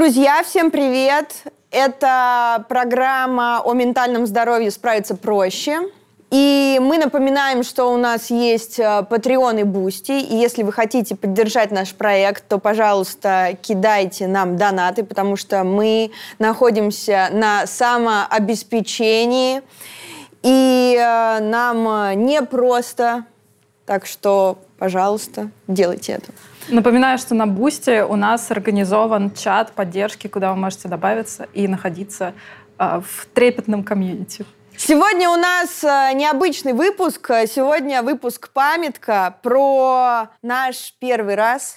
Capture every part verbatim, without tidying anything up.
Друзья, всем привет! Это программа о ментальном здоровье «Справиться проще». И мы напоминаем, что у нас есть Patreon и Boosty. И если вы хотите поддержать наш проект, то, пожалуйста, кидайте нам донаты, потому что мы находимся на самообеспечении. И нам непросто. Так что, пожалуйста, делайте это. Напоминаю, что на Boosty у нас организован чат поддержки, куда вы можете добавиться и находиться э, в трепетном комьюнити. Сегодня у нас необычный выпуск. Сегодня выпуск памятка про наш первый раз.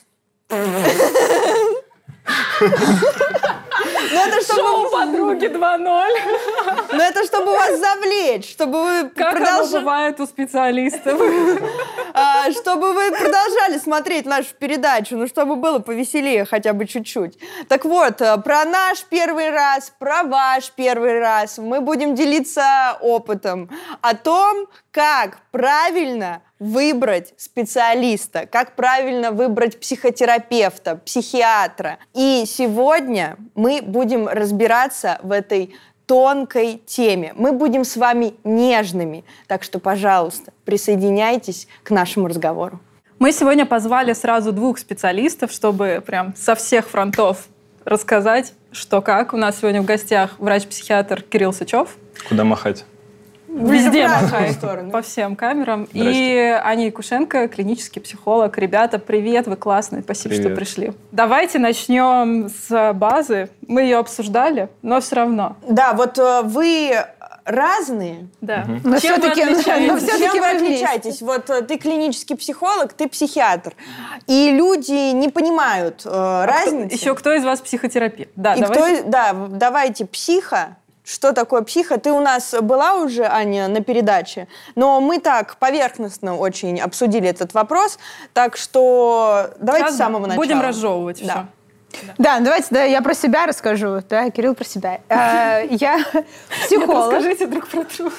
Ну, это чтобы... Шоу «Подруги два ноль». Ну, это чтобы вас завлечь, чтобы вы как продолж... оно бывает у специалистов. А, чтобы вы продолжали смотреть нашу передачу, ну, чтобы было повеселее хотя бы чуть-чуть. Так вот, про наш первый раз, про ваш первый раз мы будем делиться опытом о том, как правильно выбрать специалиста, как правильно выбрать психотерапевта, психиатра. И сегодня мы будем разбираться в этой тонкой теме. Мы будем с вами нежными. Так что, пожалуйста, присоединяйтесь к нашему разговору. Мы сегодня позвали сразу двух специалистов, чтобы прям со всех фронтов рассказать, что как. У нас сегодня в гостях врач-психиатр Кирилл Сычев. Куда махать? Везде махай, по всем камерам. И Аня Якушенко, клинический психолог. Ребята, привет, вы классные, спасибо, привет. Что пришли. Давайте начнем с базы. Мы ее обсуждали, но все равно. Да, вот вы разные. Да. Угу. Но чем все-таки, вы отличаетесь? Но все-таки вы отличаетесь. Вот ты клинический психолог, ты психиатр. И люди не понимают э, а разницы. Кто, еще кто из вас психотерапевт? Да, И давайте. Кто, да, давайте психо. Что такое психо? Ты у нас была уже, Аня, на передаче, но мы так поверхностно очень обсудили этот вопрос, так что давайте Сейчас с самого начала. Будем разжевывать да. все. Да, давайте да, я про себя расскажу, да, Кирилл про себя. Я психолог. Расскажите друг про друга.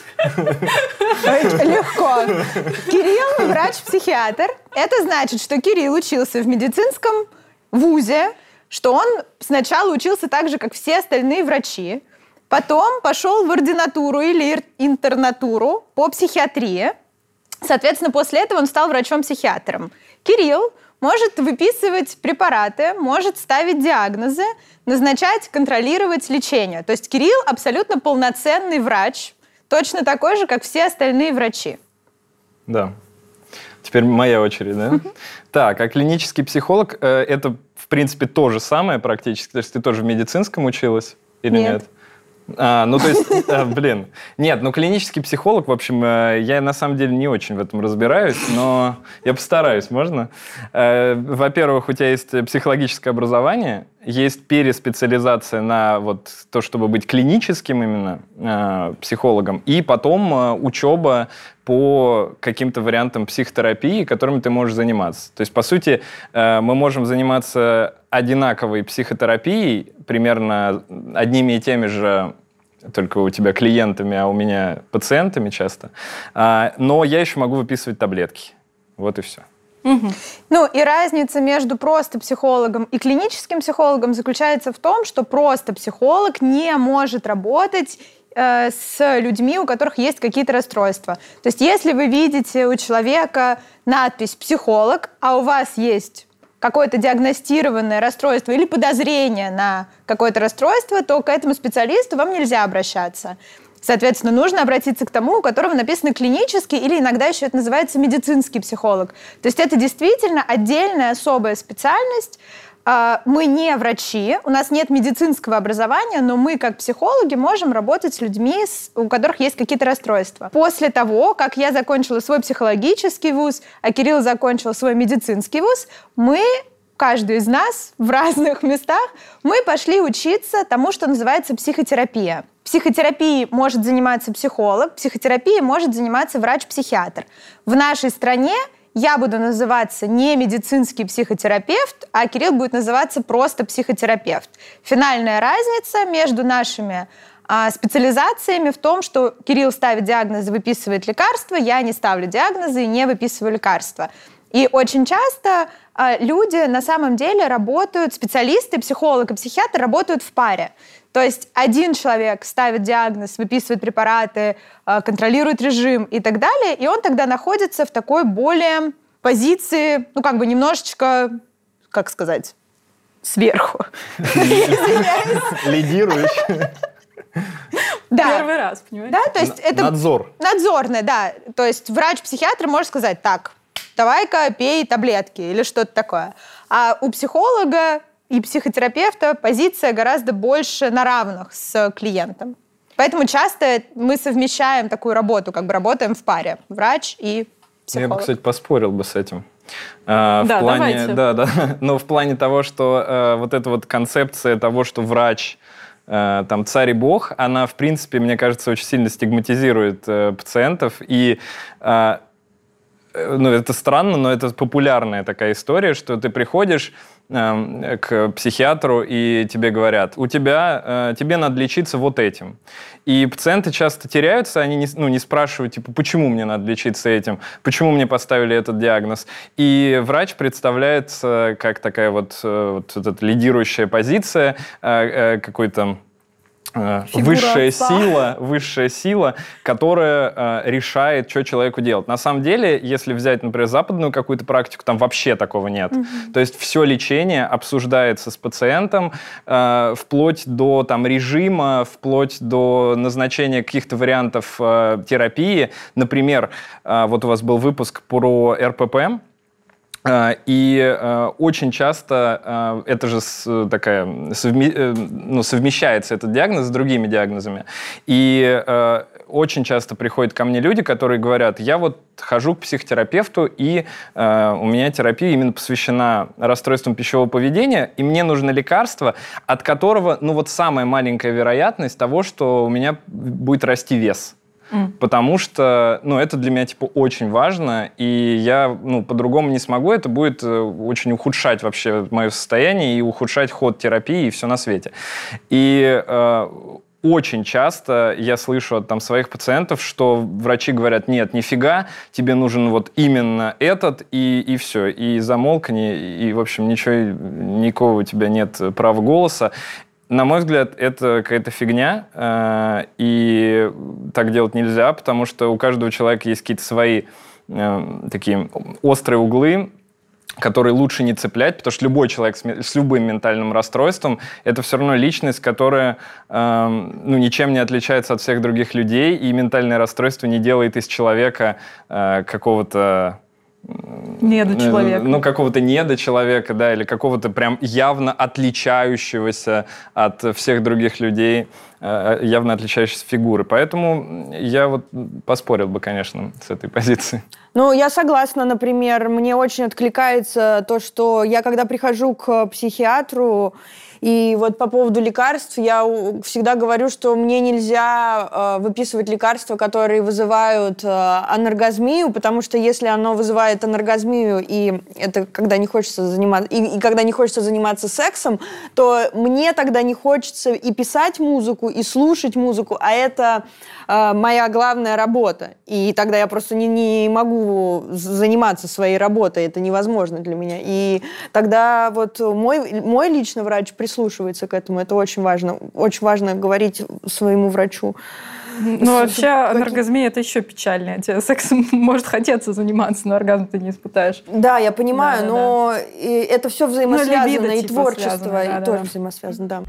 Легко. Кирилл врач-психиатр. Это значит, что Кирилл учился в медицинском вузе, что он сначала учился так же, как все остальные врачи, потом пошел в ординатуру или интернатуру по психиатрии. Соответственно, после этого он стал врачом-психиатром. Кирилл может выписывать препараты, может ставить диагнозы, назначать, контролировать лечение. То есть Кирилл абсолютно полноценный врач, точно такой же, как все остальные врачи. Да. Теперь моя очередь, да? Uh-huh. Так, а клинический психолог, э, это, в принципе, то же самое практически. То есть ты тоже в медицинском училась или нет? Нет. А, ну, то есть, а, блин. Нет, ну, клинический психолог, в общем, я на самом деле не очень в этом разбираюсь, но я постараюсь, можно? Во-первых, у тебя есть психологическое образование, есть переспециализация на вот то, чтобы быть клиническим именно э, психологом, и потом э, учеба по каким-то вариантам психотерапии, которыми ты можешь заниматься. То есть, по сути, э, мы можем заниматься одинаковой психотерапией, примерно одними и теми же, только у тебя клиентами, а у меня пациентами часто. Э, но я еще могу выписывать таблетки. Вот и все. Угу. Ну и разница между просто психологом и клиническим психологом заключается в том, что просто психолог не может работать э, с людьми, у которых есть какие-то расстройства. То есть если вы видите у человека надпись «психолог», а у вас есть какое-то диагностированное расстройство или подозрение на какое-то расстройство, то к этому специалисту вам нельзя обращаться. Соответственно, нужно обратиться к тому, у которого написано клинический, или иногда еще это называется медицинский психолог. То есть это действительно отдельная особая специальность. Мы не врачи, у нас нет медицинского образования, но мы, как психологи, можем работать с людьми, у которых есть какие-то расстройства. После того, как я закончила свой психологический вуз, а Кирилл закончил свой медицинский вуз, мы... Каждый из нас в разных местах, мы пошли учиться тому, что называется психотерапия. Психотерапией может заниматься психолог, психотерапией может заниматься врач-психиатр. В нашей стране я буду называться не медицинский психотерапевт, а Кирилл будет называться просто психотерапевт. Финальная разница между нашими а, специализациями в том, что Кирилл ставит диагнозы, выписывает лекарства, я не ставлю диагнозы и не выписываю лекарства. И очень часто э, люди на самом деле работают, специалисты, психолог и психиатр работают в паре. То есть один человек ставит диагноз, выписывает препараты, э, контролирует режим и так далее, и он тогда находится в такой более позиции, ну как бы немножечко, как сказать, сверху. Лидирующий. Да. Первый раз, понимаете? Да, то есть это надзор. Надзорное, да. То есть врач-психиатр может сказать, так, давай-ка пей таблетки или что-то такое. А у психолога и психотерапевта позиция гораздо больше на равных с клиентом. Поэтому часто мы совмещаем такую работу, как бы работаем в паре. Врач и психолог. Я бы, кстати, поспорил бы с этим. А, да, в плане, давайте. Да, да. Но в плане того, что а, вот эта вот концепция того, что врач там царь и бог, она, в принципе, мне кажется, очень сильно стигматизирует э, пациентов. И э, ну, это странно, но это популярная такая история, что ты приходишь э, к психиатру, и тебе говорят, у тебя, э, тебе надо лечиться вот этим. И пациенты часто теряются, они не, ну, не спрашивают, типа, почему мне надо лечиться этим, почему мне поставили этот диагноз. И врач представляется как такая вот, вот, вот эта лидирующая позиция, какой-то Фигура высшая отца. сила, высшая сила, которая э, решает, что человеку делать. На самом деле, если взять, например, западную какую-то практику, там вообще такого нет. Mm-hmm. То есть все лечение обсуждается с пациентом э, вплоть до там, режима, вплоть до назначения каких-то вариантов э, терапии. Например, э, вот у вас был выпуск про эр пэ пэ. И э, очень часто э, это же с, такая, совме, э, ну, совмещается этот диагноз с другими диагнозами. И э, очень часто приходят ко мне люди, которые говорят, я вот хожу к психотерапевту, и э, у меня терапия именно посвящена расстройствам пищевого поведения, и мне нужно лекарство, от которого, ну вот самая маленькая вероятность того, что у меня будет расти вес. Mm. Потому что, ну, это для меня, типа, очень важно, и я, ну, по-другому не смогу, это будет очень ухудшать вообще мое состояние и ухудшать ход терапии и все на свете. И э, очень часто я слышу от там, своих пациентов, что врачи говорят, нет, нифига, тебе нужен вот именно этот, и, и все, и замолкни, и, в общем, ничего, никакого у тебя нет права голоса. На мой взгляд, это какая-то фигня, э, и так делать нельзя, потому что у каждого человека есть какие-то свои э, такие острые углы, которые лучше не цеплять, потому что любой человек с, с любым ментальным расстройством — это все равно личность, которая э, ну, ничем не отличается от всех других людей, и ментальное расстройство не делает из человека э, какого-то... Недочеловека. Ну, какого-то недочеловека, да, или какого-то прям явно отличающегося от всех других людей, явно отличающейся фигуры. Поэтому я вот поспорил бы, конечно, с этой позицией. Ну, я согласна, например, мне очень откликается то, что я, когда прихожу к психиатру, и вот по поводу лекарств я всегда говорю, что мне нельзя э, выписывать лекарства, которые вызывают э, аноргазмию, потому что если оно вызывает аноргазмию, и это когда не хочется заниматься, и, и когда не хочется заниматься сексом, то мне тогда не хочется и писать музыку, и слушать музыку, а это э, моя главная работа. И тогда я просто не, не могу заниматься своей работой, это невозможно для меня. И тогда вот мой, мой личный врач прислушивается к этому. Это очень важно. Очень важно говорить своему врачу. Ну, вообще, аноргазмия — это еще печальнее. Тебе сексом может хотеться заниматься, но оргазм ты не испытаешь. Да, я понимаю, да, да, но да. это все взаимосвязано, ну, либидо, и типа, творчество, связано, да, и да, тоже да. взаимосвязано, да.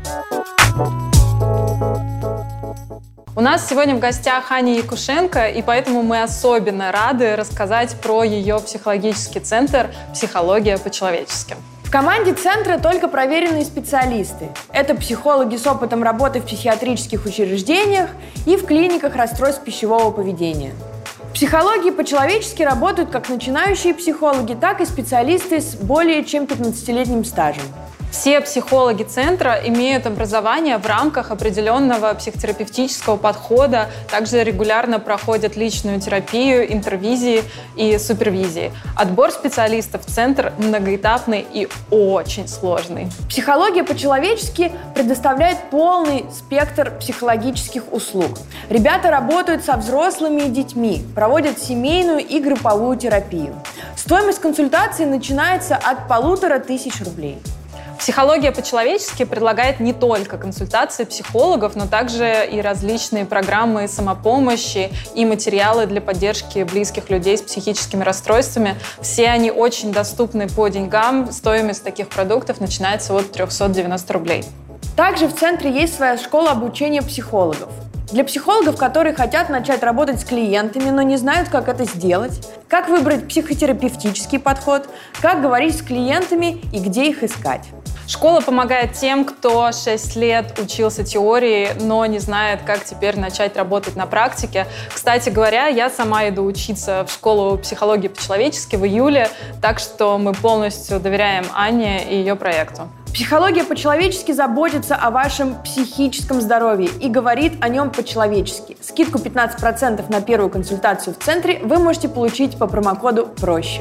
У нас сегодня в гостях Аня Якушенко, и поэтому мы особенно рады рассказать про ее психологический центр «Психология по-человечески». В команде центра только проверенные специалисты. Это психологи с опытом работы в психиатрических учреждениях и в клиниках расстройств пищевого поведения. В психологии по-человечески работают как начинающие психологи, так и специалисты с более чем пятнадцатилетним стажем. Все психологи центра имеют образование в рамках определенного психотерапевтического подхода, также регулярно проходят личную терапию, интервизии и супервизии. Отбор специалистов в центр многоэтапный и очень сложный. Психология по-человечески предоставляет полный спектр психологических услуг. Ребята работают со взрослыми и детьми, проводят семейную и групповую терапию. Стоимость консультации начинается от полутора тысяч рублей. Психология по-человечески предлагает не только консультации психологов, но также и различные программы самопомощи и материалы для поддержки близких людей с психическими расстройствами. Все они очень доступны по деньгам. Стоимость таких продуктов начинается от трехсот девяноста рублей. Также в центре есть своя школа обучения психологов. Для психологов, которые хотят начать работать с клиентами, но не знают, как это сделать, как выбрать психотерапевтический подход, как говорить с клиентами и где их искать. Школа помогает тем, кто шесть лет учился теории, но не знает, как теперь начать работать на практике. Кстати говоря, я сама иду учиться в школу психологии по-человечески в июле, так что мы полностью доверяем Анне и ее проекту. Психология по-человечески заботится о вашем психическом здоровье и говорит о нем по-человечески. Скидку пятнадцать процентов на первую консультацию в центре вы можете получить по промокоду «Проще».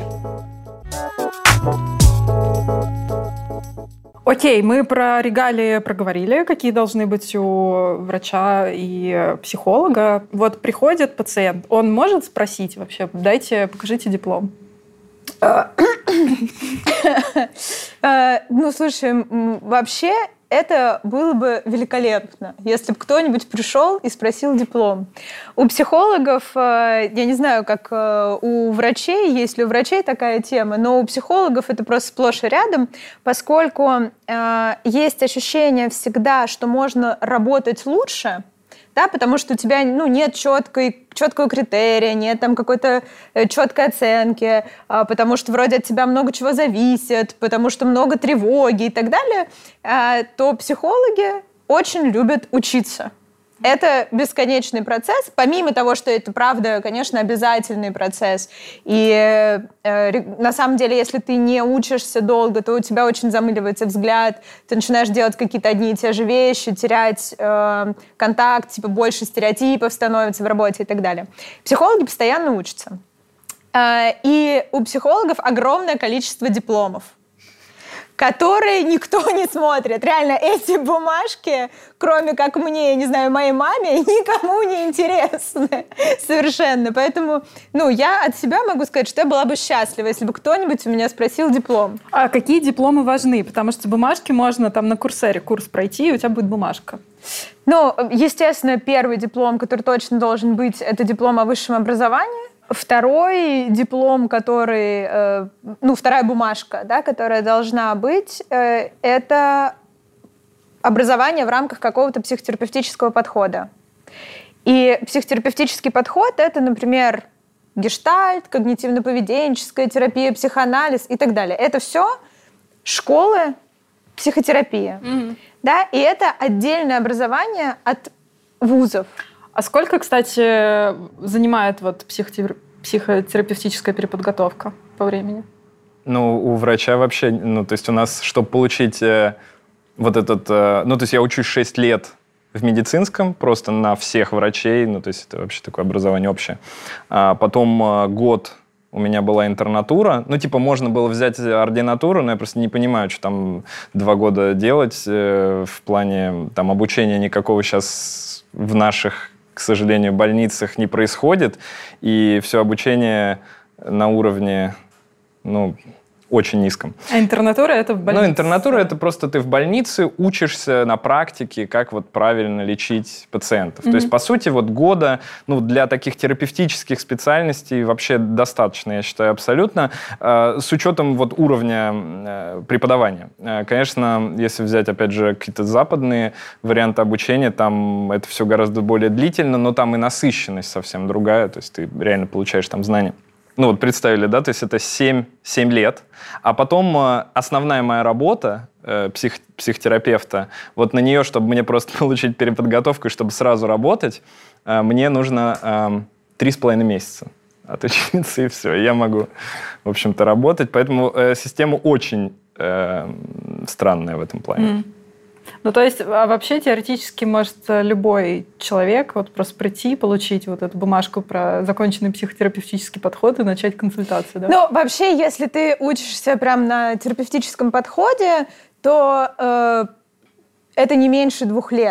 Окей, мы про регалии проговорили, какие должны быть у врача и психолога. Вот приходит пациент, он может спросить вообще, дайте, покажите диплом? Ну, слушай, вообще это было бы великолепно, если бы кто-нибудь пришел и спросил диплом. У психологов, я не знаю, как у врачей, есть ли у врачей такая тема, но у психологов это просто сплошь и рядом, поскольку есть ощущение всегда, что можно работать лучше, да, потому что у тебя ну, нет четкой, четкого критерия, нет там какой-то четкой оценки, потому что вроде от тебя много чего зависит, потому что много тревоги и так далее, то психологи очень любят учиться. Это бесконечный процесс, помимо того, что это, правда, конечно, обязательный процесс. И э, на самом деле, если ты не учишься долго, то у тебя очень замыливается взгляд, ты начинаешь делать какие-то одни и те же вещи, терять э, контакт, типа больше стереотипов становится в работе и так далее. Психологи постоянно учатся. Э, и у психологов огромное количество дипломов, которые никто не смотрит. Реально, эти бумажки, кроме как мне, я не знаю, моей маме, никому не интересны совершенно. Поэтому, ну, я от себя могу сказать, что я была бы счастлива, если бы кто-нибудь у меня спросил диплом. А какие дипломы важны? Потому что бумажки можно там на Курсере курс пройти, и у тебя будет бумажка. Ну, естественно, первый диплом, который точно должен быть, это диплом о высшем образовании. Второй диплом, который, э, ну, вторая бумажка, да, которая должна быть, э, это образование в рамках какого-то психотерапевтического подхода. И психотерапевтический подход — это, например, гештальт, когнитивно-поведенческая терапия, психоанализ и так далее. Это все школы психотерапии. Mm-hmm. Да? И это отдельное образование от вузов. А сколько, кстати, занимает вот психотер... психотерапевтическая переподготовка по времени? Ну, у врача вообще, ну, то есть у нас, чтобы получить э, вот этот, э, ну, то есть я учусь шесть лет в медицинском, просто на всех врачей, ну, то есть это вообще такое образование общее. А потом э, год у меня была интернатура, ну, типа, можно было взять ординатуру, но я просто не понимаю, что там два года делать э, в плане, там, обучения никакого сейчас в наших, к сожалению, больницах не происходит, и все обучение на уровне, ну, очень низком. А интернатура — это в больнице? Ну, интернатура — это просто ты в больнице учишься на практике, как вот правильно лечить пациентов. Mm-hmm. То есть, по сути, вот года, ну, для таких терапевтических специальностей вообще достаточно, я считаю, абсолютно, э, с учетом вот уровня э, преподавания. Э, конечно, если взять, опять же, какие-то западные варианты обучения, там это все гораздо более длительно, но там и насыщенность совсем другая, то есть ты реально получаешь там знания. Ну вот представили, да, то есть это семь, семь лет, а потом э, основная моя работа э, псих, психотерапевта, вот на нее, чтобы мне просто получить переподготовку и чтобы сразу работать, э, мне нужно три с половиной месяца отучиться, и все, я могу, в общем-то, работать, поэтому э, система очень э, странная в этом плане. Mm. Ну, то есть, а вообще теоретически может любой человек вот просто прийти, получить вот эту бумажку про законченный психотерапевтический подход и начать консультацию, да? Ну, вообще, если ты учишься прям на терапевтическом подходе, то э, это не меньше двух лет.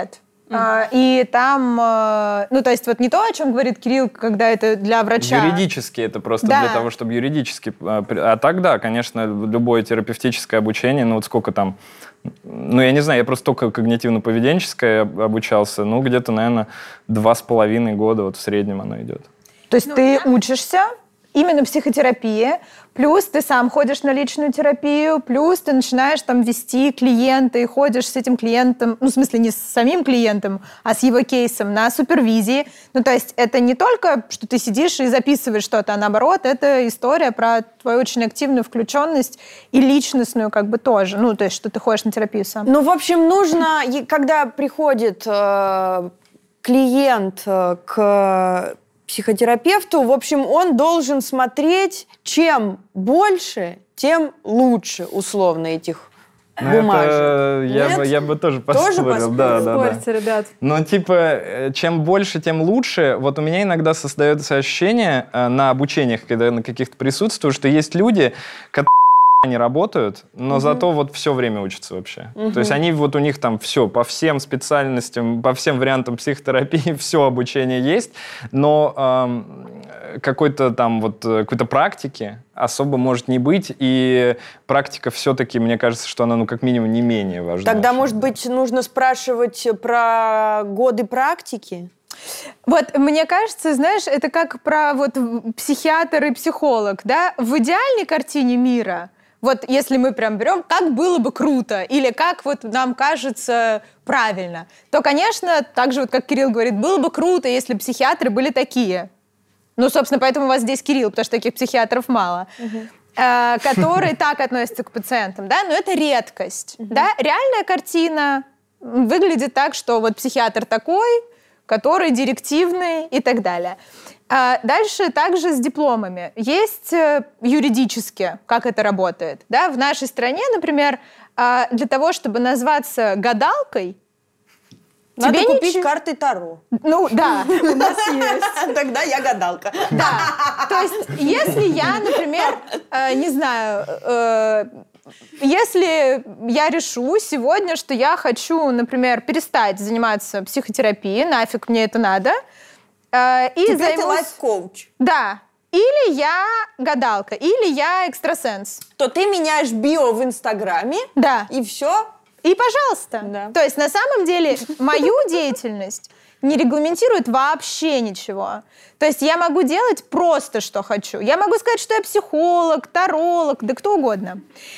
А, и там, ну, то есть вот не то, о чем говорит Кирилл, когда это для врача. Юридически это просто да. для того, чтобы юридически... А так, да, конечно, любое терапевтическое обучение, ну, вот сколько там... Ну, я не знаю, я просто только когнитивно-поведенческое обучался, ну, где-то, наверное, два с половиной года вот в среднем оно идет. То есть ну, ты да? учишься именно психотерапии, плюс ты сам ходишь на личную терапию, плюс ты начинаешь там вести клиента и ходишь с этим клиентом, ну, в смысле, не с самим клиентом, а с его кейсом на супервизии. Ну, то есть это не только, что ты сидишь и записываешь что-то, а наоборот, это история про твою очень активную включенность и личностную как бы тоже. Ну, то есть что ты ходишь на терапию сам. Ну, в общем, нужно, когда приходит э, клиент э, к психотерапевту, в общем, он должен смотреть, чем больше, тем лучше, условно, этих ну, бумажек. Это, я, бы, я бы тоже поспорил. Тоже поспорил? Да, да, Спорьте, да. ребят. Но типа, чем больше, тем лучше. Вот у меня иногда создается ощущение на обучениях, когда на каких-то присутствую, что есть люди, которые не работают, но угу. зато вот все время учатся вообще. Угу. То есть они вот у них там все, по всем специальностям, по всем вариантам психотерапии все обучение есть, но эм, какой-то там вот какой-то практики особо может не быть, и практика все-таки, мне кажется, что она, ну, как минимум, не менее важна. Тогда, может быть, нужно спрашивать про годы практики? Вот, мне кажется, знаешь, это как про вот психиатр и психолог, да? В идеальной картине мира, вот если мы прям берем, как было бы круто, или как вот нам кажется правильно, то, конечно, так же, вот как Кирилл говорит, было бы круто, если психиатры были такие. Ну, собственно, поэтому у вас здесь Кирилл, потому что таких психиатров мало. Uh-huh. э, которые так относятся к пациентам, да, но это редкость. Uh-huh. Да? Реальная картина выглядит так, что вот психиатр такой, который директивный и так далее. А дальше также с дипломами. Есть юридически, как это работает. Да? В нашей стране, например, для того, чтобы назваться гадалкой, надо тебе купить ничего... карты Таро. Ну, да, у нас есть. Тогда я гадалка. Да. То есть, если я, например, не знаю... Если я решу сегодня, что я хочу, например, перестать заниматься психотерапией, нафиг мне это надо, э, и Теперь займусь... ты лайф-коуч. Да. Или я гадалка, или я экстрасенс. То ты меняешь био в Инстаграме, да. И все. И пожалуйста. Да. То есть на самом деле мою деятельность не регламентирует вообще ничего. То есть я могу делать просто, что хочу. Я могу сказать, что я психолог, таролог, да кто угодно.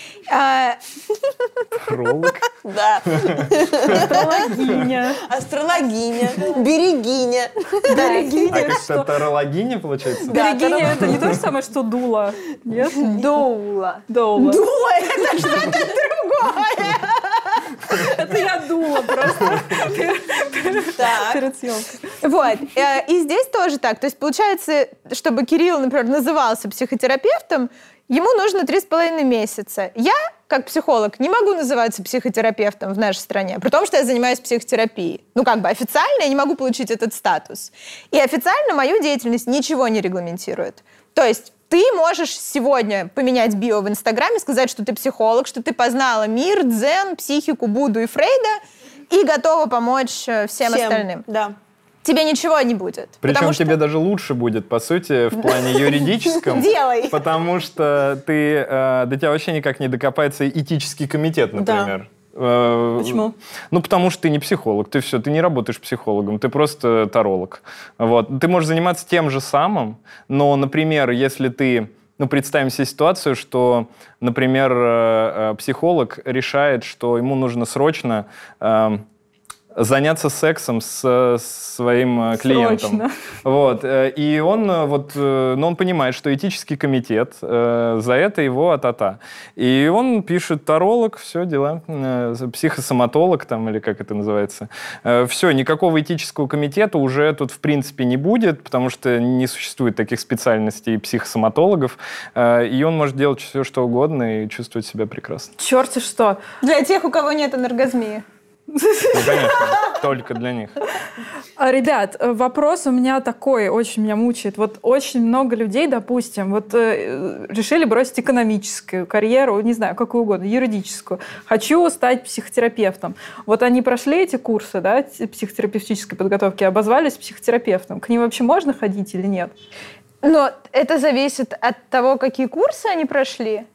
Таролог? Да. Астрологиня. Астрологиня. Берегиня. Берегиня. А как-то тарологиня, получается? Берегиня — это не то же самое, что дула. Нет? Доула. Доула. Дула — это что-то другое. Это я дула просто. Перед съемкой. Вот. И здесь тоже так. То есть получается, чтобы Кирилл, например, назывался психотерапевтом, ему нужно три с половиной месяца. Я, как психолог, не могу называться психотерапевтом в нашей стране, при том, что я занимаюсь психотерапией. Ну, как бы официально я не могу получить этот статус. И официально мою деятельность ничего не регламентирует. То есть ты можешь сегодня поменять био в Инстаграме, сказать, что ты психолог, что ты познала мир, дзен, психику, Будду и Фрейда и готова помочь всем, всем остальным. Да. Тебе ничего не будет. Причем что... тебе даже лучше будет, по сути, в плане юридическом. Делай. Потому что ты, э, до тебя вообще никак не докопается этический комитет, например. Да. Почему? Ну, потому что ты не психолог, ты все, ты не работаешь психологом, ты просто таролог. Вот. Ты можешь заниматься тем же самым, но, например, если ты... Ну, представим себе ситуацию, что, например, психолог решает, что ему нужно срочно... заняться сексом с своим клиентом. Срочно. Вот. И он, вот, ну, он понимает, что этический комитет э, за это его а-та-та. И он пишет таролог, все, дела, э, психосоматолог, там, или как это называется. Э, все, никакого этического комитета уже тут, в принципе, не будет, потому что не существует таких специальностей психосоматологов. Э, и он может делать все, что угодно и чувствовать себя прекрасно. Черти что. Для тех, у кого нет анаргазмии. Ну, конечно. только для них. Ребят, вопрос у меня такой, очень меня мучает. Вот очень много людей, допустим, вот э, решили бросить экономическую карьеру, не знаю, какую угодно, юридическую. Хочу стать психотерапевтом. Вот они прошли эти курсы, да, психотерапевтической подготовки, обозвались психотерапевтом. К ним вообще можно ходить или нет? Но это зависит от того, какие курсы они прошли.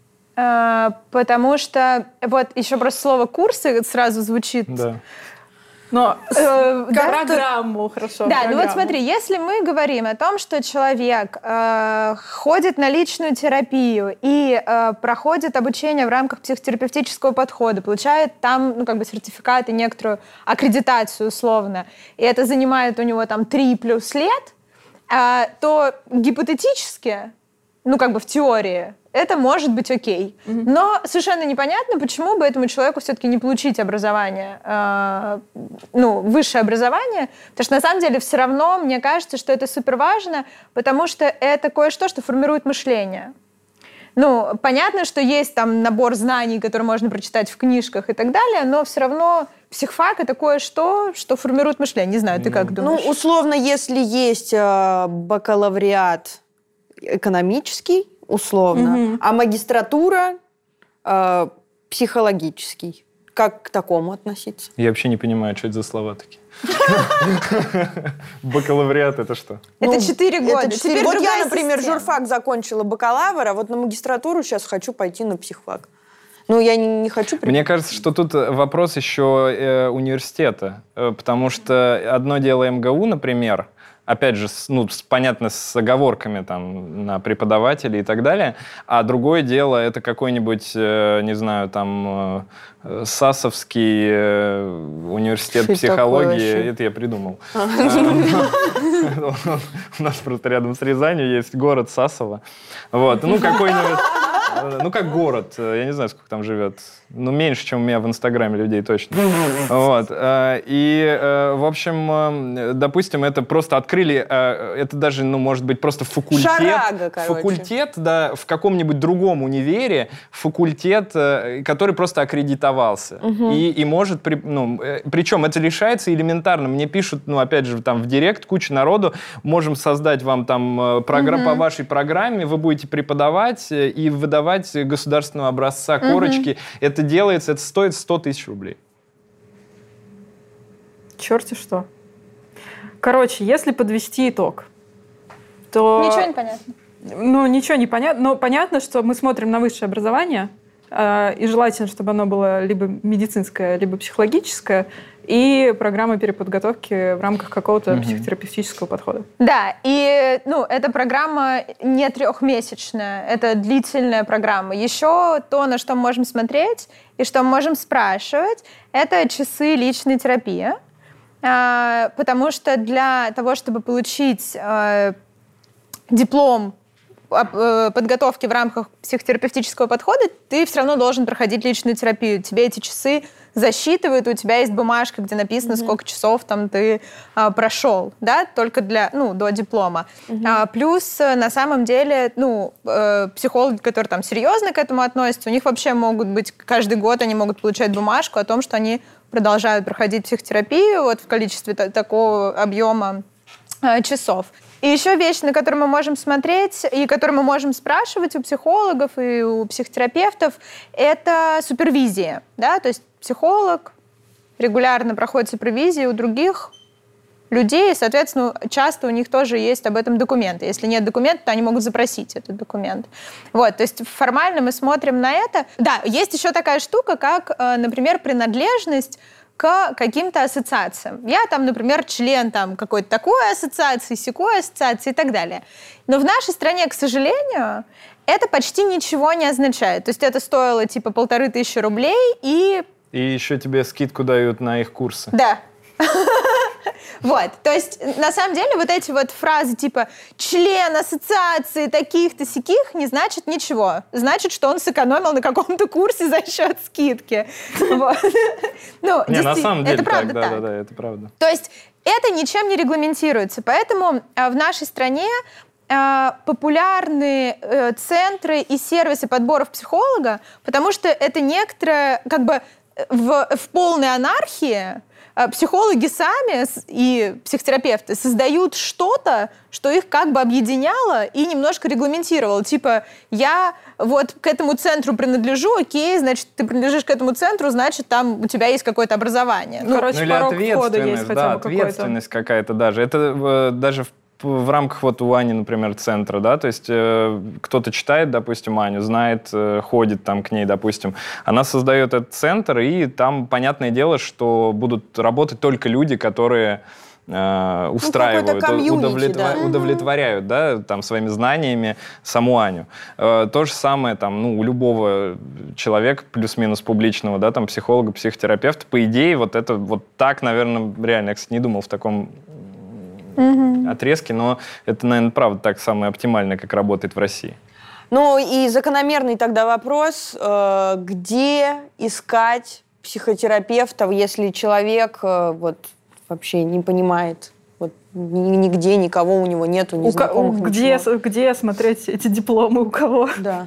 Потому что вот еще просто слово «курсы» сразу звучит. Да. Но э, программу, хорошо. Да, программу. ну вот смотри, если мы говорим о том, что человек э, ходит на личную терапию и э, проходит обучение в рамках психотерапевтического подхода, получает там, ну, как бы сертификат и некоторую аккредитацию условно, и это занимает у него там три плюс лет, э, то гипотетически, ну, как бы в теории, это может быть окей. Mm-hmm. Но совершенно непонятно, почему бы этому человеку все-таки не получить образование, э, ну, высшее образование, потому что на самом деле все равно мне кажется, что это супер важно, потому что это кое-что, что формирует мышление. Ну, понятно, что есть там набор знаний, которые можно прочитать в книжках и так далее, но все равно психфак — это кое-что, что формирует мышление. Не знаю, ты как думаешь? Ну, условно, если есть э, бакалавриат экономический, условно, mm-hmm. а магистратура э, психологический. Как к такому относиться? Я вообще не понимаю, что это за слова такие. Бакалавриат — это что? Это четыре года. Вот я, например, журфак закончила бакалавр, а вот на магистратуру сейчас хочу пойти на психфак. Ну, я не, не хочу... Мне кажется, что тут вопрос еще э, университета, э, потому что одно дело эм гэ у, например, опять же, с, ну, с, понятно, с оговорками там, на преподавателей и так далее, а другое дело — это какой-нибудь, э, не знаю, там, э, САСовский э, университет что психологии. Это я придумал. У нас просто рядом с Рязанью есть город Сасово. Вот, ну, какой-нибудь... Ну, как город. Я не знаю, сколько там живет. Ну, меньше, чем у меня в Инстаграме людей точно. Вот. И, в общем, допустим, это просто открыли, это даже, ну, может быть, просто факультет. Шарага, короче. Факультет, да, в каком-нибудь другом универе, факультет, который просто аккредитовался. Угу. И, и может, ну, причем это решается элементарно. Мне пишут, ну, опять же, там в директ куча народу, можем создать вам там программу, угу. по вашей программе, вы будете преподавать и выдавать государственного образца корочки. Угу. Это делается, это стоит сто тысяч рублей. Черти что. Короче, если подвести итог, то... Ничего не понятно. Ну, ничего не понятно. Но понятно, что мы смотрим на высшее образование, э, и желательно, чтобы оно было либо медицинское, либо психологическое, и программа переподготовки в рамках какого-то mm-hmm. психотерапевтического подхода. Да, и ну, эта программа не трехмесячная, это длительная программа. Еще то, на что мы можем смотреть и что мы можем спрашивать, это часы личной терапии, потому что для того, чтобы получить диплом подготовки в рамках психотерапевтического подхода, ты все равно должен проходить личную терапию. Тебе эти часы засчитывают, у тебя есть бумажка, где написано, mm-hmm. сколько часов там ты а, прошел, да, только для, ну, до диплома. Mm-hmm. А, плюс, на самом деле, ну, э, психологи, которые там серьезно к этому относятся, у них вообще могут быть, каждый год они могут получать бумажку о том, что они продолжают проходить психотерапию вот в количестве та- такого объема э, часов. И еще вещь, на которую мы можем смотреть и которую мы можем спрашивать у психологов и у психотерапевтов, это супервизия. Да? То есть психолог регулярно проходит супервизию у других людей, и, соответственно, часто у них тоже есть об этом документы. Если нет документов, то они могут запросить этот документ. Вот, то есть формально мы смотрим на это. Да, есть еще такая штука, как, например, принадлежность к каким-то ассоциациям. Я там, например, член там, какой-то такой ассоциации, сякой ассоциации и так далее. Но в нашей стране, к сожалению, это почти ничего не означает. То есть это стоило типа полторы тысячи рублей и... И еще тебе скидку дают на их курсы. Да. Вот, то есть, на самом деле, вот эти вот фразы типа «член ассоциации таких-то сяких» не значит ничего. Значит, что он сэкономил на каком-то курсе за счет скидки. Вот. Ну, не, на самом деле это правда так. так. Да, да, да, это правда. То есть, это ничем не регламентируется. Поэтому в нашей стране популярны центры и сервисы подборов психолога, потому что это некоторое, как бы, в, в полной анархии психологи сами и психотерапевты создают что-то, что их как бы объединяло и немножко регламентировало. Типа, я вот к этому центру принадлежу, окей, значит, ты принадлежишь к этому центру, значит, там у тебя есть какое-то образование. Ну, короче, ну, или порог входа есть хотя да, бы какой-то. ответственность какая-то даже. Это э, даже в в рамках вот у Ани, например, центра, да, то есть э, кто-то читает, допустим, Аню, знает, э, ходит там к ней, допустим, она создает этот центр, и там, понятное дело, что будут работать только люди, которые э, устраивают, ну, удовлетворяют, да. удовлетворяют, да, там, своими знаниями саму Аню. Э, то же самое там, ну, у любого человека, плюс-минус публичного, да, там, психолога, психотерапевта, по идее, вот это вот так, наверное, реально, я, кстати, не думал в таком Mm-hmm. отрезки, но это, наверное, правда так самое оптимальное, как работает в России. Ну и закономерный тогда вопрос, э, где искать психотерапевтов, если человек э, вот, вообще не понимает, вот, нигде никого у него нету, ни знакомых, где, где смотреть эти дипломы у кого? Да.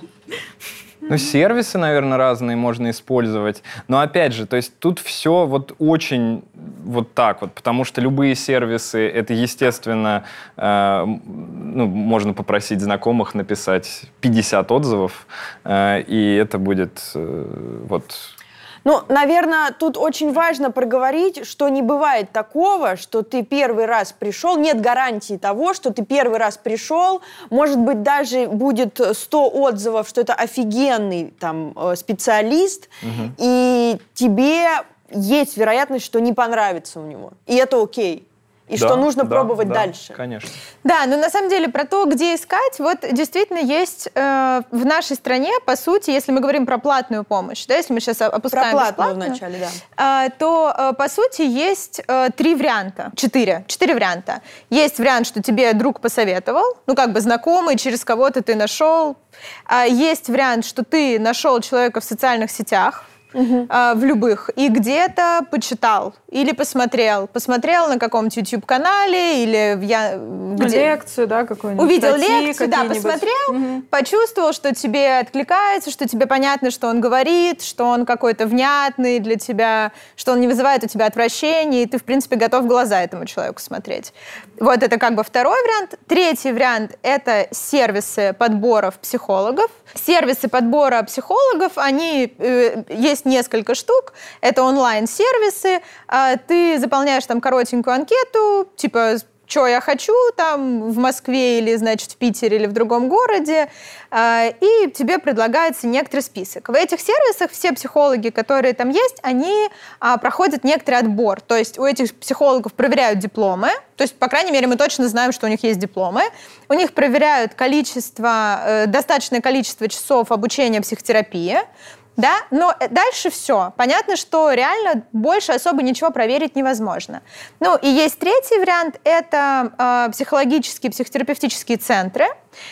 Ну, сервисы, наверное, разные можно использовать. Но опять же, то есть тут все вот очень вот так вот, потому что любые сервисы, это, естественно, э, ну, можно попросить знакомых написать пятьдесят отзывов, э, и это будет э, вот... Ну, наверное, тут очень важно проговорить, что не бывает такого, что ты первый раз пришел, нет гарантии того, что ты первый раз пришел, может быть, даже будет сто отзывов, что это офигенный там специалист, угу. и тебе есть вероятность, что не понравится у него, и это окей. И да, что нужно да, пробовать да, дальше. Конечно. Да, но на самом деле про то, где искать, вот действительно есть э, в нашей стране, по сути, если мы говорим про платную помощь, да, если мы сейчас опускаем про платную бесплатную, вначале, да. э, то, э, по сути, есть э, три варианта, четыре, четыре варианта. Есть вариант, что тебе друг посоветовал, ну, как бы знакомый, через кого-то ты нашел. А есть вариант, что ты нашел человека в социальных сетях, Uh-huh. а, в любых, и где-то почитал или посмотрел. Посмотрел на каком-то YouTube-канале или в я... где... лекцию, да, какую-нибудь. Увидел лекцию, да, посмотрел, uh-huh. почувствовал, что тебе откликается, что тебе понятно, что он говорит, что он какой-то внятный для тебя, что он не вызывает у тебя отвращения, и ты, в принципе, готов в глаза этому человеку смотреть. Вот это как бы второй вариант. Третий вариант — это сервисы подборов психологов. Сервисы подбора психологов, они э, есть несколько штук. Это онлайн-сервисы. Э, ты заполняешь там коротенькую анкету, типа, что я хочу там в Москве или, значит, в Питере или в другом городе, э, и тебе предлагается некоторый список. В этих сервисах все психологи, которые там есть, они э, проходят некоторый отбор. То есть у этих психологов проверяют дипломы, то есть, по крайней мере, мы точно знаем, что у них есть дипломы. У них проверяют количество, э, достаточное количество часов обучения психотерапии, да, но дальше все. Понятно, что реально больше особо ничего проверить невозможно. Ну, и есть третий вариант, это э, психологические, психотерапевтические центры,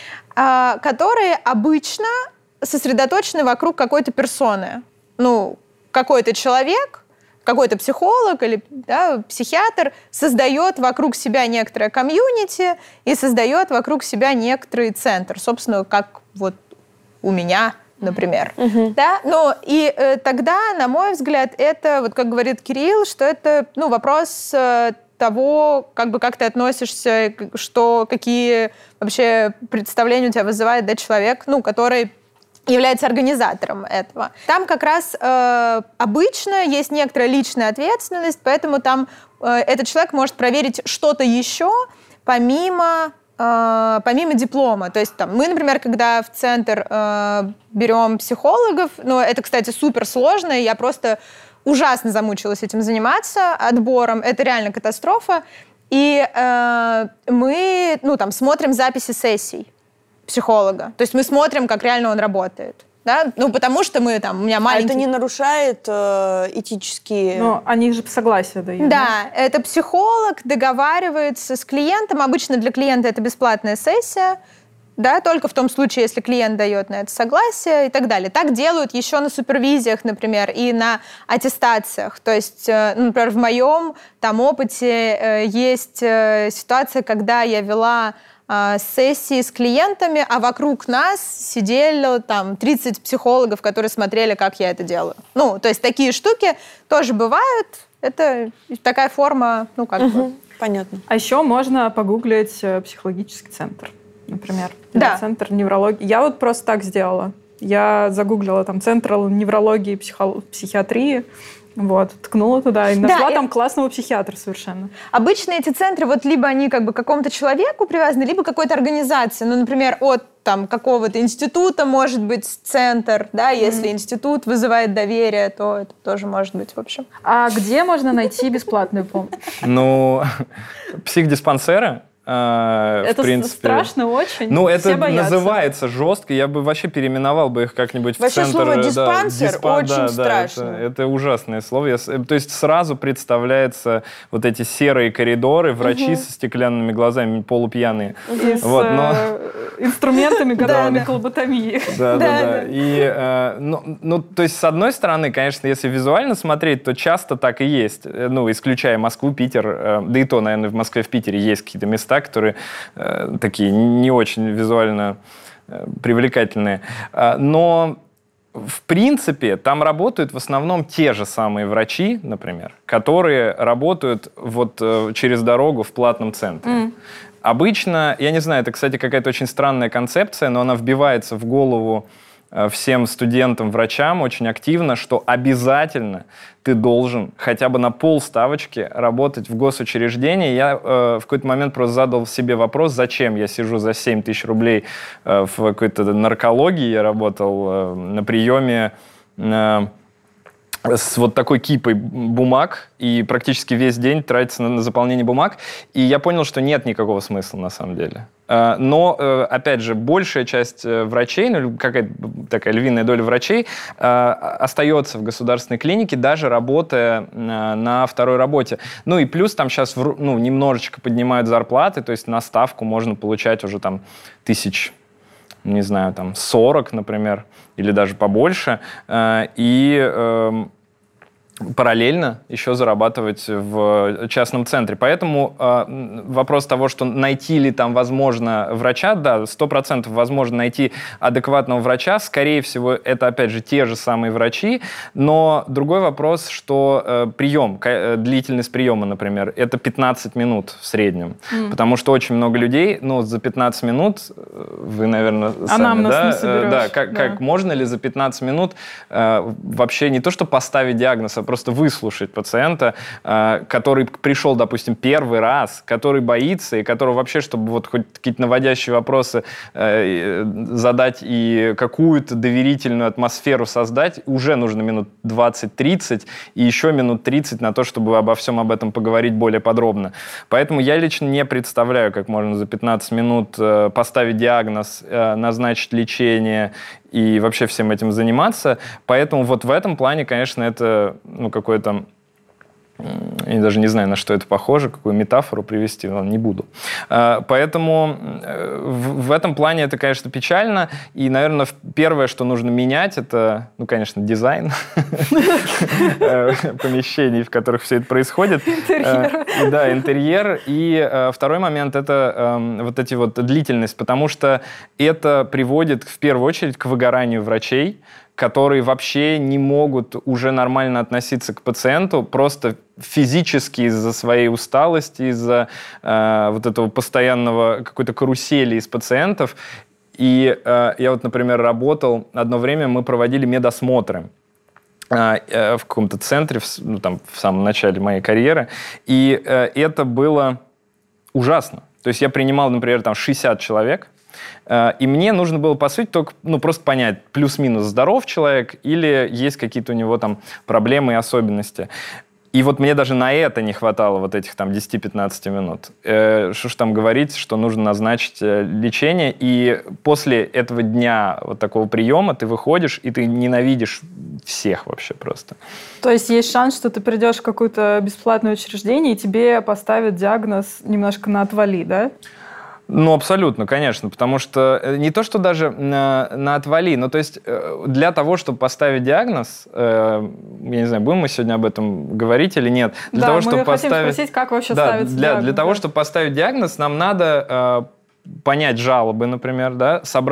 э, которые обычно сосредоточены вокруг какой-то персоны. Ну, какой-то человек, какой-то психолог или да, психиатр создает вокруг себя некоторое комьюнити и создает вокруг себя некоторый центр, собственно, как вот у меня, например. Uh-huh. Да? Ну, и э, тогда, на мой взгляд, это, вот как говорит Кирилл, что это ну, вопрос э, того, как, бы, как ты относишься, что, какие вообще представления у тебя вызывает да, человек, ну, который является организатором этого. Там как раз э, обычно есть некоторая личная ответственность, поэтому там э, этот человек может проверить что-то еще помимо Uh, помимо диплома. То есть там, мы, например, когда в центр uh, берем психологов, ну, это, кстати, супер сложно, я просто ужасно замучилась этим заниматься, отбором, это реально катастрофа, и uh, мы, ну, там, смотрим записи сессий психолога, то есть мы смотрим, как реально он работает. Да? Ну, потому что мы там, у меня маленький... А это не нарушает э, этические... Ну, они же согласие дают. Да, да, это психолог договаривается с клиентом. Обычно для клиента это бесплатная сессия, да, только в том случае, если клиент дает на это согласие и так далее. Так делают еще на супервизиях, например, и на аттестациях. То есть, э, например, в моем там опыте э, есть э, ситуация, когда я вела сессии с клиентами, а вокруг нас сидели там тридцать психологов, которые смотрели, как я это делаю. Ну, то есть такие штуки тоже бывают. это такая форма, ну, как угу. бы... Понятно. А еще можно погуглить психологический центр, например. Да. Центр неврологии. Я вот просто так сделала. Я загуглила там центр неврологии и психо- психиатрии. Вот, ткнула туда и нашла да, там и... классного психиатра совершенно. Обычно эти центры, вот либо они как бы к какому-то человеку привязаны, либо к какой-то организации. Ну, например, от там какого-то института может быть центр, да, если mm-hmm. институт вызывает доверие, то это тоже может быть, в общем. А где можно найти бесплатную помощь? Ну, психдиспансеры. Это в принципе. Страшно очень. Ну, Все это боятся. Называется жестко. Я бы вообще переименовал бы их как-нибудь вообще в центр. Вообще слово диспансер да, диспан, очень да, страшно. Да, это, это ужасное слово. Я, то есть сразу представляется вот эти серые коридоры, врачи угу. со стеклянными глазами, полупьяные. И вот, с но... инструментами готовыми к лоботомии. Да, да, да. И, ну, то есть, с одной стороны, конечно, если визуально смотреть, то часто так и есть. Ну, исключая Москву, Питер, да и то, наверное, в Москве, в Питере есть какие-то места, которые э, такие не очень визуально э, привлекательные. А, но, в принципе, там работают в основном те же самые врачи, например, которые работают вот э, через дорогу в платном центре. Mm. Обычно, я не знаю, это, кстати, какая-то очень странная концепция, но она вбивается в голову всем студентам, врачам очень активно, что обязательно ты должен хотя бы на полставочки работать в госучреждении. Я э, в какой-то момент просто задал себе вопрос, зачем я сижу за семь тысяч рублей э, в какой-то наркологии. Я работал э, на приеме э, с вот такой кипой бумаг, и практически весь день тратится на, на заполнение бумаг. И я понял, что нет никакого смысла на самом деле. Но, опять же, большая часть врачей, ну, какая-то такая львиная доля врачей, остается в государственной клинике, даже работая на второй работе. Ну и плюс там сейчас ну, немножечко поднимают зарплаты, то есть на ставку можно получать уже там тысяч, не знаю, там сорок, например, или даже побольше. И параллельно еще зарабатывать в частном центре. Поэтому э, вопрос того, что найти ли там возможно врача, да, сто процентов возможно найти адекватного врача. Скорее всего, это, опять же, те же самые врачи. Но другой вопрос, что э, прием, к, длительность приема, например, это пятнадцать минут в среднем. Mm. Потому что очень много людей, ну, за пятнадцать минут, вы, наверное, сами, Анамнез да? не соберешь. Да, как, да. Как можно ли за пятнадцать минут э, вообще не то, что поставить диагноз, а просто выслушать пациента, который пришел, допустим, первый раз, который боится, и которого вообще, чтобы вот хоть какие-то наводящие вопросы задать и какую-то доверительную атмосферу создать, уже нужно минут двадцать-тридцать, и еще минут тридцать на то, чтобы обо всем об этом поговорить более подробно. Поэтому я лично не представляю, как можно за пятнадцать минут поставить диагноз, назначить лечение и вообще всем этим заниматься. Поэтому вот в этом плане, конечно, это ну, какое-то... Я даже не знаю, на что это похоже, какую метафору привести, но не буду. Поэтому в этом плане это, конечно, печально. И, наверное, первое, что нужно менять, это, ну, конечно, дизайн помещений, в которых все это происходит. Интерьер. Да, интерьер. И второй момент — это вот эти вот длительность, потому что это приводит в первую очередь к выгоранию врачей, которые вообще не могут уже нормально относиться к пациенту, просто физически из-за своей усталости, из-за э, вот этого постоянного какой-то карусели из пациентов. И э, я вот, например, работал, одно время мы проводили медосмотры э, э, в каком-то центре, в, ну, там, в самом начале моей карьеры, и э, это было ужасно. То есть я принимал, например, там шестьдесят человек, и мне нужно было, по сути, только ну, просто понять, плюс-минус здоров человек или есть какие-то у него там проблемы и особенности. И вот мне даже на это не хватало вот этих там десять-пятнадцать минут. Э, что ж там говорить, что нужно назначить лечение. И после этого дня вот такого приема ты выходишь, и ты ненавидишь всех вообще просто. То есть есть шанс, что ты придешь в какое-то бесплатное учреждение, и тебе поставят диагноз немножко на отвали, да? Ну, абсолютно, конечно, потому что не то, что даже на, на отвали, но то есть для того, чтобы поставить диагноз, э, я не знаю, будем мы сегодня об этом говорить или нет, для да, того, мы чтобы хотим поставить, спросить, как вообще да, ставится для, диагноз. Для того, да. чтобы поставить диагноз, нам надо э, понять жалобы, например, да, собрать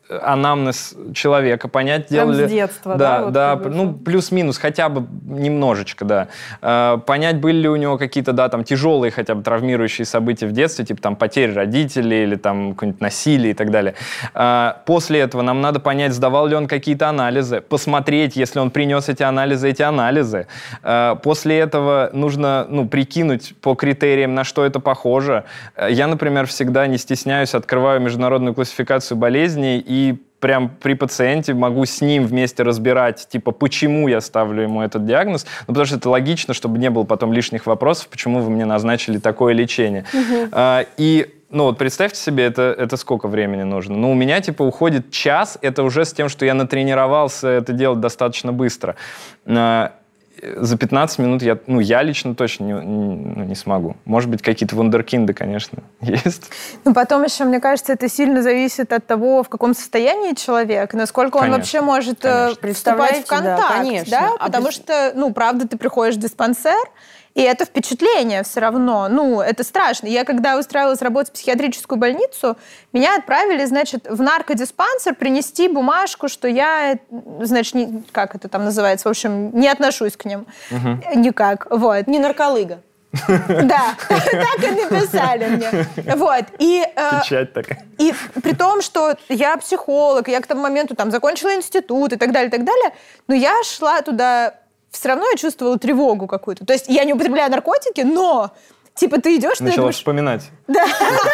анамнез человека, понять, Прям делали... с детства, да? Да, да, вот ну, плюс-минус, хотя бы немножечко, да. Э, понять, были ли у него какие-то, да, там, тяжелые хотя бы травмирующие события в детстве, типа, там, потери родителей или, там, какое-нибудь насилие и так далее. Э, после этого нам надо понять, сдавал ли он какие-то анализы, посмотреть, если он принес эти анализы, эти анализы. Э, после этого нужно, ну, прикинуть по критериям, на что это похоже. Я, например, всегда не стесняюсь, открываю международную классификацию болезней и прям при пациенте могу с ним вместе разбирать, типа, почему я ставлю ему этот диагноз. Ну, потому что это логично, чтобы не было потом лишних вопросов, почему вы мне назначили такое лечение. Угу. А, и, ну, вот представьте себе, это, это сколько времени нужно? Ну, у меня, типа, уходит час, это уже с тем, что я натренировался это делать достаточно быстро. А, за пятнадцать минут я, ну, я лично точно не, не, не смогу. Может быть, какие-то вундеркинды, конечно, есть. Ну, потом еще, мне кажется, это сильно зависит от того, в каком состоянии человек, насколько конечно, он вообще может конечно. вступать в контакт. Да, конечно. Да? А Потому без... что, ну, правда, ты приходишь в диспансер, и это впечатление все равно. Ну, это страшно. Я, когда устраивалась работать в психиатрическую больницу, меня отправили, значит, в наркодиспансер принести бумажку, что я, значит, не, как это там называется, в общем, не отношусь к ним. Угу. Никак. Вот. Не нарколыга. Да, так и написали мне. Вот. И, печать такая. И при том, что я психолог, я к тому моменту там закончила институт и так далее, и так далее, но я шла туда... Все равно я чувствовала тревогу какую-то. То есть я не употребляю наркотики, но типа ты идешь... Начала думаешь... вспоминать. Да.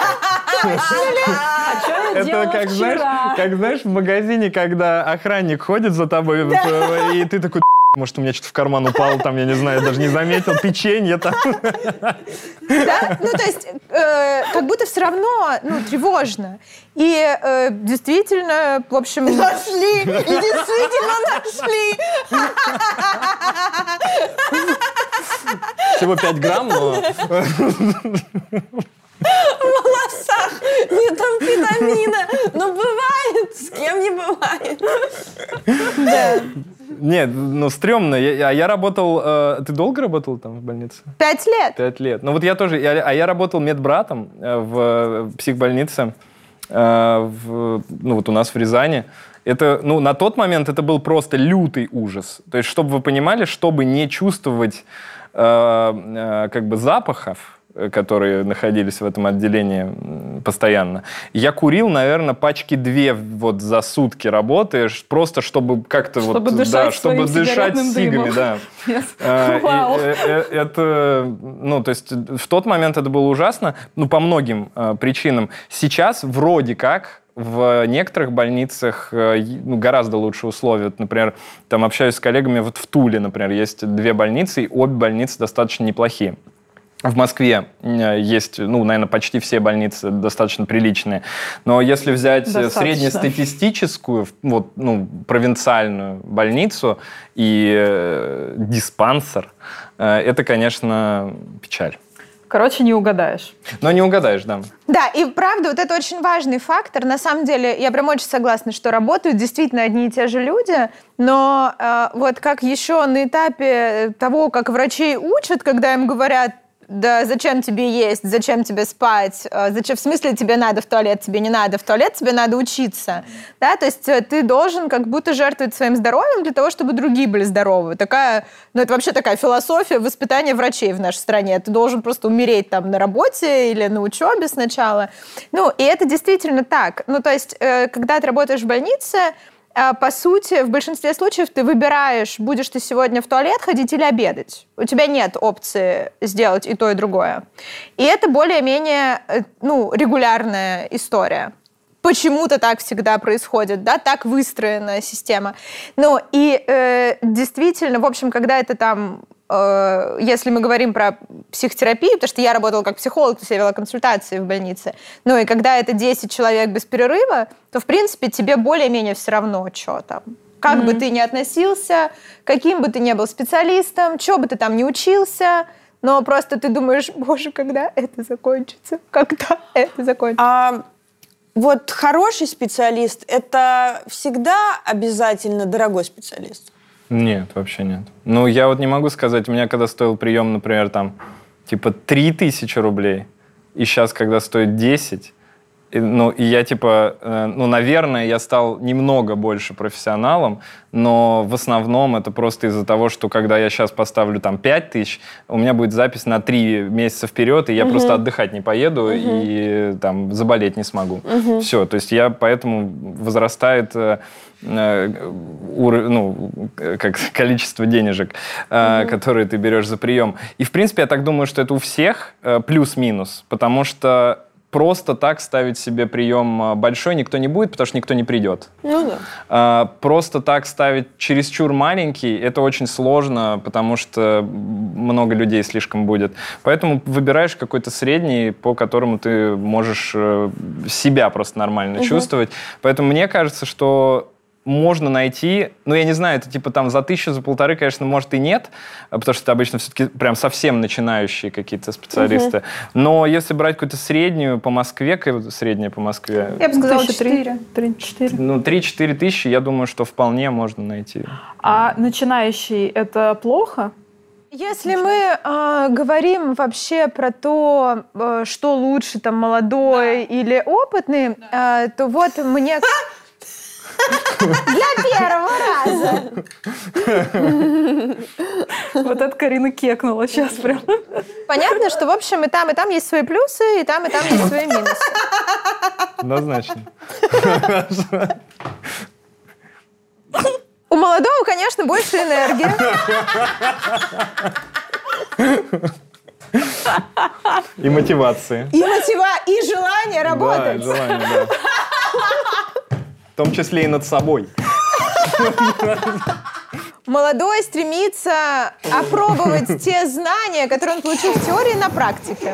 Это как знаешь, как знаешь, в магазине, когда охранник ходит за тобой, и ты такой... Может, у меня что-то в карман упало, там, я не знаю, я даже не заметил, печенье там. Да? Ну, то есть, э, как будто все равно, ну, тревожно. И э, действительно, в общем... Нашли! И действительно нашли! Всего пять грамм, но... В волосах нет амфетамина. Ну, бывает. С кем не бывает. Да. Нет, ну, стрёмно. Я, я работал... Э, ты долго работал там в больнице? Пять лет. Пять лет. Ну, вот я тоже... Я, а я работал медбратом в, в психбольнице. Э, в, ну, вот у нас в Рязани. Это, ну, на тот момент это был просто лютый ужас. То есть, чтобы вы понимали, чтобы не чувствовать э, э, как бы запахов, которые находились в этом отделении постоянно. Я курил, наверное, пачки две вот за сутки работаешь, просто чтобы как-то чтобы вот... Дышать да, чтобы дышать сигами, дымом. да. Yes. А, Wow. и, э, э, это, ну, то есть в тот момент это было ужасно, ну, по многим э, причинам. Сейчас вроде как в некоторых больницах ну, гораздо лучше условия. Вот, например, там общаюсь с коллегами, вот в Туле, например, есть две больницы, и обе больницы достаточно неплохие. В Москве есть, ну, наверное, почти все больницы достаточно приличные. Но если взять достаточно. Среднестатистическую, вот, ну, провинциальную больницу и э, диспансер, э, это, конечно, печаль. Короче, не угадаешь. Но не угадаешь, да. Да, и правда, вот это очень важный фактор. На самом деле, я прям очень согласна, что работают действительно одни и те же люди, но э, вот как еще на этапе того, как врачей учат, когда им говорят, да зачем тебе есть, зачем тебе спать, зачем, в смысле тебе надо в туалет, тебе не надо в туалет, тебе надо учиться. Да? То есть ты должен как будто жертвовать своим здоровьем для того, чтобы другие были здоровы. Такая, ну это вообще такая философия воспитания врачей в нашей стране. Ты должен просто умереть там на работе или на учебе сначала. Ну и это действительно так. Ну то есть когда ты работаешь в больнице, по сути, в большинстве случаев ты выбираешь, будешь ты сегодня в туалет ходить или обедать. У тебя нет опции сделать и то, и другое. И это более-менее, ну, регулярная история. Почему-то так всегда происходит, да, так выстроена система. Ну, и э, действительно, в общем, когда это там... Если мы говорим про психотерапию, потому что я работала как психолог, то есть я вела консультации в больнице, ну и когда это десять человек без перерыва, то, в принципе, тебе более-менее все равно, что там. Как mm-hmm. бы ты ни относился, каким бы ты ни был специалистом, что бы ты там ни учился, но просто ты думаешь, боже, когда это закончится? Когда это закончится? А вот хороший специалист – это всегда обязательно дорогой специалист? Нет, вообще нет. Ну, я вот не могу сказать, у меня когда стоил прием, например, там, типа три тысячи рублей, и сейчас, когда стоит десять, И, ну, и я, типа, э, ну, наверное, я стал немного больше профессионалом, но в основном это просто из-за того, что когда я сейчас поставлю там пять тысяч, у меня будет запись на три месяца вперед, и я угу. просто отдыхать не поеду угу. и там заболеть не смогу. Угу. Все, то есть я поэтому возрастает... Э, Ур... ну, как количество денежек, mm-hmm. которые ты берешь за прием. И, в принципе, я так думаю, что это у всех плюс-минус, потому что просто так ставить себе прием большой никто не будет, потому что никто не придет. Ну да. Просто так ставить чересчур маленький, это очень сложно, потому что много людей слишком будет. Поэтому выбираешь какой-то средний, по которому ты можешь себя просто нормально угу. чувствовать. Поэтому мне кажется, что можно найти, ну, я не знаю, это типа там за тысячу, за полторы, конечно, может и нет, потому что это обычно все-таки прям совсем начинающие какие-то специалисты. Угу. Но если брать какую-то среднюю по Москве, средняя по Москве... Я бы сказала четыре. три-четыре. Ну, три-четыре тысячи, я думаю, что вполне можно найти. А начинающий — это плохо? Если мы э, говорим вообще про то, э, что лучше, там, молодой да. или опытный, да. э, то вот мне... Для первого раза. Вот это Карина кекнула сейчас прям. Понятно, что, в общем, и там, и там есть свои плюсы, и там, и там есть свои минусы. Однозначно. У молодого, конечно, больше энергии. И мотивации. И мотива... и желание работать. Да, желание, да. В том числе и над собой. Молодой стремится опробовать те знания, которые он получил в теории, на практике.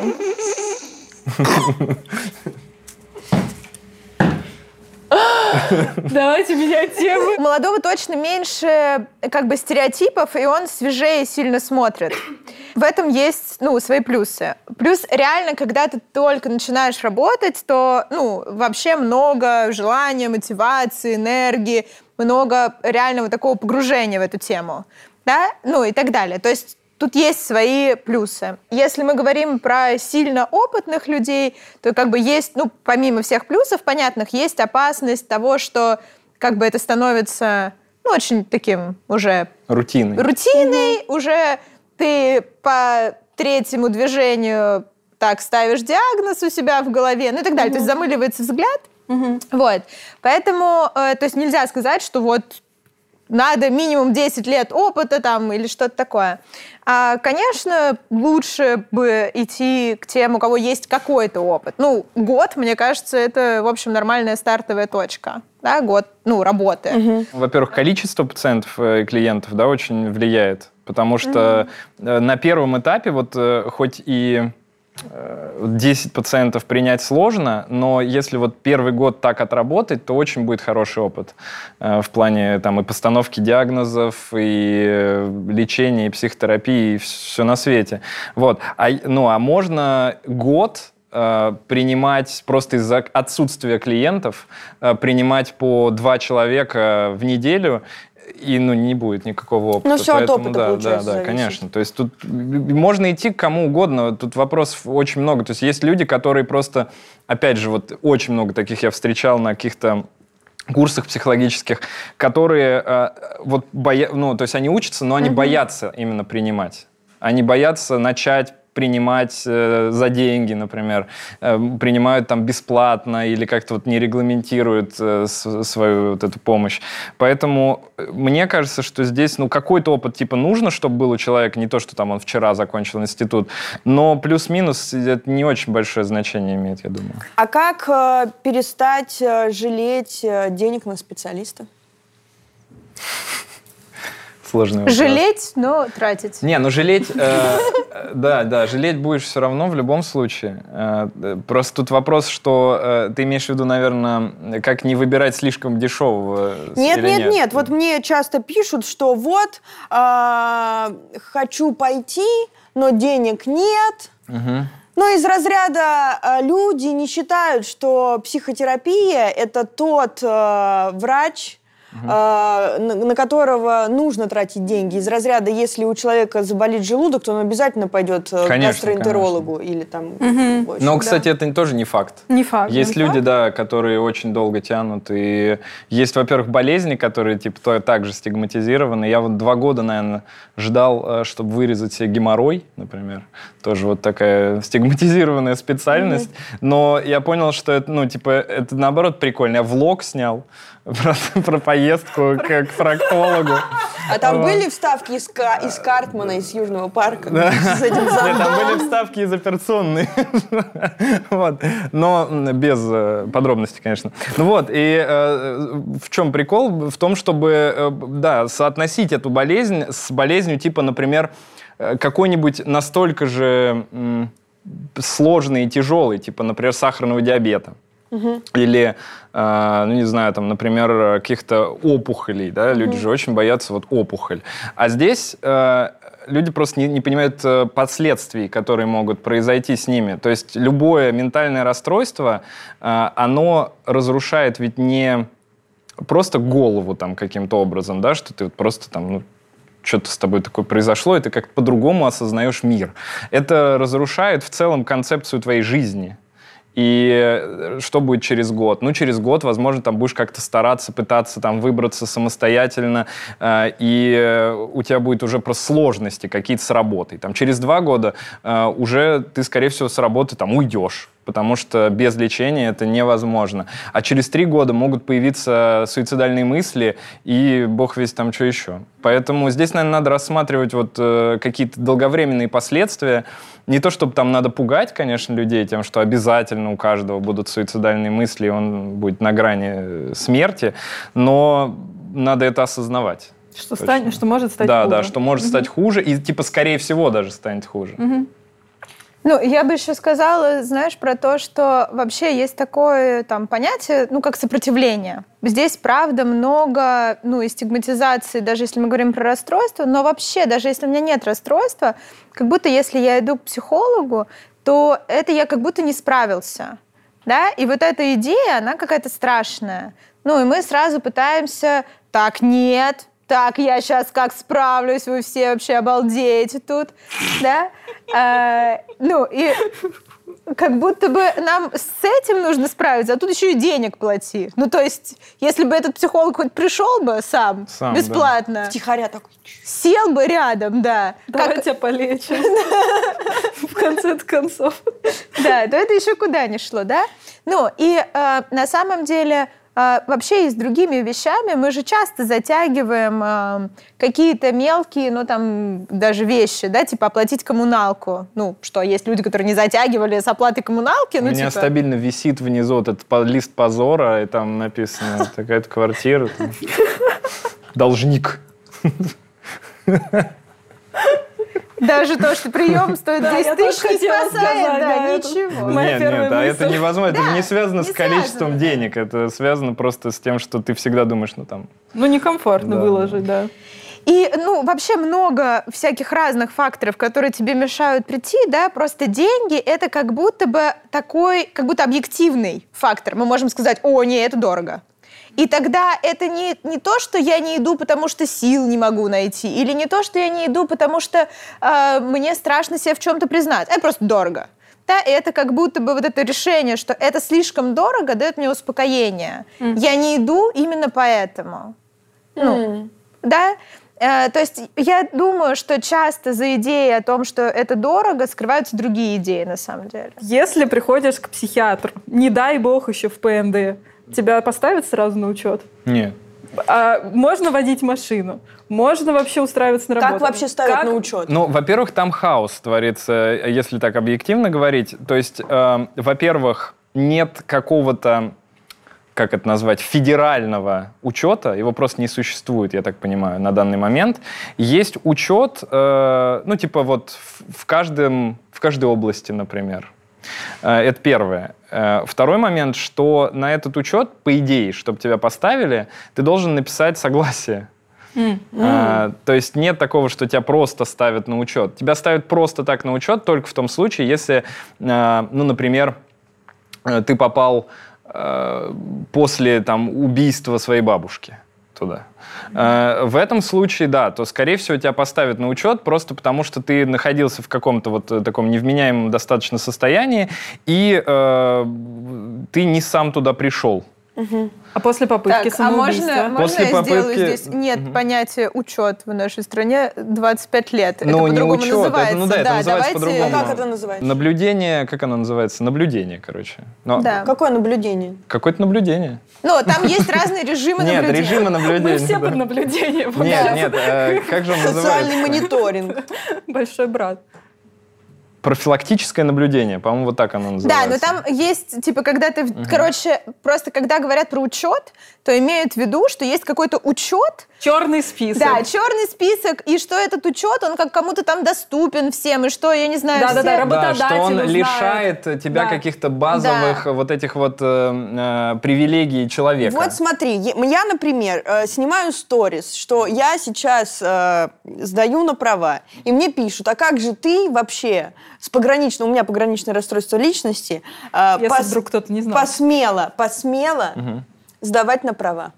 Давайте менять тему. У молодого точно меньше как бы стереотипов, и он свежее сильно смотрит. В этом есть, ну, свои плюсы. Плюс реально, когда ты только начинаешь работать, то, ну, вообще много желания, мотивации, энергии, много реального такого погружения в эту тему, да, ну и так далее. То есть тут есть свои плюсы. Если мы говорим про сильно опытных людей, то как бы есть, ну, помимо всех плюсов понятных, есть опасность того, что как бы это становится, ну, очень таким уже... Рутиной. Рутиной, угу. уже ты по третьему движению так ставишь диагноз у себя в голове, ну и так далее. Угу. То есть замыливается взгляд. Угу. Вот. Поэтому, э, то есть нельзя сказать, что вот надо минимум десять лет опыта там или что-то такое. А, конечно, лучше бы идти к тем, у кого есть какой-то опыт. Ну, год, мне кажется, это, в общем, нормальная стартовая точка. Да, год, ну, работы. Угу. Во-первых, количество пациентов и клиентов, да, очень влияет. Потому что угу. на первом этапе вот хоть и десять пациентов принять сложно, но если вот первый год так отработать, то очень будет хороший опыт э, в плане там и постановки диагнозов, и лечения, и психотерапии, и все на свете. Вот. А, ну, а можно год э, принимать просто из-за отсутствия клиентов, э, принимать по два человека в неделю, и, ну, не будет никакого опыта. Ну, все Поэтому, от опыта, да, получается, да, да, зависит. конечно. То есть тут можно идти к кому угодно, тут вопросов очень много. То есть есть люди, которые просто, опять же, вот очень много таких я встречал на каких-то курсах психологических, которые э, вот боя... ну, то есть они учатся, но они uh-huh. боятся именно принимать. Они боятся начать принимать э, за деньги, например, э, принимают там бесплатно или как-то вот не регламентируют э, с, свою вот эту помощь. Поэтому мне кажется, что здесь, ну, какой-то опыт типа нужно, чтобы был у человека, не то, что там он вчера закончил институт, но плюс-минус это не очень большое значение имеет, я думаю. А как э, перестать э, жалеть э, денег на специалиста? Сложный вопрос. Жалеть, но тратить. Не, ну жалеть, э, да, да, жалеть будешь все равно в любом случае. Э, просто тут вопрос, что э, ты имеешь в виду, наверное, как не выбирать слишком дешевого. Нет, или нет, нет, нет. Вот мне часто пишут, что вот э, хочу пойти, но денег нет. Угу. Но из разряда э, люди не считают, что психотерапия – это тот э, врач, угу. э, на, на которого нужно тратить деньги. Из разряда, если у человека заболит желудок, то он обязательно пойдет конечно, к гастроэнтерологу. Конечно. Или там... Угу. Но, да. кстати, это тоже не факт. Не факт. Есть не люди, факт? да, которые очень долго тянут. И есть, во-первых, болезни, которые типа также стигматизированы. Я вот два года, наверное, ждал, чтобы вырезать себе геморрой, например. Тоже вот такая стигматизированная специальность. Угу. Но я понял, что это, ну, типа, это наоборот прикольно. Я влог снял про, про поездку к, к проктологу. А там вот. Были вставки из, из Картмана, из Южного парка? Да. С этим зондом? Нет, там были вставки из операционной. Вот. Но без подробностей, конечно. Ну вот, и э, в чем прикол? В том, чтобы, э, да, соотносить эту болезнь с болезнью типа, например, какой-нибудь настолько же м, сложный и тяжелый, типа, например, сахарного диабета. Угу. Или, э, ну не знаю, там, например, каких-то опухолей, да, угу. люди же очень боятся вот опухоль. А здесь э, люди просто не, не понимают э, последствий, которые могут произойти с ними. То есть любое ментальное расстройство, э, оно разрушает ведь не просто голову там каким-то образом, да, что ты вот просто там, ну, что-то с тобой такое произошло, и ты как-то по-другому осознаешь мир. Это разрушает в целом концепцию твоей жизни. И что будет через год? Ну, через год, возможно, там будешь как-то стараться, пытаться там выбраться самостоятельно, э, и у тебя будет уже просто сложности какие-то с работой. Там, через два года э, уже ты, скорее всего, с работы там уйдешь, потому что без лечения это невозможно. А через три года могут появиться суицидальные мысли, и бог весть там что еще. Поэтому здесь, наверное, надо рассматривать вот, э, какие-то долговременные последствия. Не то, чтобы там надо пугать, конечно, людей тем, что обязательно у каждого будут суицидальные мысли, и он будет на грани смерти, но надо это осознавать. Что, станет, что может стать да, хуже. Да, что может угу. стать хуже, и типа, скорее всего, даже станет хуже. Угу. Ну, я бы еще сказала, знаешь, про то, что вообще есть такое там понятие, ну, как сопротивление. Здесь, правда, много, ну, и стигматизации, даже если мы говорим про расстройство, но вообще, даже если у меня нет расстройства, как будто если я иду к психологу, то это я как будто не справился, да, и вот эта идея, она какая-то страшная. Ну, и мы сразу пытаемся, так, нет, так, я сейчас как справлюсь, вы все вообще обалдеете тут, да? А, ну, и как будто бы нам с этим нужно справиться, а тут еще и денег плати. Ну, то есть, если бы этот психолог хоть пришел бы сам, сам бесплатно, да. Втихаря такой, сел бы рядом, да. Давай как... тебя полечим. В конце концов. Да, то это еще куда ни шло, да? Ну, и на самом деле... Вообще и с другими вещами мы же часто затягиваем э, какие-то мелкие, ну там даже вещи, да, типа оплатить коммуналку. Ну что, есть люди, которые не затягивали с оплатой коммуналки. У ну, меня типа... стабильно висит внизу вот этот лист позора, и там написано такая-то квартира. Должник. Даже то, что прием стоит десять тысяч, не спасает, да, ничего. Нет, нет, а это невозможно, это не связано с количеством денег, это связано просто с тем, что ты всегда думаешь, ну там... Ну, некомфортно выложить, да. И, ну, вообще много всяких разных факторов, которые тебе мешают прийти, да, просто деньги — это как будто бы такой, как будто объективный фактор. Мы можем сказать, о, не, это дорого. И тогда это не, не то, что я не иду, потому что сил не могу найти, или не то, что я не иду, потому что э, мне страшно себя в чем-то признать. Это просто дорого. Да, и это как будто бы вот это решение, что это слишком дорого, дает мне успокоение. Mm. Я не иду именно поэтому. Mm. Ну, да? Э, то есть я думаю, что часто за идеей о том, что это дорого, скрываются другие идеи на самом деле. Если приходишь к психиатру, не дай бог еще в ПНД, тебя поставят сразу на учет? Нет. А можно водить машину? Можно вообще устраиваться на работу? Как вообще ставят как? на учет? Ну, во-первых, там хаос творится, если так объективно говорить. То есть, э, во-первых, нет какого-то, как это назвать, федерального учета, его просто не существует, я так понимаю, на данный момент. Есть учет, э, ну, типа вот в, каждом, в каждой области, например. Это первое. Второй момент, что на этот учет, по идее, чтобы тебя поставили, ты должен написать согласие. Mm. А, то есть нет такого, что тебя просто ставят на учет. Тебя ставят просто так на учет только в том случае, если, ну, например, ты попал после там, убийства своей бабушки. туда. Э, в этом случае, да, то, скорее всего, тебя поставят на учет просто потому, что ты находился в каком-то вот таком невменяемом достаточно состоянии, и э, ты не сам туда пришел. Угу. А после попытки так, самоубийства? А можно, после можно я попытки... сделаю здесь? Нет угу. понятия учет в нашей стране двадцать пять лет. Ну, это по-другому учет, называется. Это, ну да, это да, называется давайте... по-другому. А как это называется? Наблюдение, как оно называется? Наблюдение, короче. Но... Да. Какое наблюдение? Какое-то наблюдение. Ну, там есть разные режимы наблюдения. Нет, режимы наблюдения. Мы все под наблюдением. Нет, нет, как же он называется? Социальный мониторинг. Большой брат. Профилактическое наблюдение, по-моему, вот так оно называется. Да, но там есть, типа, когда ты, угу. короче, просто когда говорят про учет, то имеют в виду, что есть какой-то учет. Черный список. Да, черный список, и что этот учет, он как кому-то там доступен всем, и что, я не знаю, да, все... Да, да, работодатель да, что он узнает. лишает тебя да. каких-то базовых да. вот этих вот э, э, привилегий человека. Вот смотри, я, например, э, снимаю сторис, что я сейчас э, сдаю на права, и мне пишут, а как же ты вообще с пограничным, у меня пограничное расстройство личности, э, если пос, вдруг кто-то не знал. посмела, посмела угу. сдавать на права.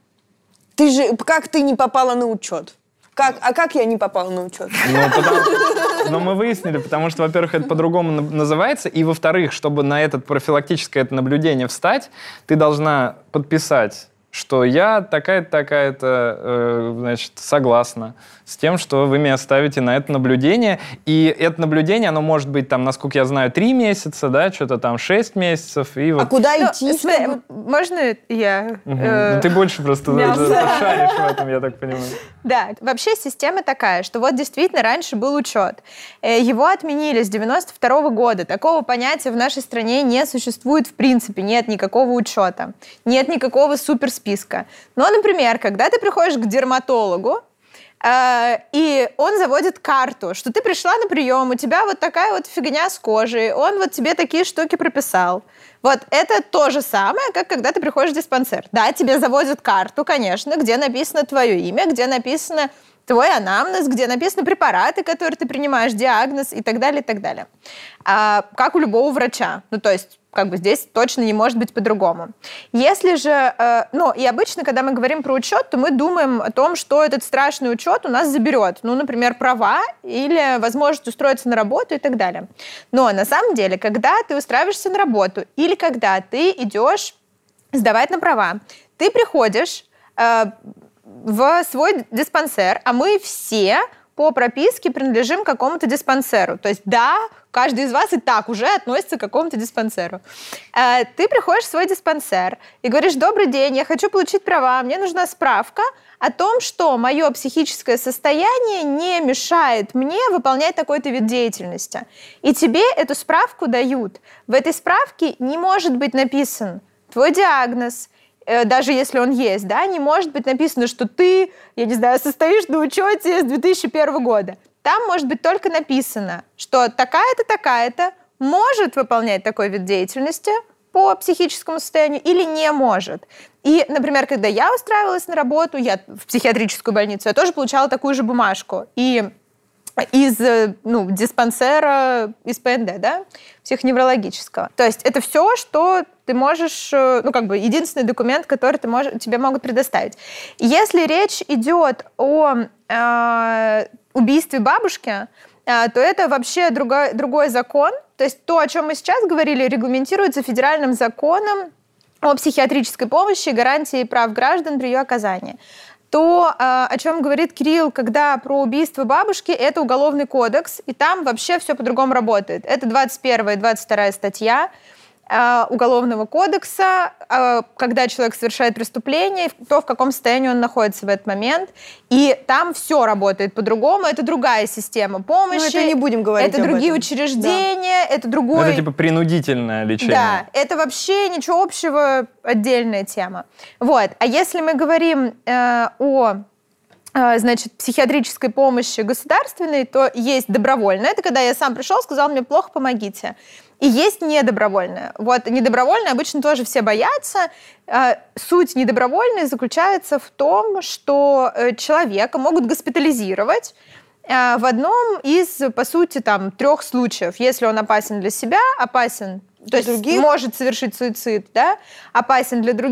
Ты же, как ты не попала на учет? Как, а как я не попала на учет? Ну, потому, но мы выяснили, потому что, во-первых, это по-другому называется, и, во-вторых, чтобы на это профилактическое это наблюдение встать, ты должна подписать, что я такая-то, такая-то, э, значит, согласна с тем, что вы меня ставите на это наблюдение. И это наблюдение, оно может быть, там, насколько я знаю, три месяца, да, что-то там шесть месяцев. И вот... А куда ну, идти? Смотри, чтобы... Можно я... Угу. Э... Ну, ты больше просто шаришь в этом, я так понимаю. Да, вообще система такая, что вот действительно раньше был учет. Его отменили с девяносто второго года. Такого понятия в нашей стране не существует в принципе. Нет никакого учета. Нет никакого суперсписка. Списка. Но, например, когда ты приходишь к дерматологу, э, и он заводит карту, что ты пришла на прием, у тебя вот такая вот фигня с кожей, он вот тебе такие штуки прописал. Вот это то же самое, как когда ты приходишь в диспансер. Да, тебе заводят карту, конечно, где написано твое имя, где написано твой анамнез, где написаны препараты, которые ты принимаешь, диагноз и так далее, и так далее. А, как у любого врача. Ну, то есть как бы здесь точно не может быть по-другому. Если же, э, ну, и обычно, когда мы говорим про учет, то мы думаем о том, что этот страшный учет у нас заберет. Ну, например, права или возможность устроиться на работу и так далее. Но на самом деле, когда ты устраиваешься на работу или когда ты идешь сдавать на права, ты приходишь э, в свой диспансер, а мы все по прописке принадлежим какому-то диспансеру. То есть, да, каждый из вас и так уже относится к какому-то диспансеру. Э, ты приходишь в свой диспансер и говоришь: добрый день, я хочу получить права, мне нужна справка о том, что мое психическое состояние не мешает мне выполнять такой-то вид деятельности. И тебе эту справку дают. В этой справке не может быть написан твой диагноз, даже если он есть, да, не может быть написано, что ты, я не знаю, состоишь на учете с две тысячи первого года. Там может быть только написано, что такая-то, такая-то может выполнять такой вид деятельности по психическому состоянию или не может. И, например, когда я устраивалась на работу, я в психиатрическую больницу, я тоже получала такую же бумажку. И из ну, диспансера, из Пэ Эн Дэ, да, психоневрологического. То есть это все, что ты можешь, ну, как бы, единственный документ, который ты можешь, тебе могут предоставить. Если речь идет о э, убийстве бабушки, э, то это вообще другой, другой закон. То есть то, о чем мы сейчас говорили, регламентируется федеральным законом о психиатрической помощи и гарантии прав граждан при ее оказании. То, о чем говорит Кирилл, когда про убийство бабушки, это уголовный кодекс, и там вообще все по-другому работает. Это двадцать первая и двадцать вторая статья Уголовного кодекса, когда человек совершает преступление, то, в каком состоянии он находится в этот момент. И там все работает по-другому. Это другая система помощи. Ну, это не будем говорить Это об другие этом. учреждения, да. Это другой... Это типа принудительное лечение. Да, это вообще ничего общего, отдельная тема. Вот. А если мы говорим э, о... значит, психиатрической помощи государственной, то есть добровольная. Это когда я сам пришел, сказал: мне плохо, помогите. И есть недобровольная. Вот недобровольная обычно тоже все боятся. Суть недобровольной заключается в том, что человека могут госпитализировать в одном из, по сути, там, трех случаев. Если он опасен для себя, опасен, то есть других. Может совершить суицид, да, опасен для других,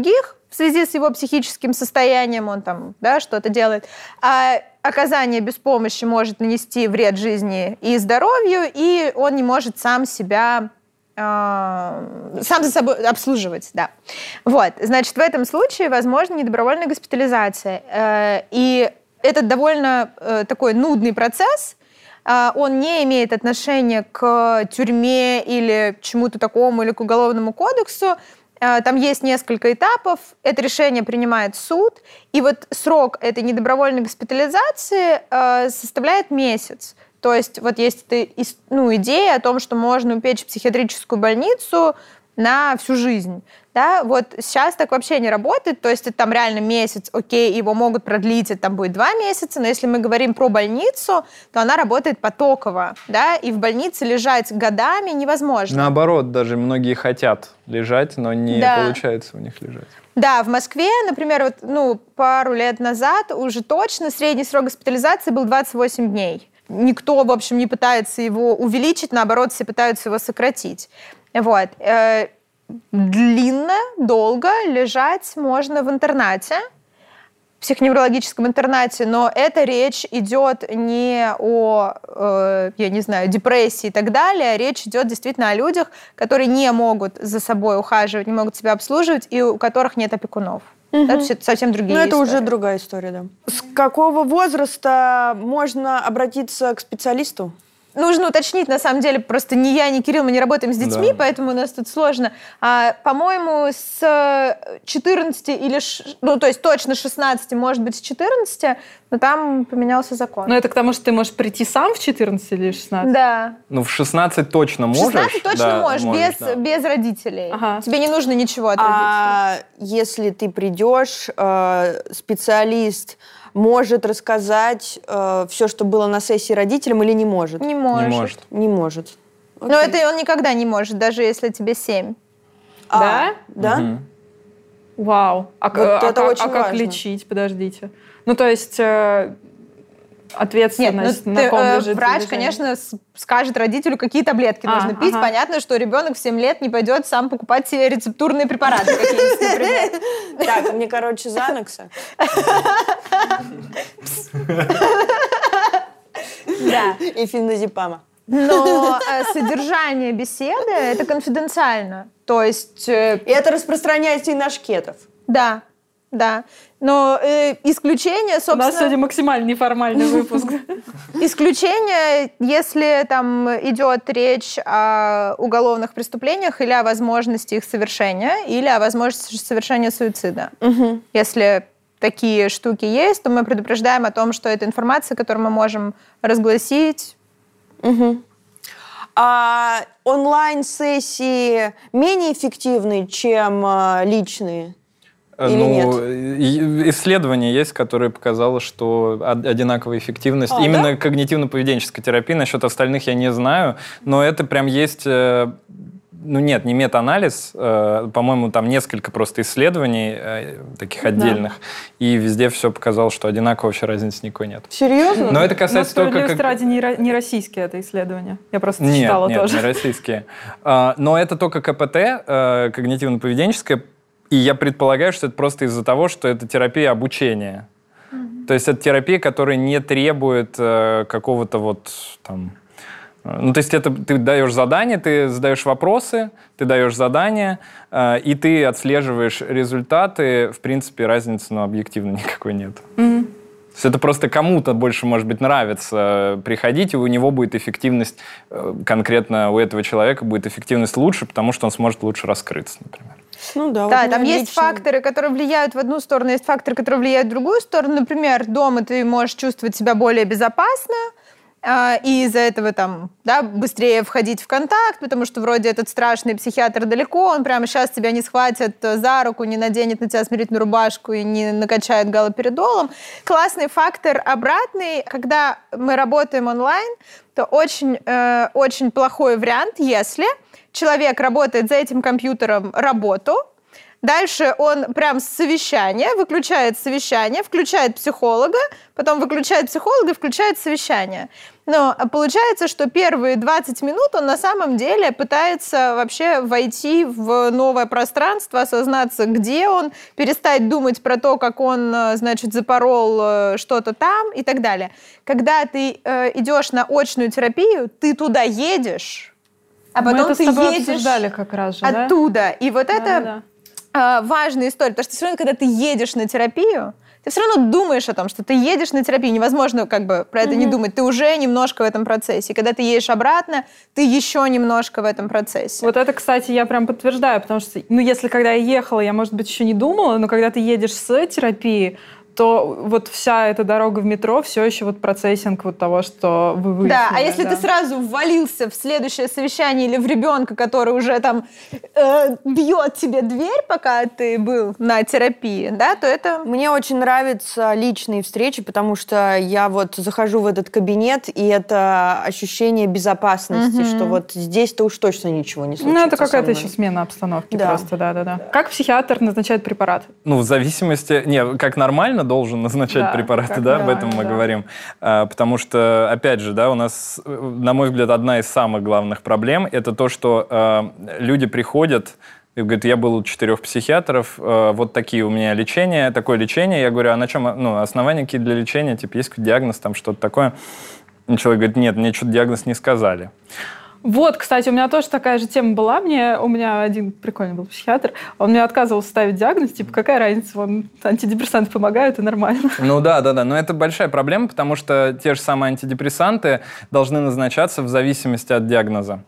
в связи с его психическим состоянием, он там, да, что-то делает, а оказание без помощи может нанести вред жизни и здоровью, и он не может сам себя, э, сам за собой обслуживать, да. Вот, значит, в этом случае возможна недобровольная госпитализация, э, и это довольно э, такой нудный процесс. Э, он не имеет отношения к тюрьме или чему-то такому, или к уголовному кодексу. Э, там есть несколько этапов. Это решение принимает суд. И вот срок этой недобровольной госпитализации э, составляет месяц. То есть вот есть эта, ну, идея о том, что можно упечь в психиатрическую больницу на всю жизнь. Да, вот сейчас так вообще не работает, то есть это там реально месяц, окей, его могут продлить, это там будет два месяца, но если мы говорим про больницу, то она работает потоково, да, и в больнице лежать годами невозможно. Наоборот, даже многие хотят лежать, но не да. получается у них лежать. Да, в Москве, например, вот, ну, пару лет назад уже точно средний срок госпитализации был двадцать восемь дней. Никто, в общем, не пытается его увеличить, наоборот, все пытаются его сократить. Вот. Длинно, долго лежать можно в интернате, в психоневрологическом интернате, но эта речь идет не о, э, я не знаю, депрессии и так далее, речь идет действительно о людях, которые не могут за собой ухаживать, не могут себя обслуживать и у которых нет опекунов. Угу. Да, то есть это совсем другие истории. Ну, это истории. уже другая история, да. С какого возраста можно обратиться к специалисту? Нужно уточнить, на самом деле, просто ни я, ни Кирилл, мы не работаем с детьми, да. поэтому у нас тут сложно. А, по-моему, с четырнадцати или... Ну, то есть точно с шестнадцати, может быть, с четырнадцати, но там поменялся закон. Но это к тому, что ты можешь прийти сам в четырнадцать или шестнадцать? Да. Ну, в шестнадцать точно можешь. В шестнадцать точно да, можешь, можешь, без, да. без родителей. Ага. Тебе не нужно ничего от родителей. А если ты придешь, э, специалист может рассказать э, все, что было на сессии родителям, или не может? Не может. Не может. Не может. Но это он никогда не может, даже если тебе семь. А, да? Да? Угу. Вау. А, вот а, это а, очень а как важно. лечить? Подождите. Ну, то есть... Э... Ответственность, Нет, ну, на ты, ком э, лежит врач, движение. конечно, скажет родителю, какие таблетки а, нужно пить. Ага. Понятно, что ребенок в семь лет не пойдет сам покупать себе рецептурные препараты какие-нибудь, например. Так, мне, короче, Занокса. Да. И феназепама. Но содержание беседы — это конфиденциально. То есть... И это распространяется и на шкетов. Да. Да, но э, исключение, собственно... У нас сегодня максимально неформальный выпуск. Исключение, если там идет речь о уголовных преступлениях или о возможности их совершения, или о возможности совершения суицида. Угу. Если такие штуки есть, то мы предупреждаем о том, что это информация, которую мы можем разгласить. Угу. А онлайн-сессии менее эффективны, чем а, личные? Или ну, нет? Исследование есть, которое показало, что одинаковая эффективность. А, Именно да? когнитивно-поведенческой терапии. Насчет остальных я не знаю, но это прям есть... Ну нет, не мета-анализ. По-моему, там несколько просто исследований таких отдельных. Да. И везде все показало, что одинаковой вообще разницы никакой нет. Серьезно? Но это касается но только... Как... ради не российские это исследования. Я просто нет, читала нет, тоже. Нет, не российские. Но это только КПТ, когнитивно-поведенческая. И я предполагаю, что это просто из-за того, что это терапия обучения. Mm-hmm. То есть это терапия, которая не требует э, какого-то вот там... Э, ну, то есть это ты даешь задание, ты задаешь вопросы, ты даешь задания, э, и ты отслеживаешь результаты. В принципе, разницы, ну, объективно никакой нет. Mm-hmm. То есть это просто кому-то больше, может быть, нравится приходить, и у него будет эффективность, э, конкретно у этого человека будет эффективность лучше, потому что он сможет лучше раскрыться, например. Ну да, да, вот там есть лично... факторы, которые влияют в одну сторону, есть факторы, которые влияют в другую сторону. Например, дома ты можешь чувствовать себя более безопасно, э, и из-за этого там, да, быстрее входить в контакт, потому что вроде этот страшный психиатр далеко, он прямо сейчас тебя не схватит за руку, не наденет на тебя смирительную рубашку и не накачает галоперидолом. Классный фактор обратный, когда мы работаем онлайн, то очень, э, очень плохой вариант, если... Человек работает за этим компьютером работу, Дальше он прям с совещания выключает совещание, включает психолога, потом выключает психолога и включает совещание. Но получается, что первые двадцать минут он на самом деле пытается вообще войти в новое пространство, осознаться, где он, перестать думать про то, как он, значит, запорол что-то там и так далее. Когда ты э, идешь на очную терапию, ты туда едешь, а потом ты едешь как раз же, оттуда. Да? И вот да, это да, да. важная история, потому что все равно, когда ты едешь на терапию, ты все равно думаешь о том, что ты едешь на терапию, невозможно как бы про это mm-hmm. не думать, ты уже немножко в этом процессе. И когда ты едешь обратно, ты еще немножко в этом процессе. Вот это, кстати, я прям подтверждаю, потому что, ну, если когда я ехала, я, может быть, еще не думала, но когда ты едешь с терапией, то вот вся эта дорога в метро все еще вот процессинг вот того, что вы выяснили. Да, а если да. ты сразу ввалился в следующее совещание или в ребенка, который уже там э, бьет тебе дверь, пока ты был на терапии, да, то это... Мне очень нравятся личные встречи, потому что я вот захожу в этот кабинет, и это ощущение безопасности, mm-hmm. что вот здесь-то уж точно ничего не случится. Ну, это какая-то еще смена обстановки да. просто, да-да-да. Как психиатр назначает препарат? Ну, в зависимости... Не, как нормально должен назначать да, препараты, да, об этом мы да. говорим. А, потому что, опять же, да, у нас, на мой взгляд, одна из самых главных проблем — это то, что а, люди приходят и говорят, я был у четырех психиатров, а, вот такие у меня лечения, такое лечение. Я говорю, а на чем, ну, основания какие для лечения? Типа, есть какой-то диагноз, там что-то такое? И человек говорит, нет, мне что-то диагноз не сказали. Вот, кстати, у меня тоже такая же тема была. Мне, у меня один прикольный был психиатр, он мне отказывался ставить диагноз, типа, какая разница, вон, антидепрессанты помогают, и нормально. Ну да, да, да, но это большая проблема, потому что те же самые антидепрессанты должны назначаться в зависимости от диагноза.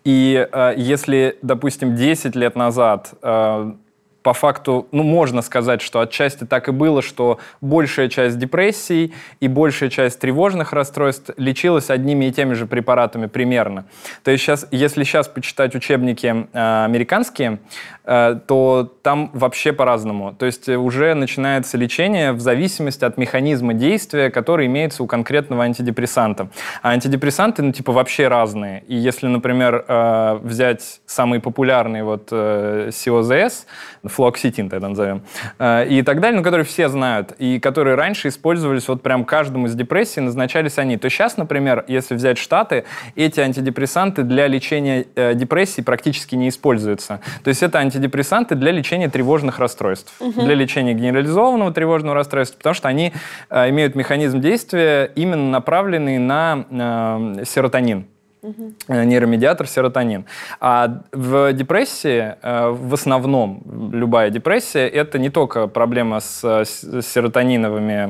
И э, если, допустим, десять лет назад... Э, по факту, ну, можно сказать, что отчасти так и было, что большая часть депрессий и большая часть тревожных расстройств лечилась одними и теми же препаратами примерно. То есть сейчас, если сейчас почитать учебники э, американские, э, то там вообще по-разному. То есть уже начинается лечение в зависимости от механизма действия, который имеется у конкретного антидепрессанта. А антидепрессанты, ну, типа, вообще разные. И если, например, э, взять самые популярные, вот, э, си о зет эс, флуоксетин тогда назовем, и так далее, но которые все знают, и которые раньше использовались вот прям каждому из депрессий, назначались они. То сейчас, например, если взять Штаты, эти антидепрессанты для лечения э, депрессии практически не используются. То есть это антидепрессанты для лечения тревожных расстройств, угу. для лечения генерализованного тревожного расстройства, потому что они э, имеют механизм действия, именно направленный на э, серотонин. Uh-huh. Нейромедиатор серотонин. А в депрессии, в основном, любая депрессия, это не только проблема с серотониновыми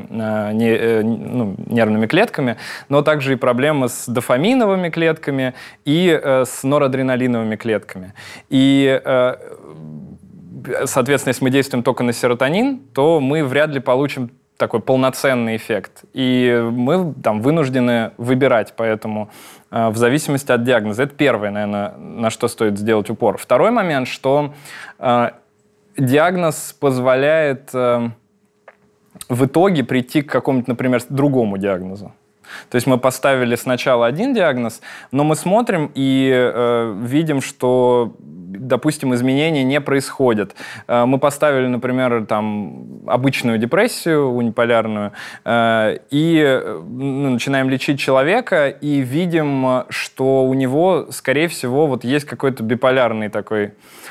ну, нервными клетками, но также и проблема с дофаминовыми клетками и с норадреналиновыми клетками. И, соответственно, если мы действуем только на серотонин, то мы вряд ли получим такой полноценный эффект. И мы там вынуждены выбирать, поэтому э, в зависимости от диагноза. Это первое, наверное, на что стоит сделать упор. Второй момент, что э, диагноз позволяет э, в итоге прийти к какому-то, например, другому диагнозу. То есть мы поставили сначала один диагноз, но мы смотрим и э, видим, что, допустим, изменения не происходят. Э, мы поставили, например, там, обычную депрессию, униполярную, э, и ну, начинаем лечить человека, и видим, что у него, скорее всего, вот есть какой-то биполярный такой,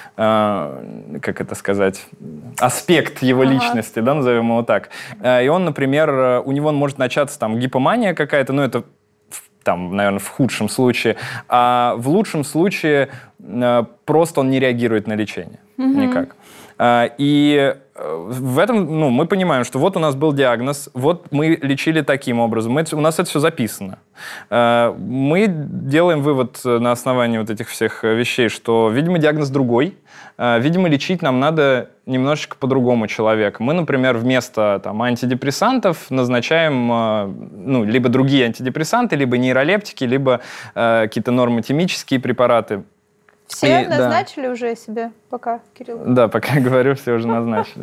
э, как это сказать, аспект его ага. личности, да, назовем его так. Э, и он, например, у него может начаться там гипомания какая-то, ну это там, наверное, в худшем случае, а в лучшем случае э, просто он не реагирует на лечение mm-hmm. никак. Э, и в этом, ну, мы понимаем, что вот у нас был диагноз, вот мы лечили таким образом, мы, у нас это все записано. Э, мы делаем вывод на основании вот этих всех вещей, что, видимо, диагноз другой, э, видимо, лечить нам надо немножечко по-другому человека. Мы, например, вместо там, антидепрессантов назначаем э, ну, либо другие антидепрессанты, либо нейролептики, либо э, какие-то нормотимические препараты. Все И, назначили да. уже себе пока, Кирилл? Да, пока я говорю, все уже назначили.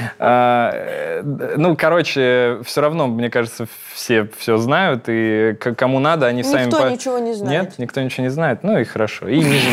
Ну, короче, все равно, мне кажется, все все знают, и кому надо, они сами... Никто ничего не знает. Нет, никто ничего не знает, ну и хорошо, и не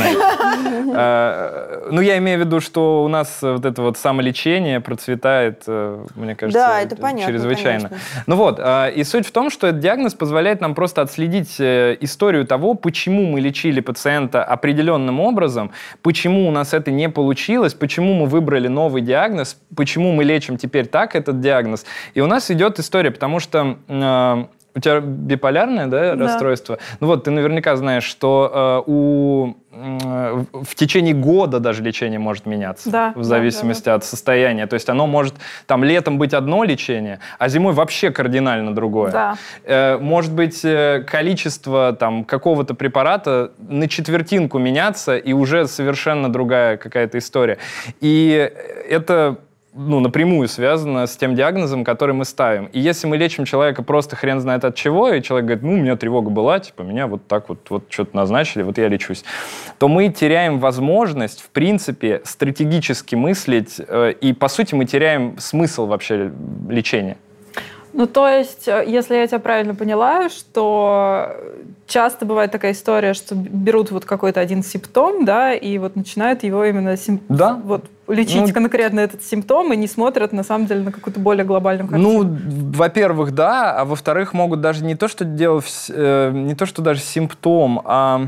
знает. Ну, я имею в виду, что у нас вот это вот самолечение процветает, мне кажется, да, это понятно, чрезвычайно. Конечно. Ну вот, и суть в том, что этот диагноз позволяет нам просто отследить историю того, почему мы лечили пациента определенным образом, почему у нас это не получилось, почему мы выбрали новый диагноз, почему мы лечим теперь так этот диагноз. И у нас идет история, потому что э, у тебя биполярное, да, да. расстройство? Ну вот, ты наверняка знаешь, что э, у, э, в течение года даже лечение может меняться, да, в зависимости да, да, от состояния. То есть оно может там летом быть одно лечение, а зимой вообще кардинально другое. Да. Э, может быть э, количество там какого-то препарата на четвертинку меняться, и уже совершенно другая какая-то история. И это... ну, напрямую связано с тем диагнозом, который мы ставим. И если мы лечим человека просто хрен знает от чего, и человек говорит, ну, у меня тревога была, типа, меня вот так вот, вот что-то назначили, вот я лечусь, то мы теряем возможность, в принципе, стратегически мыслить, э, и, по сути, мы теряем смысл вообще лечения. Ну, то есть, если я тебя правильно поняла, что часто бывает такая история, что берут вот какой-то один симптом, да, и вот начинают его именно сим... да? вот, лечить ну, конкретно этот симптом и не смотрят, на самом деле, на какую-то более глобальную картину. Ну, во-первых, да, а во-вторых, могут даже не то, что делать, э, не то, что даже симптом, а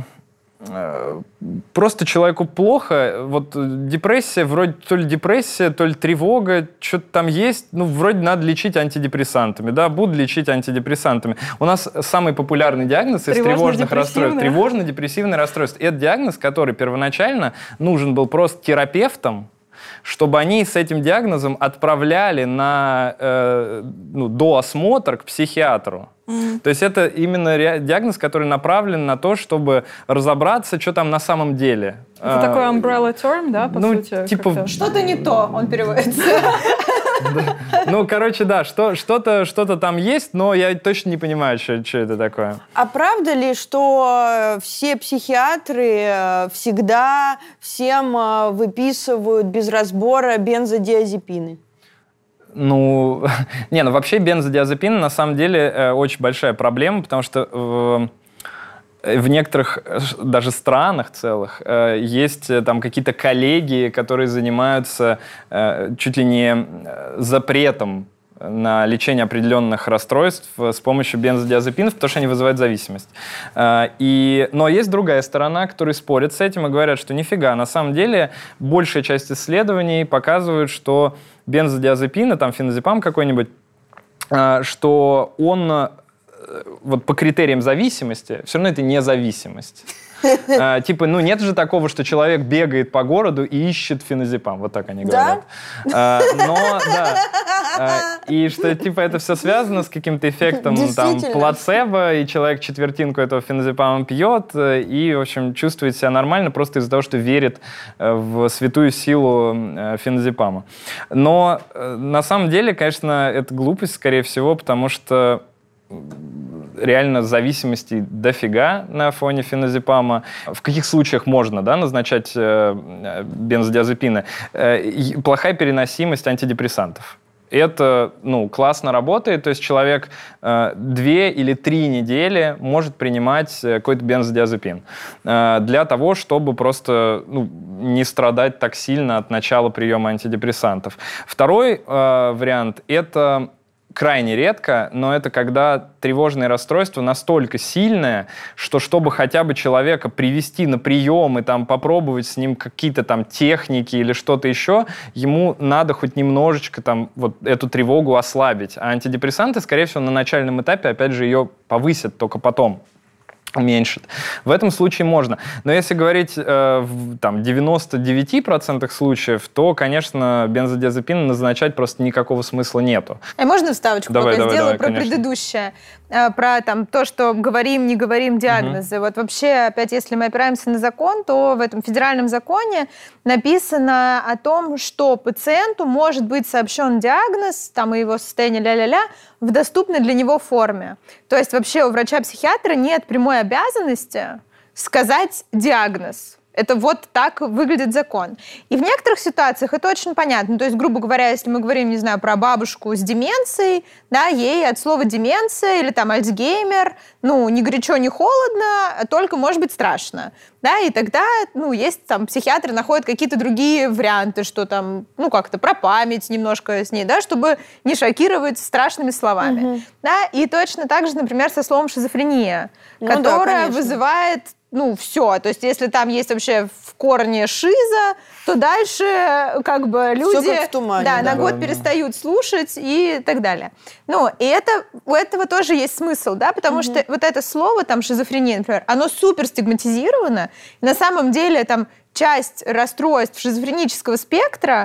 просто человеку плохо, вот депрессия, вроде то ли депрессия, то ли тревога, что-то там есть, ну, вроде надо лечить антидепрессантами, да, буду лечить антидепрессантами. У нас самый популярный диагноз из тревожных расстройств, тревожно-депрессивное расстройство. Это диагноз, который первоначально нужен был просто терапевтам, чтобы они с этим диагнозом отправляли на э, ну, доосмотр к психиатру. Mm. То есть это именно диагноз, который направлен на то, чтобы разобраться, что там на самом деле. Это а, такой umbrella term, да, по ну, сути? Типа... Что-то не то, он переводится. Ну, короче, да, что-то что-то там есть, но я точно не понимаю, что это такое. А правда ли, что все психиатры всегда всем выписывают без разбора бензодиазепины? Ну, не, ну вообще бензодиазепины на самом деле очень большая проблема, потому что... В некоторых даже странах целых есть там какие-то коллегии, которые занимаются чуть ли не запретом на лечение определенных расстройств с помощью бензодиазепинов, потому что они вызывают зависимость. И, но есть другая сторона, которые спорят с этим и говорят, что нифига, на самом деле большая часть исследований показывает, что бензодиазепины, там феназепам какой-нибудь, что он... вот по критериям зависимости, все равно это не зависимость. А, типа, ну нет же такого, что человек бегает по городу и ищет феназепам. Вот так они говорят. Да? А, но, да. А, и что, типа, это все связано с каким-то эффектом там, плацебо, и человек четвертинку этого феназепама пьет, и, в общем, чувствует себя нормально просто из-за того, что верит в святую силу феназепама. Но на самом деле, конечно, это глупость, скорее всего, потому что реально зависимостей дофига на фоне феназепама. В каких случаях можно, да, назначать э, бензодиазепины? Э, плохая переносимость антидепрессантов. Это, ну, классно работает, то есть человек э, две или три недели может принимать какой-то бензодиазепин э, для того, чтобы просто, ну, не страдать так сильно от начала приема антидепрессантов. Второй э, вариант – это крайне редко, но это когда тревожное расстройство настолько сильное, что чтобы хотя бы человека привести на прием и там попробовать с ним какие-то там техники или что-то еще, ему надо хоть немножечко там вот эту тревогу ослабить. А антидепрессанты, скорее всего, на начальном этапе, опять же, ее повысят только потом. Уменьшит. В этом случае можно. Но если говорить э, в там, девяноста девяти процентах случаев, то, конечно, бензодиазепины назначать просто никакого смысла нету. А можно вставочку давай, пока давай, сделаю давай, про конечно. предыдущее? Про там, то, что говорим, не говорим диагнозы. Угу. Вот вообще, опять, если мы опираемся на закон, то в этом федеральном законе написано о том, что пациенту может быть сообщен диагноз, там и его состояние ля-ля-ля, в доступной для него форме. То есть вообще у врача-психиатра нет прямой обязанности сказать диагноз. Это вот так выглядит закон. И в некоторых ситуациях это очень понятно. То есть, грубо говоря, если мы говорим, не знаю, про бабушку с деменцией, да, ей от слова деменция или там альцгеймер, ну, ни горячо, ни холодно, только может быть страшно. Да, и тогда, ну, есть там психиатры находят какие-то другие варианты, что там, ну, как-то про память немножко с ней, да, чтобы не шокировать страшными словами. Угу. Да, и точно так же, например, со словом шизофрения, ну, которая да, вызывает ну, все. То есть, если там есть вообще в корне шиза, то дальше как бы люди как в тумане, да, да. на год Да, перестают слушать и так далее. Ну, и это, у этого тоже есть смысл, да, потому угу. что вот это слово, там, шизофрения, например, оно супер стигматизировано. И на самом деле там часть расстройств шизофренического спектра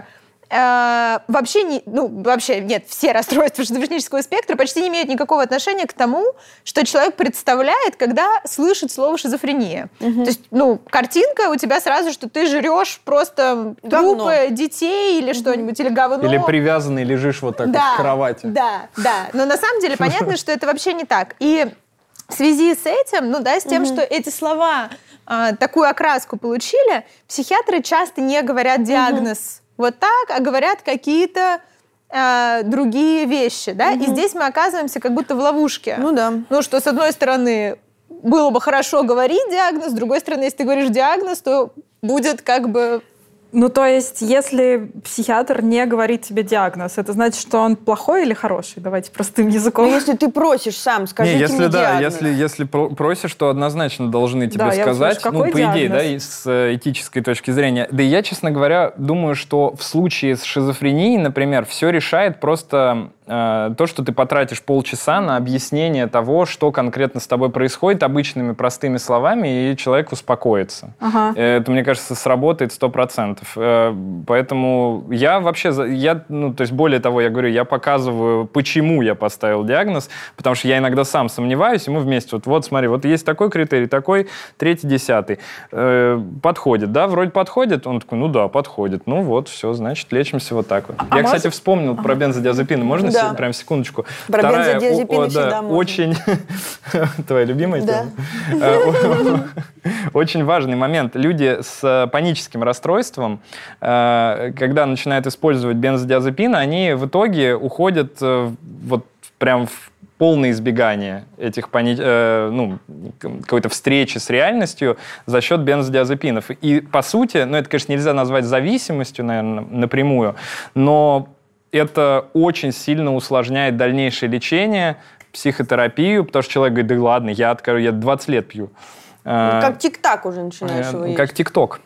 Э, вообще, не, ну, вообще нет, все расстройства шизофренического спектра почти не имеют никакого отношения к тому, что человек представляет, когда слышит слово шизофрения. Угу. То есть, ну, картинка у тебя сразу, что ты жрешь просто трупы детей или угу. что-нибудь, или говно. Или привязанный лежишь вот так да, вот к кровати. Да, да. Но на самом деле понятно, что это вообще не так. И в связи с этим, ну да, с тем, угу. что эти слова э, такую окраску получили, психиатры часто не говорят диагноз угу. вот так, а говорят какие-то э, другие вещи, да, угу. и здесь мы оказываемся как будто в ловушке. Ну да. Ну, что, с одной стороны, было бы хорошо говорить диагноз, с другой стороны, если ты говоришь диагноз, то будет как бы... Ну, то есть, если психиатр не говорит тебе диагноз, это значит, что он плохой или хороший? Давайте простым языком. Ну, если ты просишь сам, скажите не, если, мне да, диагноз. Если, если просишь, то однозначно должны тебе да, сказать, я ну, по диагноз? идее, да, и с этической точки зрения. Да и я, честно говоря, думаю, что в случае с шизофренией, например, все решает просто э, то, что ты потратишь полчаса на объяснение того, что конкретно с тобой происходит, обычными простыми словами, и человек успокоится. Ага. Это, мне кажется, сработает сто процентов. Поэтому я вообще, я, ну, то есть более того, я говорю, я показываю, почему я поставил диагноз, потому что я иногда сам сомневаюсь, и мы вместе, вот, вот смотри, вот есть такой критерий, такой, третий, десятый. Э, подходит, да, вроде подходит? Он такой, ну да, подходит. Ну вот, все, значит, лечимся вот так вот. А я, может... кстати, вспомнил ага. про бензодиазепины. Можно да. прям секундочку? Про Вторая, бензодиазепины о, всегда да, можно. Очень... Твоя любимая тема? Да. Очень важный момент. Люди с паническим расстройством, когда начинают использовать бензодиазепины, они в итоге уходят вот прям в полное избегание этих пани... ну, какой-то встречи с реальностью за счет бензодиазепинов. И по сути, ну это, конечно, нельзя назвать зависимостью, наверное, напрямую, но это очень сильно усложняет дальнейшее лечение, психотерапию, потому что человек говорит, да ладно, я откажу, я двадцать лет пью. Как тик-так уже начинаешь его есть. Как тик-ток.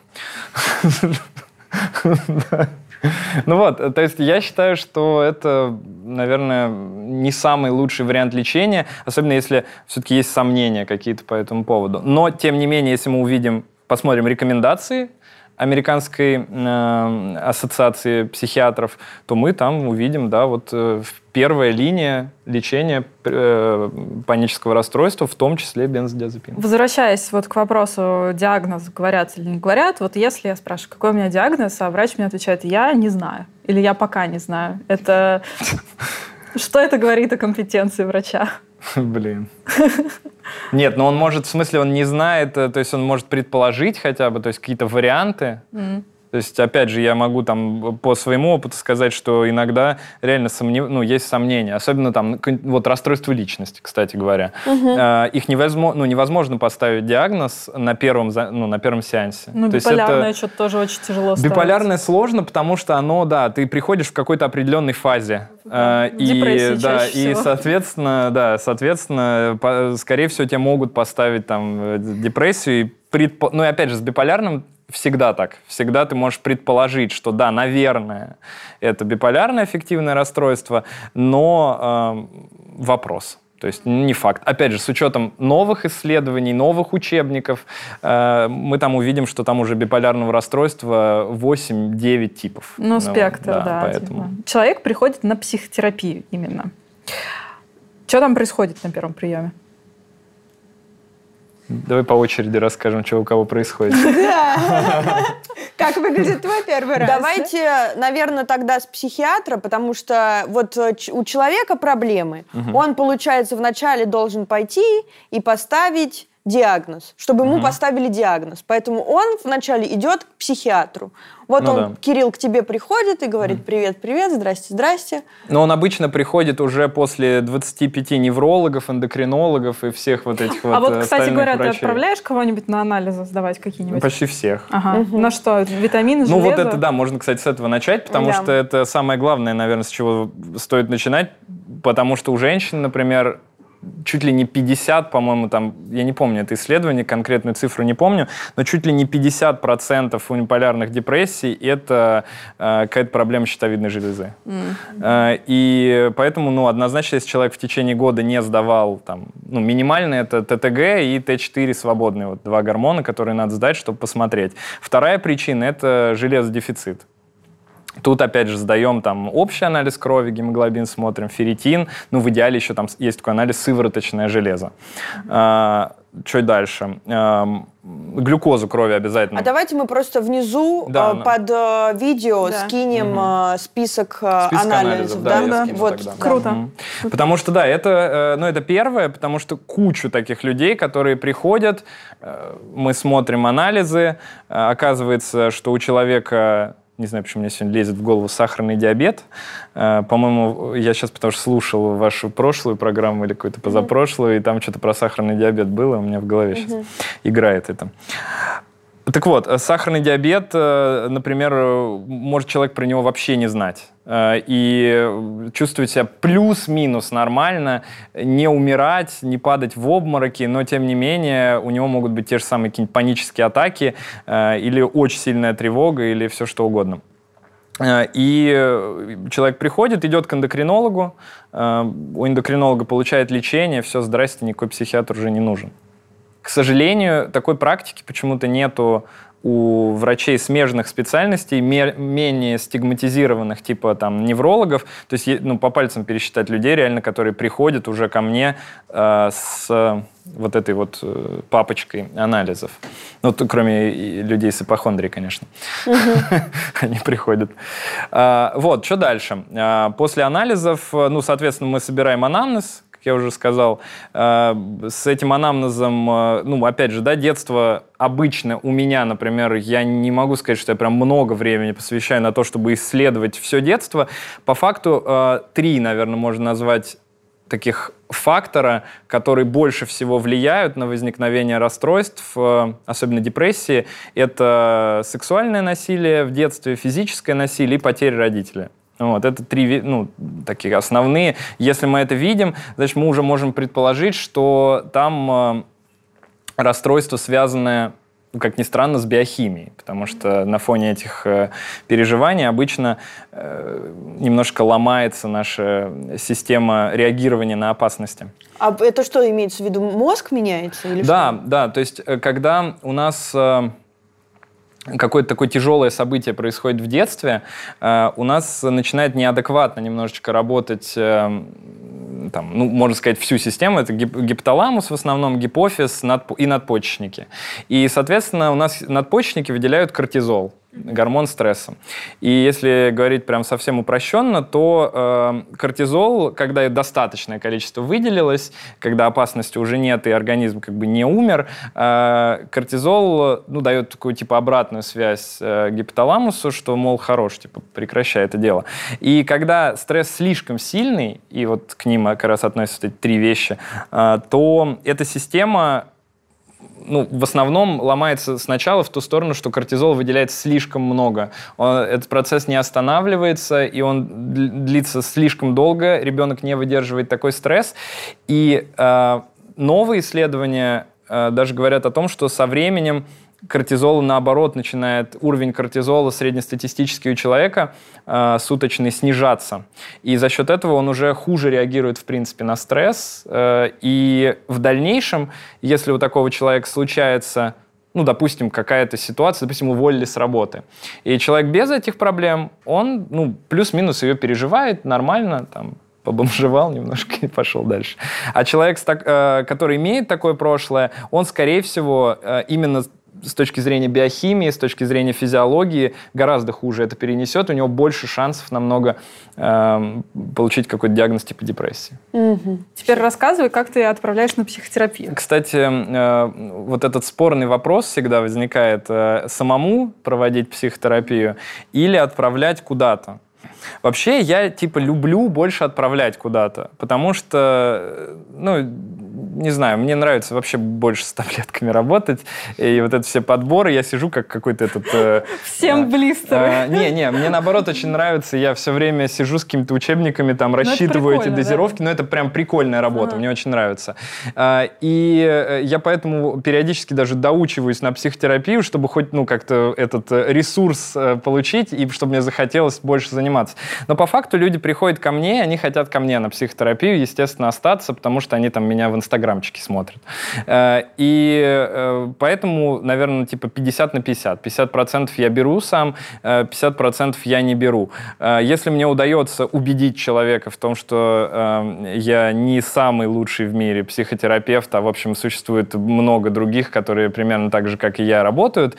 Ну вот, то есть я считаю, что это, наверное, не самый лучший вариант лечения, особенно если все-таки есть сомнения какие-то по этому поводу. Но, тем не менее, если мы увидим, посмотрим рекомендации Американской э, ассоциации психиатров, то мы там увидим, да, вот э, первая линия лечения э, панического расстройства, в том числе бензодиазепин. Возвращаясь вот к вопросу, диагноз говорят или не говорят, вот если я спрашиваю, какой у меня диагноз, а врач мне отвечает, я не знаю, или я пока не знаю. Это... Что это говорит о компетенции врача? Блин. Нет, но он может, в смысле, он не знает, то есть он может предположить хотя бы, то есть какие-то варианты. Mm. То есть, опять же, я могу там по своему опыту сказать, что иногда реально сомнев... ну, есть сомнения. Особенно там вот расстройство личности, кстати говоря. Угу. Э, их невозможно, ну, невозможно поставить диагноз на первом, ну, на первом сеансе. Ну, то биполярное есть это... что-то тоже очень тяжело ставить. Биполярное сложно, потому что оно, да, ты приходишь в какой-то определенной фазе. Да, э, и, да, и, всего. соответственно, да, соответственно, по, скорее всего, тебе могут поставить там депрессию. И предпо... Ну, и опять же, с биполярным всегда так. Всегда ты можешь предположить, что да, наверное, это биполярное аффективное расстройство, но э, вопрос. То есть не факт. Опять же, с учетом новых исследований, новых учебников, э, мы там увидим, что там уже биполярного расстройства восемь-девять типов. Ну, спектр, ну, да. да Поэтому. Типа. Человек приходит на психотерапию именно. Что там происходит на первом приеме? Давай по очереди расскажем, что у кого происходит. Да. Как выглядит твой первый раз? Давайте, наверное, тогда с психиатра, потому что вот у человека проблемы. Угу. Он, получается, вначале должен пойти и поставить диагноз, чтобы ему угу. поставили диагноз. Поэтому он вначале идет к психиатру. Вот ну, он, да. Кирилл, к тебе приходит и говорит: привет, привет, здрасте, здрасте. Но он обычно приходит уже после двадцати пяти неврологов, эндокринологов и всех вот этих вот А вот, кстати говоря, врачей. Ты отправляешь кого-нибудь на анализы сдавать какие-нибудь? Почти всех. Ага. Угу. На что? Витамины, железо? Ну вот это, да, можно, кстати, с этого начать, потому да. что это самое главное, наверное, с чего стоит начинать, потому что у женщин, например, чуть ли не пятьдесят, по-моему, там, я не помню это исследование, конкретную цифру не помню, но чуть ли не пятьдесят процентов униполярных депрессий – это э, какая-то проблема щитовидной железы. Mm. Э, и поэтому, ну, однозначно, если человек в течение года не сдавал, там, ну, минимально это тэ тэ гэ и тэ четыре свободные, вот два гормона, которые надо сдать, чтобы посмотреть. Вторая причина – это железодефицит. Тут, опять же, сдаем там общий анализ крови, гемоглобин смотрим, ферритин. Ну, в идеале еще там есть такой анализ сывороточное железо. А, что дальше? А, глюкозу крови обязательно. А давайте мы просто внизу да, под да. видео да. скинем угу. список, список анализов. анализов да, да? Да. Вот. Круто. Угу. Потому что, да, это, ну, это первое, потому что кучу таких людей, которые приходят, мы смотрим анализы, оказывается, что у человека... Не знаю, почему мне сегодня лезет в голову сахарный диабет. По-моему, я сейчас потому что слушал вашу прошлую программу или какую-то позапрошлую, и там что-то про сахарный диабет было, у меня в голове сейчас uh-huh. играет это. Так вот, сахарный диабет, например, может человек про него вообще не знать. И чувствовать себя плюс-минус нормально, не умирать, не падать в обмороки, но, тем не менее, у него могут быть те же самые какие-нибудь панические атаки или очень сильная тревога, или все что угодно. И человек приходит, идет к эндокринологу, у эндокринолога получает лечение, все, здрасте, никакой психиатр уже не нужен. К сожалению, такой практики почему-то нету у врачей смежных специальностей, менее стигматизированных, типа там неврологов. То есть, ну, по пальцам пересчитать людей реально, которые приходят уже ко мне э, с вот этой вот э, папочкой анализов. Ну, то, кроме людей с ипохондрией, конечно. Они приходят. Вот, что дальше? После анализов, ну, соответственно, мы собираем анамнез, я уже сказал, с этим анамнезом, ну, опять же, да, детство обычно у меня, например, я не могу сказать, что я прям много времени посвящаю на то, чтобы исследовать все детство. По факту три, наверное, можно назвать таких фактора, которые больше всего влияют на возникновение расстройств, особенно депрессии. Это сексуальное насилие в детстве, физическое насилие и потеря родителя. Вот, это три, ну, такие основные. Если мы это видим, значит, мы уже можем предположить, что там э, расстройство, связанное, как ни странно, с биохимией, потому что на фоне этих э, переживаний обычно э, немножко ломается наша система реагирования на опасности. А это что имеется в виду? Мозг меняется? Или да, что? да, то есть когда у нас... Э, какое-то такое тяжелое событие происходит в детстве, э, у нас начинает неадекватно немножечко работать, э, там, ну, можно сказать, всю систему. Это гип- гипоталамус в основном, гипофиз надп- и надпочечники. И, соответственно, у нас надпочечники выделяют кортизол, гормон стресса. И если говорить прям совсем упрощенно, то э, кортизол, когда достаточное количество выделилось, когда опасности уже нет и организм как бы не умер, э, кортизол, ну, дает такую типа обратную связь э, гипоталамусу, что, мол, хорош, типа, прекращай это дело. И когда стресс слишком сильный, и вот к ним как раз относятся эти три вещи, э, то эта система, ну, в основном ломается сначала в ту сторону, что кортизол выделяется слишком много. Он, этот процесс не останавливается, и он длится слишком долго, ребенок не выдерживает такой стресс. И э, новые исследования э, даже говорят о том, что со временем кортизол, наоборот, начинает уровень кортизола среднестатистический у человека э, суточный снижаться. И за счет этого он уже хуже реагирует, в принципе, на стресс. Э, и в дальнейшем, если у такого человека случается, ну, допустим, какая-то ситуация, допустим, уволили с работы, и человек без этих проблем, он, ну, плюс-минус ее переживает нормально, там, побомжевал немножко и пошел дальше. А человек, который имеет такое прошлое, он, скорее всего, именно с точки зрения биохимии, с точки зрения физиологии гораздо хуже это перенесет, у него больше шансов намного э, получить какой-то диагноз типа депрессии. Угу. Теперь рассказывай, как ты отправляешь на психотерапию. Кстати, э, вот этот спорный вопрос всегда возникает: э, самому проводить психотерапию или отправлять куда-то. Вообще, я, типа, люблю больше отправлять куда-то, потому что, ну, не знаю, мне нравится вообще больше с таблетками работать, и вот это все подборы, я сижу как какой-то этот... Э, Всем блистеры. Э, не-не, мне наоборот очень нравится, я все время сижу с какими-то учебниками, там, рассчитываю эти дозировки, да? Но это прям прикольная работа, ага. Мне очень нравится. Э, и я поэтому периодически даже доучиваюсь на психотерапию, чтобы хоть, ну, как-то этот ресурс получить, и чтобы мне захотелось больше заниматься. Но по факту люди приходят ко мне, они хотят ко мне на психотерапию, естественно, остаться, потому что они там меня в инстаграмчике смотрят. И поэтому, наверное, типа пятьдесят на пятьдесят. пятьдесят процентов я беру сам, пятьдесят процентов я не беру. Если мне удается убедить человека в том, что я не самый лучший в мире психотерапевт, а, в общем, существует много других, которые примерно так же, как и я, работают,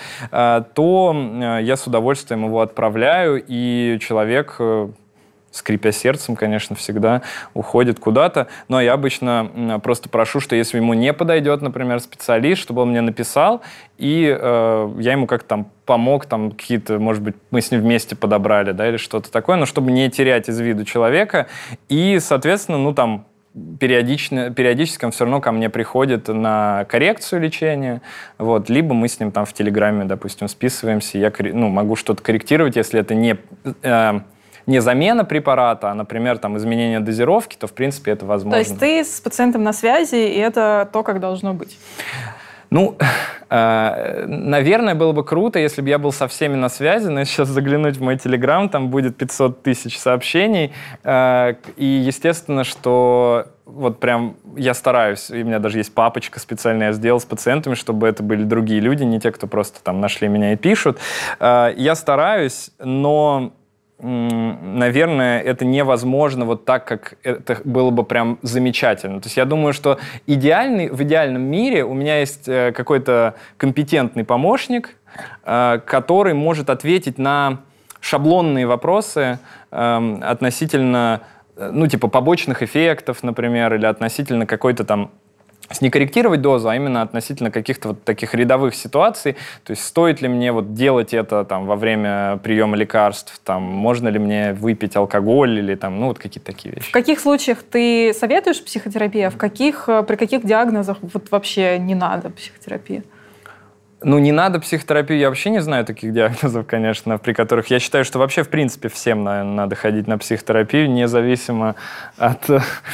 то я с удовольствием его отправляю, и человек, скрипя сердцем, конечно, всегда уходит куда-то. Но я обычно просто прошу, что если ему не подойдет, например, специалист, чтобы он мне написал, и э, я ему как-то там помог, там какие-то, может быть, мы с ним вместе подобрали, да, или что-то такое, но чтобы не терять из виду человека. И, соответственно, ну, там, периодично, периодически он все равно ко мне приходит на коррекцию лечения, вот, либо мы с ним там в Телеграме, допустим, списываемся, я, ну, могу что-то корректировать, если это не... Э, не замена препарата, а, например, там, изменение дозировки, то, в принципе, это возможно. То есть ты с пациентом на связи, и это то, как должно быть? Ну, э, наверное, было бы круто, если бы я был со всеми на связи, но сейчас заглянуть в мой Телеграм, там будет пятьсот тысяч сообщений, э, и, естественно, что вот прям я стараюсь, и у меня даже есть папочка специальная, я сделал с пациентами, чтобы это были другие люди, не те, кто просто там нашли меня и пишут. Э, я стараюсь, но... наверное, это невозможно вот так, как это было бы прям замечательно. То есть я думаю, что идеальный, в идеальном мире у меня есть какой-то компетентный помощник, который может ответить на шаблонные вопросы относительно, ну, типа побочных эффектов, например, или относительно какой-то там, не корректировать дозу, а именно относительно каких-то вот таких рядовых ситуаций. То есть стоит ли мне вот делать это там, во время приема лекарств, там, можно ли мне выпить алкоголь или там, ну, вот какие-то такие вещи. В каких случаях ты советуешь психотерапию, а в каких, при каких диагнозах вот вообще не надо психотерапии? Ну, не надо психотерапию, я вообще не знаю таких диагнозов, конечно, при которых я считаю, что вообще, в принципе, всем, наверное, надо ходить на психотерапию, независимо от...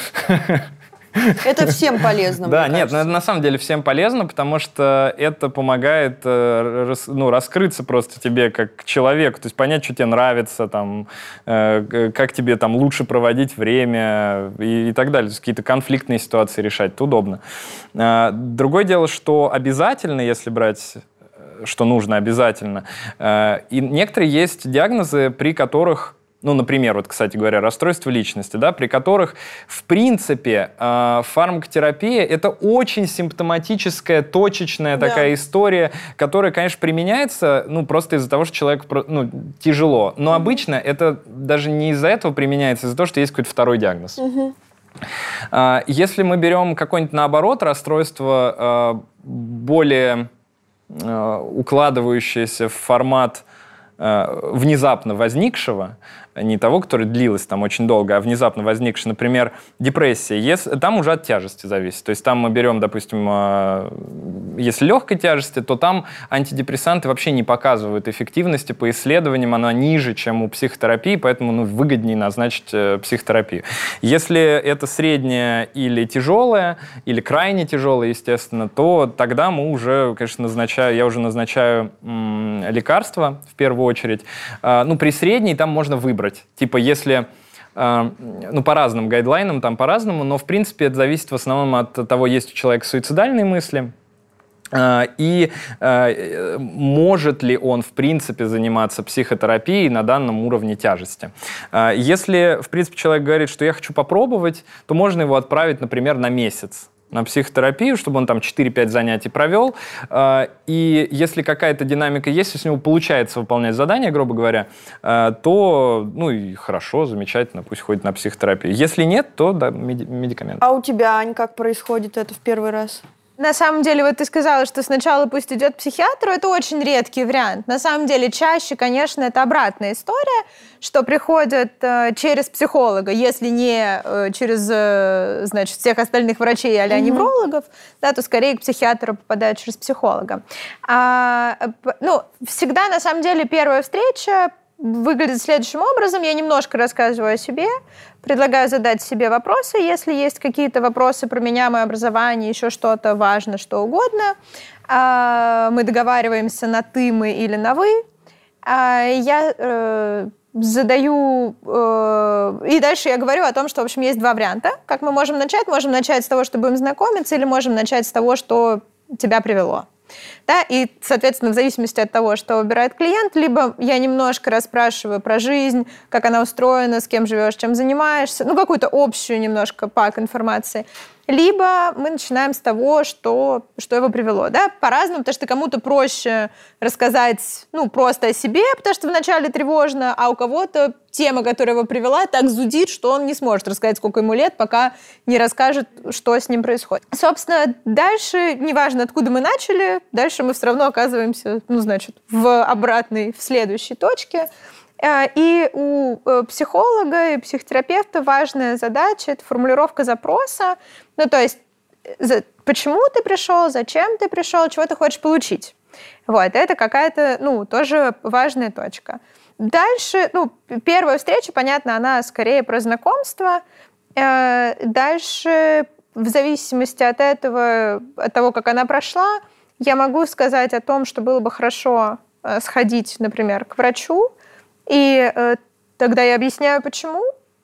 Это всем полезно, да, нет, на, на самом деле всем полезно, потому что это помогает э, рас, ну, раскрыться просто тебе как человеку, то есть понять, что тебе нравится, там, э, как тебе там лучше проводить время и, и так далее. То есть какие-то конфликтные ситуации решать, это удобно. Э, другое дело, что обязательно, если брать, что нужно обязательно, э, и некоторые есть диагнозы, при которых... Ну, например, вот, кстати говоря, расстройство личности, да, при которых, в принципе, э, фармакотерапия — это очень симптоматическая, точечная да. такая история, которая, конечно, применяется, ну, просто из-за того, что человеку, ну, тяжело. Но mm-hmm. обычно это даже не из-за этого применяется, а из-за того, что есть какой-то второй диагноз. Mm-hmm. Э, если мы берем какое-нибудь, наоборот, расстройство э, более э, укладывающееся в формат внезапно возникшего, не того, который длилось там очень долго, а внезапно возникший, например, депрессия, если, там уже от тяжести зависит. То есть там мы берем, допустим, если легкой тяжести, то там антидепрессанты вообще не показывают эффективности, по исследованиям она ниже, чем у психотерапии, поэтому ну, выгоднее назначить психотерапию. Если это средняя или тяжелая, или крайне тяжелая, естественно, то тогда мы уже, конечно, назначаю, я уже назначаю м- лекарства в первую очередь. А, ну, при средней там можно выбрать. Типа, если, э, ну, по разным гайдлайнам, там по-разному, но, в принципе, это зависит в основном от того, есть у человека суицидальные мысли, э, и э, может ли он, в принципе, заниматься психотерапией на данном уровне тяжести. Э, если, в принципе, человек говорит, что я хочу попробовать, то можно его отправить, например, на месяц. на психотерапию, чтобы он там четыре-пять занятий провел. И если какая-то динамика есть, если у него получается выполнять задания, грубо говоря, то, ну и хорошо, замечательно, пусть ходит на психотерапию. Если нет, то да, медикаменты. А у тебя, Ань, как происходит это в первый раз? На самом деле, вот ты сказала, что сначала пусть идет к психиатру, это очень редкий вариант. На самом деле, чаще, конечно, это обратная история, что приходят э, через психолога, если не э, через, э, значит, всех остальных врачей а-ля mm-hmm. неврологов, да, то скорее к психиатру попадают через психолога. А, ну, всегда, на самом деле, первая встреча выглядит следующим образом. Я немножко рассказываю о себе, предлагаю задать себе вопросы, если есть какие-то вопросы про меня, мое образование, еще что-то важно, что угодно. Мы договариваемся на «ты» мы или на «вы». Я э, задаю... Э, и дальше я говорю о том, что, в общем, есть два варианта. Как мы можем начать? Можем начать с того, что будем знакомиться, или можем начать с того, что тебя привело. Да, и, соответственно, в зависимости от того, что выбирает клиент, либо я немножко расспрашиваю про жизнь, как она устроена, с кем живешь, чем занимаешься, ну, какую-то общую немножко пак информации, либо мы начинаем с того, что, что его привело. Да? По-разному, потому что кому-то проще рассказать ну, просто о себе, потому что вначале тревожно, а у кого-то тема, которая его привела, так зудит, что он не сможет рассказать, сколько ему лет, пока не расскажет, что с ним происходит. Собственно, дальше, неважно, откуда мы начали, дальше мы все равно оказываемся, ну, значит, в обратной, в следующей точке. И у психолога и психотерапевта важная задача — это формулировка запроса. Ну, то есть, почему ты пришел, зачем ты пришел, чего ты хочешь получить. Вот, это какая-то, ну, тоже важная точка. Дальше, ну, первая встреча, понятно, она скорее про знакомство. Дальше, в зависимости от этого, от того, как она прошла, я могу сказать о том, что было бы хорошо сходить, например, к врачу, и э, тогда я объясняю, почему,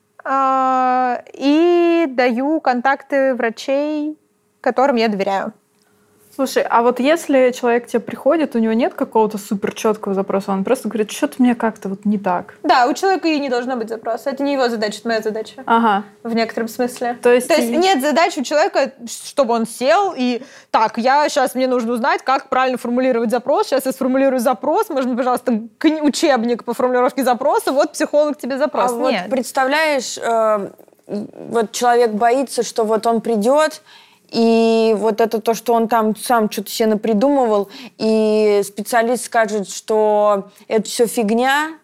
э, и даю контакты врачей, которым я доверяю. Слушай, а вот если человек к тебе приходит, у него нет какого-то супер четкого запроса, он просто говорит, что-то мне как-то вот не так. Да, у человека и не должно быть запроса. Это не его задача, это моя задача. Ага. В некотором смысле. То есть, То есть нет задачи у человека, чтобы он сел и так, я сейчас, мне нужно узнать, как правильно формулировать запрос. Сейчас я сформулирую запрос. Можно, пожалуйста, учебник по формулировке запроса. Вот психолог тебе запрос. А нет. вот представляешь, э, вот человек боится, что вот он придет, и вот это то, что он там сам что-то себе напридумывал, и специалист скажет, что это все фигня,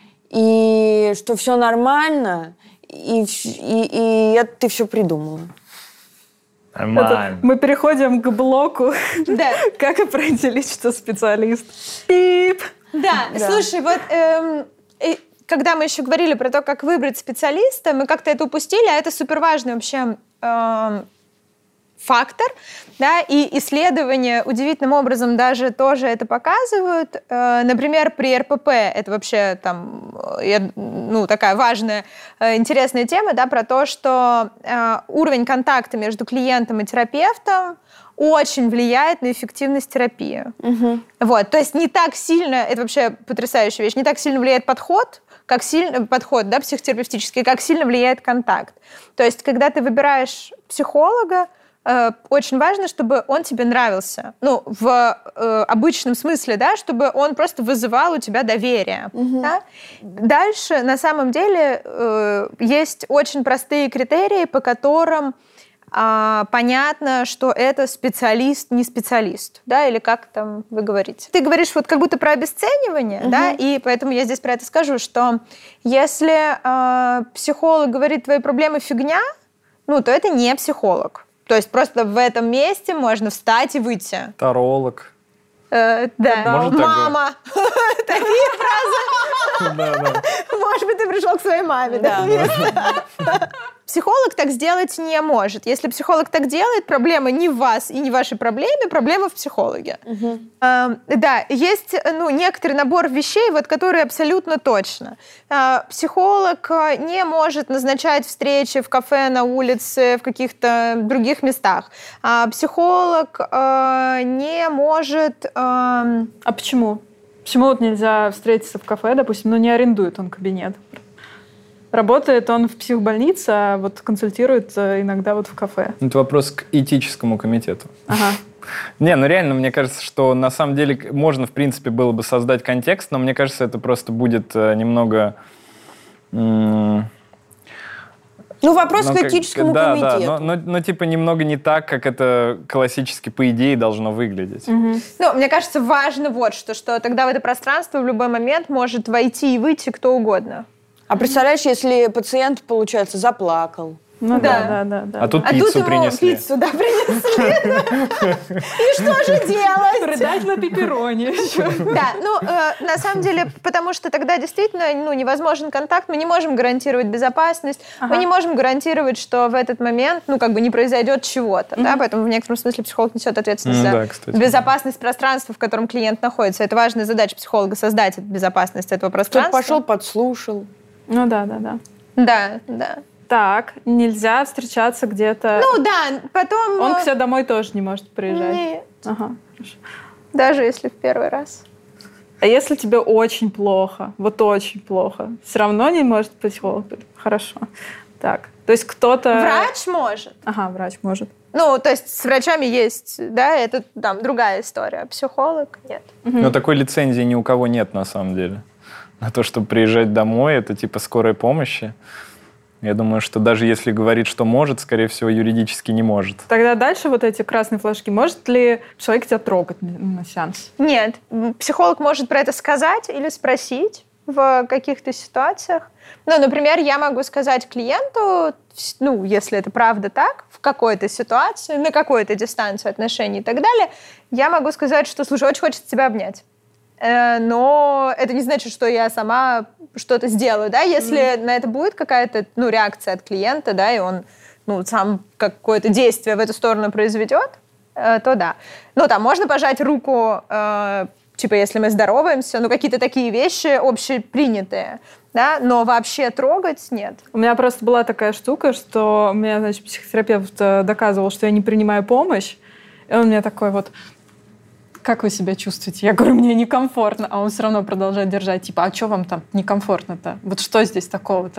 и что все нормально, и, и, и это ты все придумала. Нормально. Мы переходим к блоку. Да. Как определить, что специалист? Пип! Да, да. Слушай, вот... Эм, э, когда мы еще говорили про то, как выбрать специалиста, мы как-то это упустили, а это суперважный вообще... Эм, фактор, да, и исследования удивительным образом даже тоже это показывают. Например, при эр пэ пэ, это вообще там, ну, такая важная, интересная тема, да, про то, что уровень контакта между клиентом и терапевтом очень влияет на эффективность терапии. Угу. Вот, то есть не так сильно, это вообще потрясающая вещь, не так сильно влияет подход, как сильно подход, да, психотерапевтический, как сильно влияет контакт. То есть, когда ты выбираешь психолога, очень важно, чтобы он тебе нравился. Ну, в э, обычном смысле, да, чтобы он просто вызывал у тебя доверие. Угу. Да? Дальше, на самом деле, э, есть очень простые критерии, по которым э, понятно, что это специалист, не специалист, да, или как там вы говорите. Ты говоришь вот как будто про обесценивание, угу. да, и поэтому я здесь про это скажу, что если э, психолог говорит, твои проблемы фигня, ну, то это не психолог. То есть просто в этом месте можно встать и выйти. Таролог. Э, да. Может, мама. Такие фразы. Может быть, ты пришел к своей маме. Психолог так сделать не может. Если психолог так делает, проблема не в вас и не в вашей проблеме, проблема в психологе. Угу. Э, да, есть ну, некоторый набор вещей, вот, которые абсолютно точно. Э, психолог не может назначать встречи в кафе, на улице, в каких-то других местах. А психолог э, не может... Э... А почему? Почему вот нельзя встретиться в кафе, допустим, но не арендует он кабинет? Работает он в психбольнице, а вот консультирует иногда вот в кафе. Это вопрос к этическому комитету. Ага. Не, ну реально, мне кажется, что на самом деле можно, в принципе, было бы создать контекст, но мне кажется, это просто будет немного... М- Ну, вопрос но, к этическому да, комитету. Да, но, но, но типа немного не так, как это классически, по идее, должно выглядеть. Угу. Ну, мне кажется, важно вот что, что тогда в это пространство в любой момент может войти и выйти кто угодно. А представляешь, если пациент, получается, заплакал? Ну да, Да. да, да. да А тут А пиццу тут ему принесли. пиццу, да, принесли. И что же делать? Рыдать на пепперони. Да, ну, э, на самом деле, потому что тогда действительно ну, невозможен контакт, мы не можем гарантировать безопасность, Ага. мы не можем гарантировать, что в этот момент, ну, как бы не произойдет чего-то, да, поэтому в некотором смысле психолог несет ответственность Ну за да, кстати. безопасность пространства, в котором клиент находится. Это важная задача психолога — создать эту безопасность этого Кто-то пространства. пошел, подслушал. Ну да, да, да. Да, да. Так, нельзя встречаться где-то. Ну, да, потом... Он э, к себе домой тоже не может приезжать. Нет, Ага, хорошо. даже если в первый раз. А если тебе очень плохо, вот очень плохо, все равно не может психолог? Хорошо. Так, то есть кто-то... Врач может. Ага, врач может. Ну, то есть с врачами есть, да, это там другая история. Психолог — нет. Но такой лицензии ни у кого нет, на самом деле. На то, чтобы приезжать домой, это типа скорой помощи. Я думаю, что даже если говорит, что может, скорее всего, юридически не может. Тогда дальше вот эти красные флажки. Может ли человек тебя трогать на, на сеанс? Нет. Психолог может про это сказать или спросить в каких-то ситуациях. Ну, например, я могу сказать клиенту, ну, если это правда так, в какой-то ситуации, на какой-то дистанции отношений и так далее, я могу сказать, что, слушай, очень хочется тебя обнять. Но это не значит, что я сама что-то сделаю, да, если mm. на это будет какая-то, ну, реакция от клиента, да, и он, ну, сам какое-то действие в эту сторону произведет, то да. Ну, там можно пожать руку, э, типа, если мы здороваемся, ну, какие-то такие вещи общепринятые, да, но вообще трогать нет. У меня просто была такая штука, что у меня, значит, психотерапевт доказывал, что я не принимаю помощь, и он мне такой вот: как вы себя чувствуете? Я говорю, мне некомфортно. А он все равно продолжает держать. Типа, а что вам там некомфортно-то? Вот что здесь такого-то?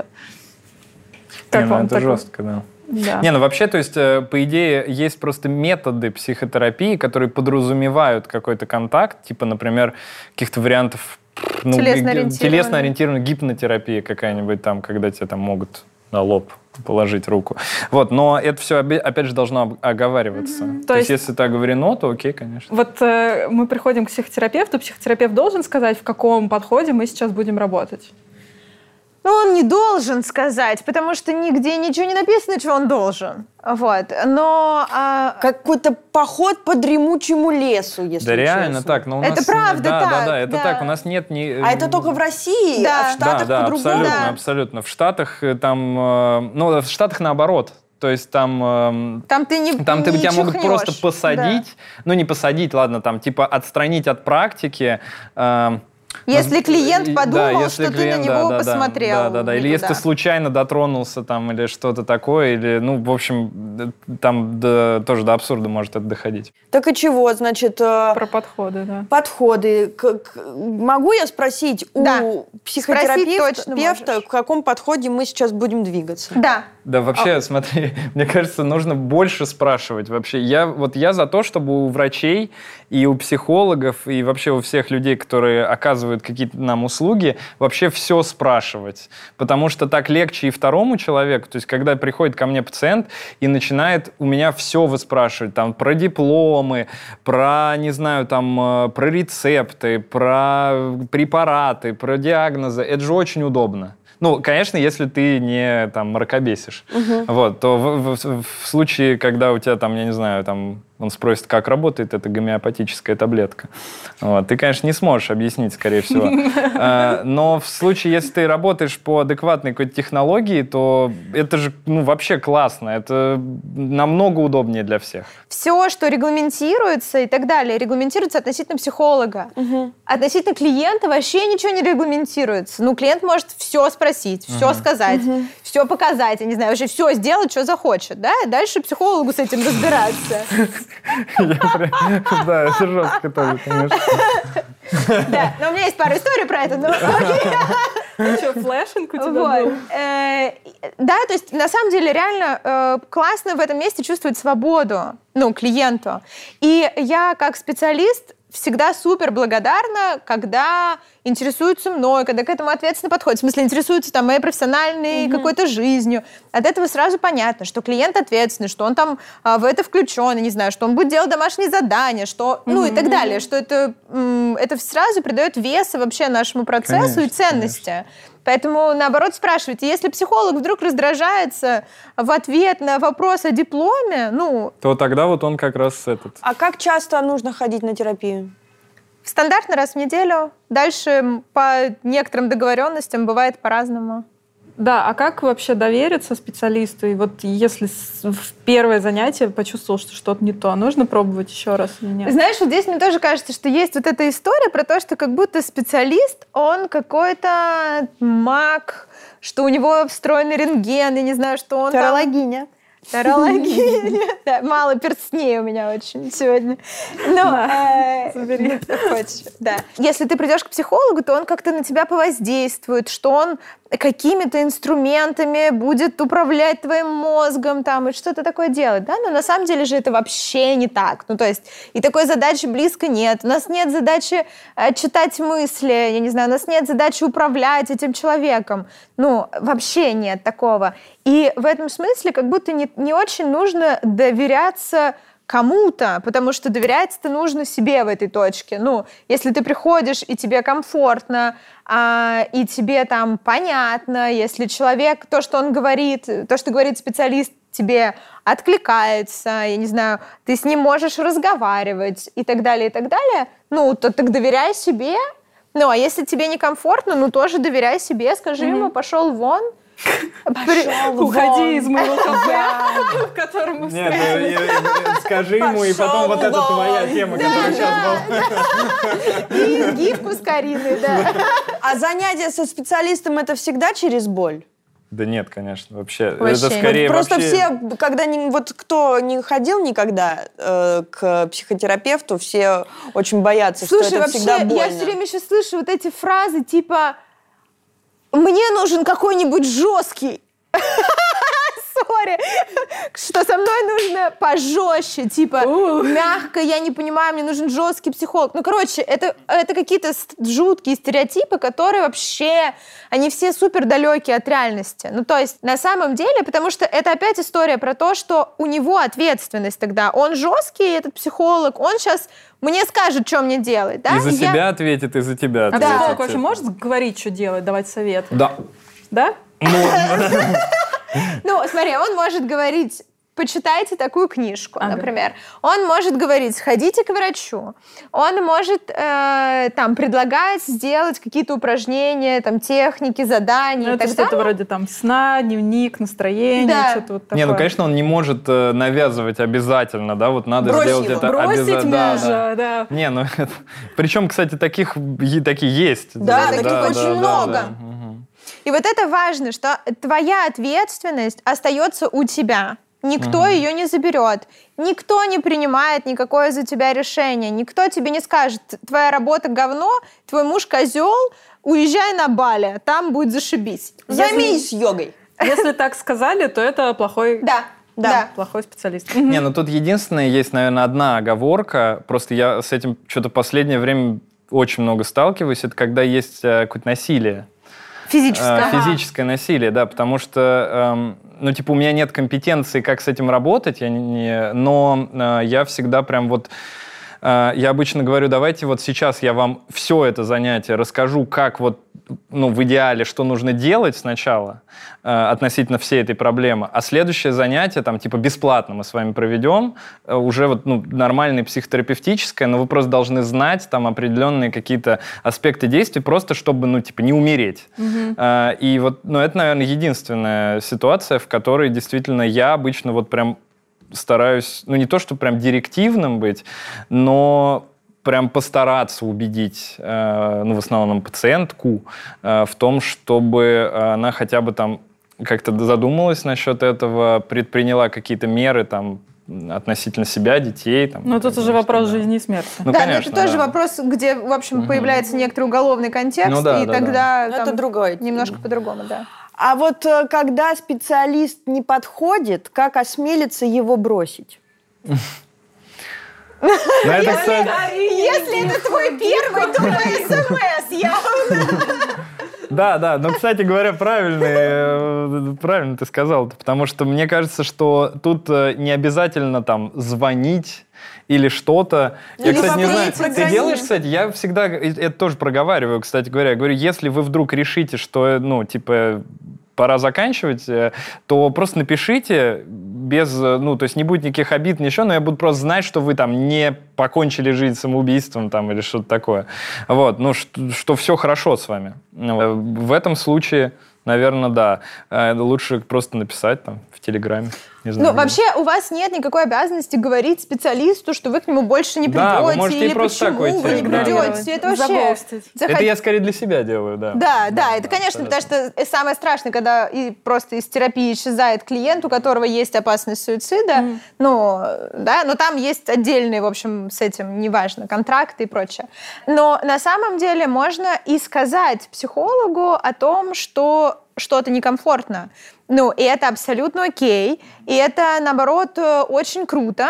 Как не, вам ну, это такое? жестко, да. Да. Не, ну вообще, то есть, по идее, есть просто методы психотерапии, которые подразумевают какой-то контакт, типа, например, каких-то вариантов ну, телесно-ориентированной. телесно-ориентированной гипнотерапии какая-нибудь там, когда тебе там могут на лоб положить руку. Вот, но это все, опять же, должно оговариваться. Mm-hmm. То, то есть, есть, если это оговорено, то окей, конечно. Вот э, мы приходим к психотерапевту, психотерапевт должен сказать, в каком подходе мы сейчас будем работать? Ну, он не должен сказать, потому что нигде ничего не написано, что он должен. Вот. Но... А... Какой-то поход по дремучему лесу, если Да, реально честно. так. Но у это нас, правда да, так. Да, да, это да. так. У нас нет ни... А это только в России, Да. а в Штатах да, да, по-другому? абсолютно, Да. абсолютно. В Штатах там... э, Ну, в Штатах наоборот. То есть там... э, Там ты не Там ты, не тебя могут чихнешь. просто посадить. Да. Ну, не посадить, ладно, там типа отстранить от практики. э, Если клиент подумал, да, если что клиент, ты на него да, да, посмотрел. Да, да, да. не Или если туда. ты случайно дотронулся там, или что-то такое, или, ну, в общем, там до- тоже до абсурда может это доходить. Так и чего, значит, э, Про подходы, да. подходы. К- к- могу я спросить Да. у Спросить точно психотерапевта, можешь. в каком подходе мы сейчас будем двигаться? Да. Да, вообще, А смотри, мне кажется, нужно больше спрашивать вообще. Я, вот я за то, чтобы у врачей и у психологов, и вообще у всех людей, которые оказывают какие-то нам услуги, вообще все спрашивать. Потому что так легче и второму человеку. То есть, когда приходит ко мне пациент и начинает у меня все выспрашивать, там, про дипломы, про, не знаю, там, про рецепты, про препараты, про диагнозы, это же очень удобно. Ну, конечно, если ты не там мракобесишь, угу. вот, то в, в, в случае, когда у тебя там, я не знаю, там он спросит, как работает эта гомеопатическая таблетка, вот, ты, конечно, не сможешь объяснить, скорее всего. Но в случае, если ты работаешь по адекватной какой-то технологии, то это же, ну, вообще классно, это намного удобнее для всех. Все, что регламентируется и так далее, регламентируется относительно психолога. Угу. Относительно клиента вообще ничего не регламентируется. Ну, клиент может все спросить, все угу. сказать, угу. все показать, я не знаю, вообще все сделать, что захочет, да? И дальше психологу с этим разбираться. Да, это жестко тоже, конечно. Да, но у меня есть пара историй про это. А что, флешинг у тебя был? Да, то есть на самом деле реально классно в этом месте чувствовать свободу, ну, клиенту. И я как специалист всегда супер благодарна, когда интересуются мной, когда к этому ответственно подходят. В смысле, интересуются там моей профессиональной mm-hmm. какой-то жизнью. От этого сразу понятно, что клиент ответственный, что он там а, в это включен, не знаю, что он будет делать домашние задания, что, mm-hmm. ну и так далее, что это, м- это сразу придает веса вообще нашему процессу конечно, и ценности. Конечно. Поэтому, наоборот, спрашивайте, если психолог вдруг раздражается в ответ на вопрос о дипломе, ну... То тогда вот он как раз этот... А как часто нужно ходить на терапию? Стандартно раз в неделю. Дальше по некоторым договоренностям бывает по-разному. Да, а как вообще довериться специалисту? И вот если в первое занятие почувствовал, что что-то не то, нужно пробовать еще раз или нет? Знаешь, вот здесь мне тоже кажется, что есть вот эта история про то, что как будто специалист, он какой-то маг, что у него встроенный рентген, я не знаю, что он Тарологиня. Тарологиня. Да, мало перстней у меня очень сегодня. Но, забери. Да. Если ты придешь к психологу, то он как-то на тебя повоздействует, что он какими-то инструментами будет управлять твоим мозгом там, и что-то такое делать. Да? Но на самом деле же это вообще не так. Ну, то есть и такой задачи близко нет. У нас нет задачи э, читать мысли, я не знаю, у нас нет задачи управлять этим человеком. Ну, вообще нет такого. И в этом смысле как будто не, не очень нужно доверяться кому-то, потому что доверять-то нужно себе в этой точке. Ну, если ты приходишь, и тебе комфортно, а, и тебе там понятно, если человек, то, что он говорит, то, что говорит специалист, тебе откликается, я не знаю, ты с ним можешь разговаривать и так далее, и так далее, ну, то так доверяй себе. Ну, а если тебе некомфортно, ну, тоже доверяй себе, скажи mm-hmm. ему, пошел вон, Пошел Уходи из моего кафе, в котором мы встретились. Скажи ему, и потом вот это твоя тема, которая сейчас была. И гифку с Кариной, да. А занятия со специалистом — это всегда через боль? Да нет, конечно, вообще. вообще. Это скорее Просто вообще... все, когда не, вот кто не ходил никогда э, к психотерапевту, все очень боятся, Слушай, что это вообще, всегда больно. Я все время еще слышу вот эти фразы типа «мне нужен какой-нибудь жесткий». Сори, что со мной нужно пожестче, типа мягко, я не понимаю, мне нужен жесткий психолог. Ну, короче, это, это какие-то жуткие стереотипы, которые вообще, они все супер далекие от реальности. Ну, то есть, на самом деле, потому что это опять история про то, что у него ответственность тогда. Он жесткий, этот психолог, он сейчас мне скажет, что мне делать. Да? И за я... себя ответит, и за тебя ответит. А психолог вообще может говорить, что делать, давать советы? Да. Да? Ну, смотри, он может говорить, почитайте такую книжку, ага. например. Он может говорить, сходите к врачу. Он может э, там предлагать сделать какие-то упражнения, там, техники, задания. Ну, и это так что-то далее. вроде там сна, дневник, настроение, да. что-то вот такое. Не, ну, конечно, он не может э, навязывать обязательно, да, вот надо Брось сделать его. это обязательно. Бросить да, мужа, да. да. Не, ну, это... Причем, кстати, таких, такие есть. Да, таких да, очень да, много. Да, да. Угу. И вот это важно, что твоя ответственность остается у тебя. Никто угу. ее не заберет. Никто не принимает никакое за тебя решение. Никто тебе не скажет, твоя работа говно, твой муж козел, уезжай на Бали, там будет зашибись. Займись йогой. Если так сказали, то это плохой... Да. Да. да. Плохой специалист. Не, ну тут единственное, есть, наверное, одна оговорка. Просто я с этим что-то в последнее время очень много сталкиваюсь. Это когда есть какое-то насилие. Физическое. Э, физическое насилие, да, потому что, эм, ну, типа, у меня нет компетенции, как с этим работать, я не, но э, я всегда прям вот, э, я обычно говорю, давайте вот сейчас я вам все это занятие расскажу, как вот, ну, в идеале, что нужно делать сначала э, относительно всей этой проблемы, а следующее занятие, там, типа, бесплатно мы с вами проведем, э, уже вот, ну, нормальное психотерапевтическое, но вы просто должны знать там определенные какие-то аспекты действий, просто чтобы, ну, типа, не умереть. Mm-hmm. Э, и вот, ну, это, наверное, единственная ситуация, в которой действительно я обычно вот прям стараюсь, ну, не то, что прям директивным быть, но прям постараться убедить, э, ну, в основном пациентку э, в том, чтобы она хотя бы там как-то задумалась насчет этого, предприняла какие-то меры там относительно себя, детей. Там, ну, тут уже вопрос да. жизни и смерти. Ну, да, конечно, это тоже да. вопрос, где, в общем, угу. появляется некоторый уголовный контекст, ну, да, и да, тогда да. это другое. Немножко по-другому, да. А вот когда специалист не подходит, как осмелиться его бросить? Если это твой первый, думаю, смс, я... Да, да, но, кстати говоря, правильно, правильно ты сказал, потому что мне кажется, что тут не обязательно там звонить или что-то. Я, кстати, не знаю, ты делаешь, кстати, я всегда это тоже проговариваю, кстати говоря, я говорю, если вы вдруг решите, что, ну, типа, пора заканчивать, то просто напишите без, ну, то есть не будет никаких обид, ничего, но я буду просто знать, что вы там не покончили жизнь самоубийством там или что-то такое. Вот, ну, что, что все хорошо с вами. В этом случае, наверное, да. Лучше просто написать там в Телеграме. Не знаю, ну, вообще, у вас нет никакой обязанности говорить специалисту, что вы к нему больше не придете, да, вы можете или просто почему вы не придете. Да. Это вообще... Захот... Это я скорее для себя делаю, да. Да, да, да, это, да, конечно, абсолютно. Потому что самое страшное, когда и просто из терапии исчезает клиент, у которого есть опасность суицида, mm. ну, да, но там есть отдельные, в общем, с этим, неважно, контракты и прочее. Но на самом деле можно и сказать психологу о том, что что-то некомфортно. Ну, и это абсолютно окей. И это, наоборот, очень круто,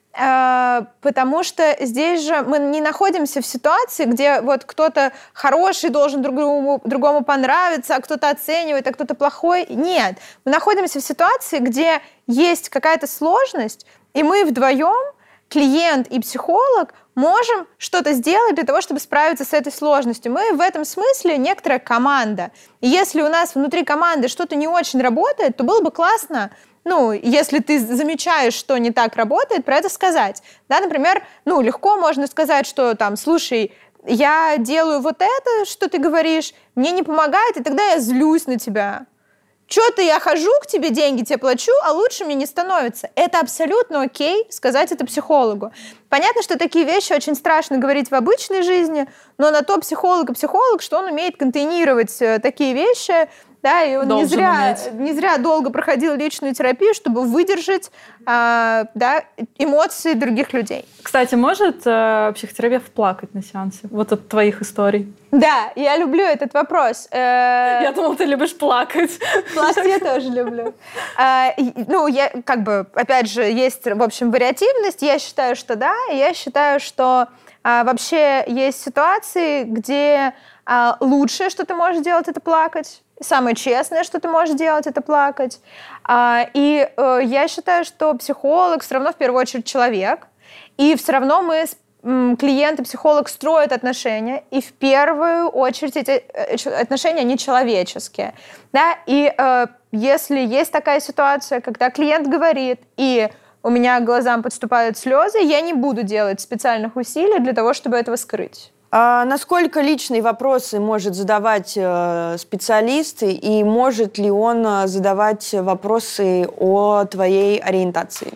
потому что здесь же мы не находимся в ситуации, где вот кто-то хороший должен другому, другому понравиться, а кто-то оценивает, а кто-то плохой. Нет. Мы находимся в ситуации, где есть какая-то сложность, и мы вдвоем, клиент и психолог, можем что-то сделать для того, чтобы справиться с этой сложностью. Мы в этом смысле некоторая команда. И если у нас внутри команды что-то не очень работает, то было бы классно, ну, если ты замечаешь, что не так работает, про это сказать. Да, например, ну, легко можно сказать, что там, слушай, я делаю вот это, что ты говоришь, мне не помогает, и тогда я злюсь на тебя. Что-то я хожу к тебе, деньги тебе плачу, а лучше мне не становится. Это абсолютно окей сказать это психологу. Понятно, что такие вещи очень страшно говорить в обычной жизни, но на то психолог и психолог, что он умеет контейнировать такие вещи, да, и он не зря, не зря долго проходил личную терапию, чтобы выдержать а, да, эмоции других людей. Кстати, может э, психотерапевт плакать на сеансе? Вот от твоих историй. Да, я люблю этот вопрос. Я думала, ты любишь плакать. Плакать я тоже люблю. Ну, я как бы, опять же, есть, в общем, вариативность. Я считаю, что да. Я считаю, что вообще есть ситуации, где лучшее, что ты можешь делать, это плакать. Самое честное, что ты можешь делать, это плакать. И я считаю, что психолог все равно в первую очередь человек. И все равно мы с клиент и психолог строят отношения, и в первую очередь эти отношения, они человеческие. Да? И э, если есть такая ситуация, когда клиент говорит, и у меня к глазам подступают слезы, я не буду делать специальных усилий для того, чтобы этого скрыть. А насколько личные вопросы может задавать э, специалист, и может ли он задавать вопросы о твоей ориентации?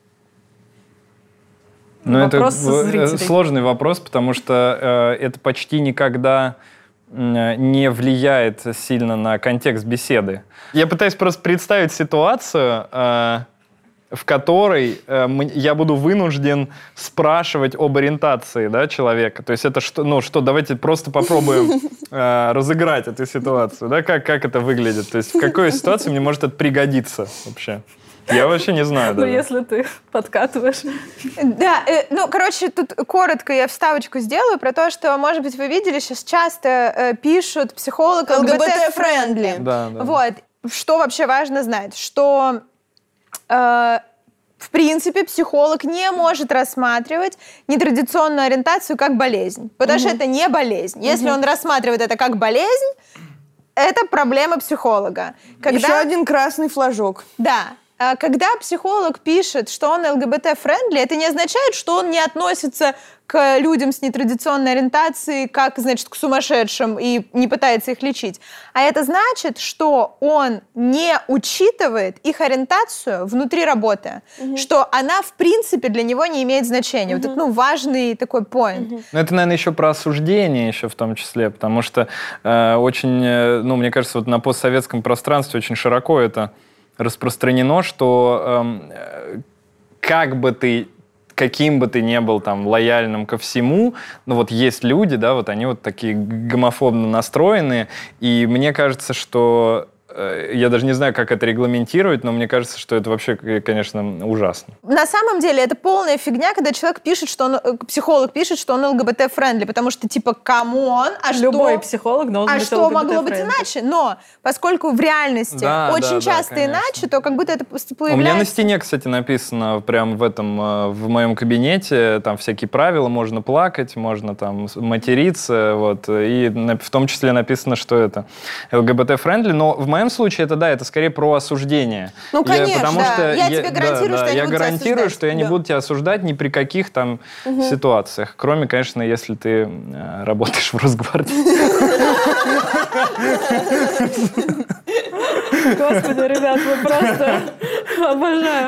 Ну, это сложный вопрос, потому что э, это почти никогда э, не влияет сильно на контекст беседы. Я пытаюсь просто представить ситуацию, э, в которой э, я буду вынужден спрашивать об ориентации, да, человека. То есть это что, ну что, давайте просто попробуем э, разыграть эту ситуацию, да, как, как это выглядит. То есть в какой ситуации мне может это пригодиться вообще? Я вообще не знаю. Ну, если ты подкатываешь. Да, э, ну, короче, тут коротко я вставочку сделаю про то, что, может быть, вы видели, сейчас часто э, пишут психолог ЛГБТ-френдли. Да, да. Вот. Что вообще важно знать? Что, э, в принципе, психолог не может рассматривать нетрадиционную ориентацию как болезнь. Потому угу. что это не болезнь. Если угу. он рассматривает это как болезнь, это проблема психолога. Когда... Еще один красный флажок. Да. Когда психолог пишет, что он ЛГБТ-френдли, это не означает, что он не относится к людям с нетрадиционной ориентацией как, значит, к сумасшедшим и не пытается их лечить. А это значит, что он не учитывает их ориентацию внутри работы, угу. что она, в принципе, для него не имеет значения. Угу. Вот это, ну, важный такой поинт. Угу. Ну, это, наверное, еще про осуждение еще в том числе, потому что э, очень, э, ну, мне кажется, вот на постсоветском пространстве очень широко это распространено, что э, как бы ты, каким бы ты ни был там лояльным ко всему, но вот есть люди, да, вот они вот такие гомофобно настроенные, и мне кажется, что я даже не знаю, как это регламентировать, но мне кажется, что это вообще, конечно, ужасно. На самом деле это полная фигня, когда человек пишет, что он, психолог пишет, что он ЛГБТ-френдли, потому что типа, камон, а Любой что... психолог должен а быть что могло быть иначе? Но поскольку в реальности да, очень да, часто да, иначе, то как будто это появляется... У меня на стене, кстати, написано прям в этом, в моем кабинете, там всякие правила, можно плакать, можно там материться, вот, и в том числе написано, что это ЛГБТ-френдли, но в моем В моем случае это, да, это скорее про осуждение. Ну, конечно, я, потому да. что Я, я тебе гарантирую, да, что да, я не я буду гарантирую, тебя осуждать. что я не да. буду тебя осуждать ни при каких там угу. ситуациях. Кроме, конечно, если ты э, работаешь в Росгвардии. Господи, ребят, вы просто обожаю.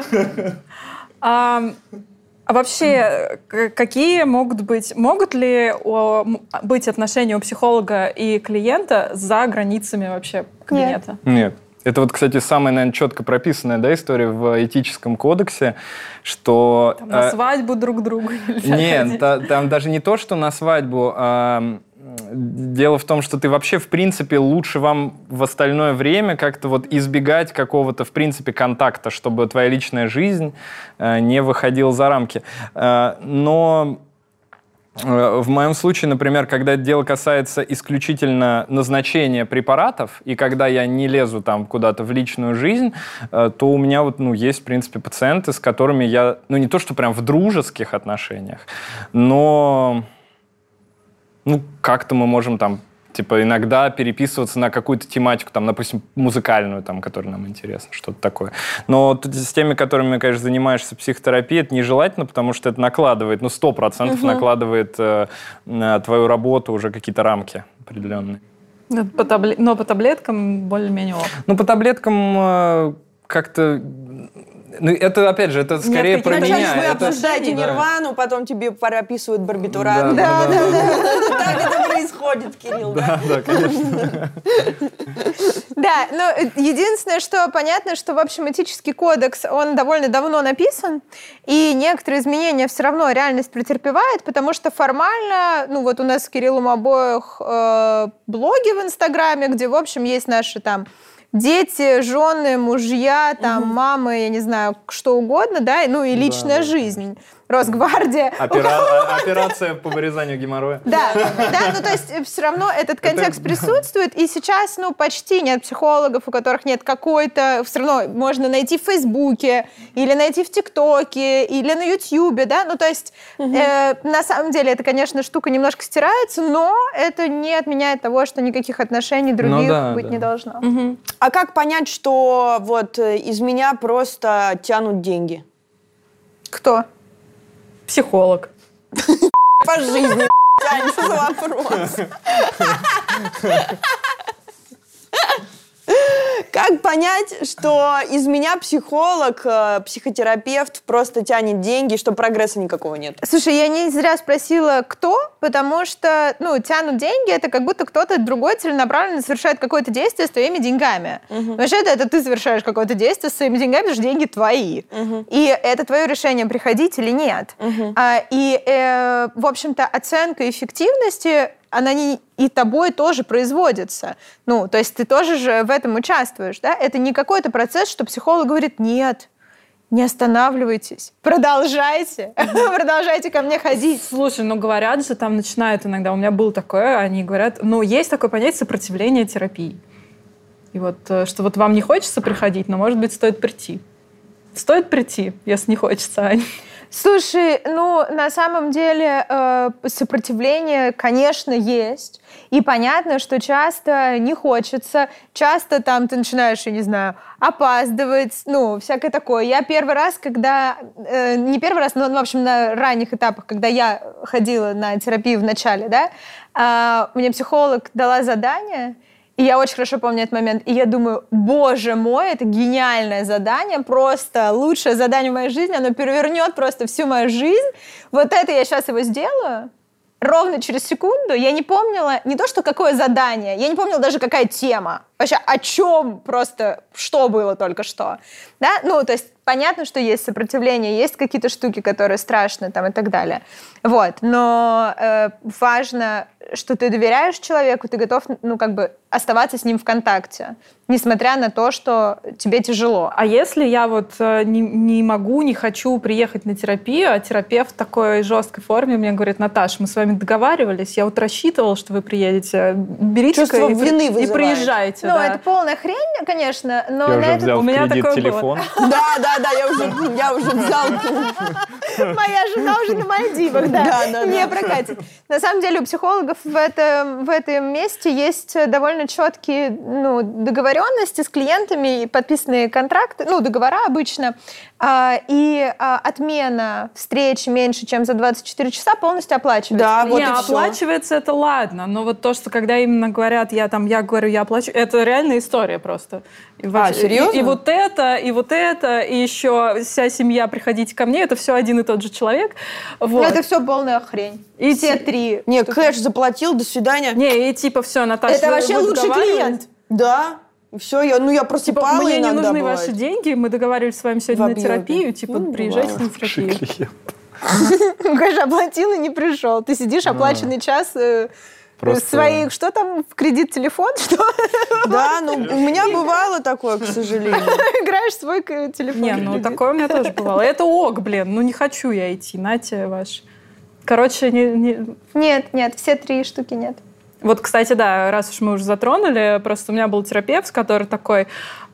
А вообще, какие могут быть, могут ли быть отношения у психолога и клиента за границами вообще кабинета? Нет. Нет. Это вот, кстати, самая, наверное, четко прописанная, да, история в этическом кодексе, что... Там на свадьбу э, друг другу нельзя Нет, та, там даже не то, что на свадьбу, а... Дело в том, что ты вообще, в принципе, лучше вам в остальное время как-то вот избегать какого-то, в принципе, контакта, чтобы твоя личная жизнь э, не выходила за рамки. Э, но э, в моем случае, например, когда дело касается исключительно назначения препаратов, и когда я не лезу там куда-то в личную жизнь, э, то у меня вот, ну, есть, в принципе, пациенты, с которыми я, ну, не то, что прям в дружеских отношениях, но... Ну, как-то мы можем там, типа, иногда переписываться на какую-то тематику, там, допустим, музыкальную, там, которая нам интересна, что-то такое. Но с теми, которыми, конечно, занимаешься психотерапией, это нежелательно, потому что это накладывает, ну, сто процентов угу. накладывает э, на твою работу уже какие-то рамки определенные. Но по, таблет... Но по таблеткам более-менее ок. Ну, по таблеткам э, как-то... Ну, это, опять же, это скорее про меня. Вначале вы это... обсуждаете да. нирвану, потом тебе прописывают барбитурат. Да, да, да. Так это происходит, Кирилл. Да, да, конечно. Да, но единственное, что понятно, что, в общем, этический кодекс, он довольно давно написан, и некоторые изменения все равно реальность претерпевает, потому что формально, ну вот у нас с Кириллом обоих э, блоги в Инстаграме, где, в общем, есть наши там дети, жены, мужья, там, угу. мамы, я не знаю, что угодно, да, ну и личная да, жизнь. Росгвардия. Опера... Операция по вырезанию геморроя. Да, да, ну то есть все равно этот контекст Это... присутствует, и сейчас, ну, почти нет психологов, у которых нет какой-то, все равно можно найти в Фейсбуке, или найти в ТикТоке, или на Ютьюбе, да, ну то есть угу. э, на самом деле эта, конечно, штука немножко стирается, но это не отменяет того, что никаких отношений других ну, да, быть да. не должно. Угу. А как понять, что вот из меня просто тянут деньги? Кто? Психолог. По жизни, Тань, что за вопрос? Как понять, что из меня психолог, психотерапевт просто тянет деньги, что прогресса никакого нет? Слушай, я не зря спросила, кто, потому что, ну, тянут деньги, это как будто кто-то другой целенаправленно совершает какое-то действие с твоими деньгами. Uh-huh. Вообще-то это ты совершаешь какое-то действие с своими деньгами, потому что деньги твои. Uh-huh. И это твое решение, приходить или нет. Uh-huh. А, и, э, в общем-то, оценка эффективности она не и тобой тоже производится. Ну, то есть ты тоже же в этом участвуешь, да? Это не какой-то процесс, что психолог говорит, нет, не останавливайтесь, продолжайте, продолжайте ко мне ходить. Слушай, ну говорят же, там начинают иногда, у меня было такое, они говорят, ну есть такое понятие сопротивления терапии. И вот, что вот вам не хочется приходить, но, может быть, стоит прийти. Стоит прийти, если не хочется, Ань. Слушай, ну, на самом деле э, сопротивление, конечно, есть. И понятно, что часто не хочется. Часто там ты начинаешь, я не знаю, опаздывать, ну, всякое такое. Я первый раз, когда... Э, не первый раз, но, в общем, на ранних этапах, когда я ходила на терапию в начале, да, э, мне психолог дала задание. И я очень хорошо помню этот момент. И я думаю, боже мой, это гениальное задание, просто лучшее задание в моей жизни, оно перевернет просто всю мою жизнь. Вот это я сейчас его сделаю. Ровно через секунду я не помнила не то, что какое задание, я не помнила даже, какая тема. Вообще, о чем просто, что было только что. Да? Ну, то есть понятно, что есть сопротивление, есть какие-то штуки, которые страшны там и так далее. Вот. Но э, важно, что ты доверяешь человеку, ты готов, ну, как бы оставаться с ним в контакте, несмотря на то, что тебе тяжело. А если я вот не, не могу, не хочу приехать на терапию, а терапевт в такой жесткой форме мне говорит: Наташ, мы с вами договаривались, я вот рассчитывал, что вы приедете, берите-ка и, вины и приезжайте. Ну, да. это полная хрень, конечно, но я на уже этот... взял у в меня кредит такое телефон. Да, да, да, я уже, я уже взял. Моя жена уже на Мальдивах, да, Да, да, не да. прокатит. На самом деле у психологов в этом, в этом месте есть довольно четкие, ну, договоренности с клиентами, и подписанные контракты, ну, договора обычно, а, и а, отмена встречи меньше, чем за двадцать четыре часа полностью оплачивается. Да, вот не, и всё. оплачивается это ладно, но вот то, что когда именно говорят, я там, я говорю, я оплачу, это реальная история просто. И А, вот, серьезно? И, и вот это, и вот это, и еще вся семья, приходите ко мне, это все один и тот же человек. Ну, Вот. это все полная хрень. И все те- три. Не, штуки. кэш заплатил, до свидания. Не, и типа все, Наташа, Это вы- вообще вы лучший договаривались? клиент. Да. Все, я, ну я просто Типа, пала мне не иногда, нужны бывает. ваши деньги, мы договорились с вами сегодня В на объеме. терапию, типа, Ну, приезжайте бывает. на терапию. Клиент. Ну, конечно, оплатил и не пришел. Ты сидишь, оплаченный час, э, Просто- свои, что там, в кредит телефон, что? Да, ну у меня бывало такое, к сожалению. Играешь в свой к- телефон. Не, ну такое у меня тоже бывало. Это ок, блин, ну не хочу я идти, нате ваш. Короче, не, не- Нет, нет, все три штуки нет. Вот, кстати, да, раз уж мы уже затронули, просто у меня был терапевт, который такой: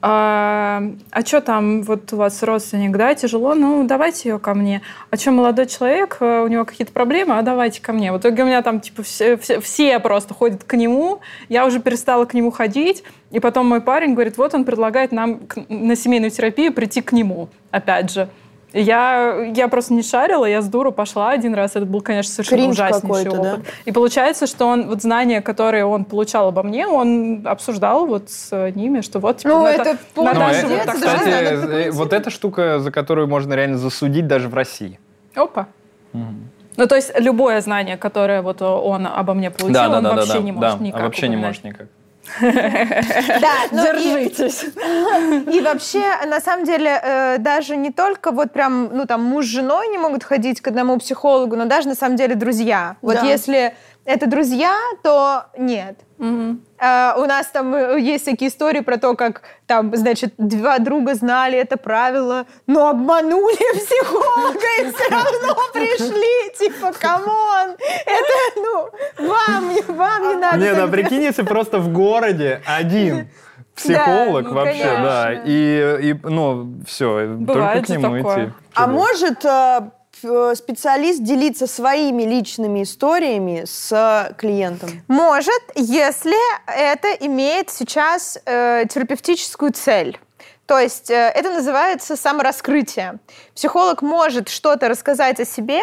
а, а что там, вот у вас родственник, да, тяжело, ну давайте ее ко мне. А что, молодой человек, у него какие-то проблемы, а давайте ко мне. В итоге у меня там типа все, все, все просто ходят к нему, я уже перестала к нему ходить, и потом мой парень говорит: вот он предлагает нам к- на семейную терапию прийти к нему, опять же. И Я, я просто не шарила, я с дуру пошла один раз. Это был, конечно, совершенно Кринж ужаснейший какой-то, опыт. И получается, что он, вот знания, которые он получал обо мне, он обсуждал вот с ними, что вот, типа, Ну, Ната- это полный Ну, Наташа это, вот так- кстати, да, надо э, прокрутить. вот эта штука, за которую можно реально засудить даже в России. Опа. Ну, то есть любое знание, которое вот он обо мне получил, Да, да, он да, вообще да, не да, может да, никак вообще не упоминать. может никак. Да, ну и, Держитесь. и вообще, на самом деле, э, даже не только вот прям, ну там, муж с женой не могут ходить к одному психологу, но даже на самом деле друзья. Вот Да. если это друзья, то нет. Мгм. А, у нас там э, есть всякие истории про то, как там, значит, два друга знали это правило, но обманули психолога и все равно пришли. Типа, камон, это, ну, вам, не- вам не надо. Не, так ну делать. прикинь, если просто в городе один психолог ну, вообще, конечно. да, и, и, ну, все, только Бывает к же нему такое. идти. А может э, п- специалист делиться своими личными историями с клиентом? Может, если это имеет сейчас э, терапевтическую цель. То есть э, это называется самораскрытие. Психолог может что-то рассказать о себе,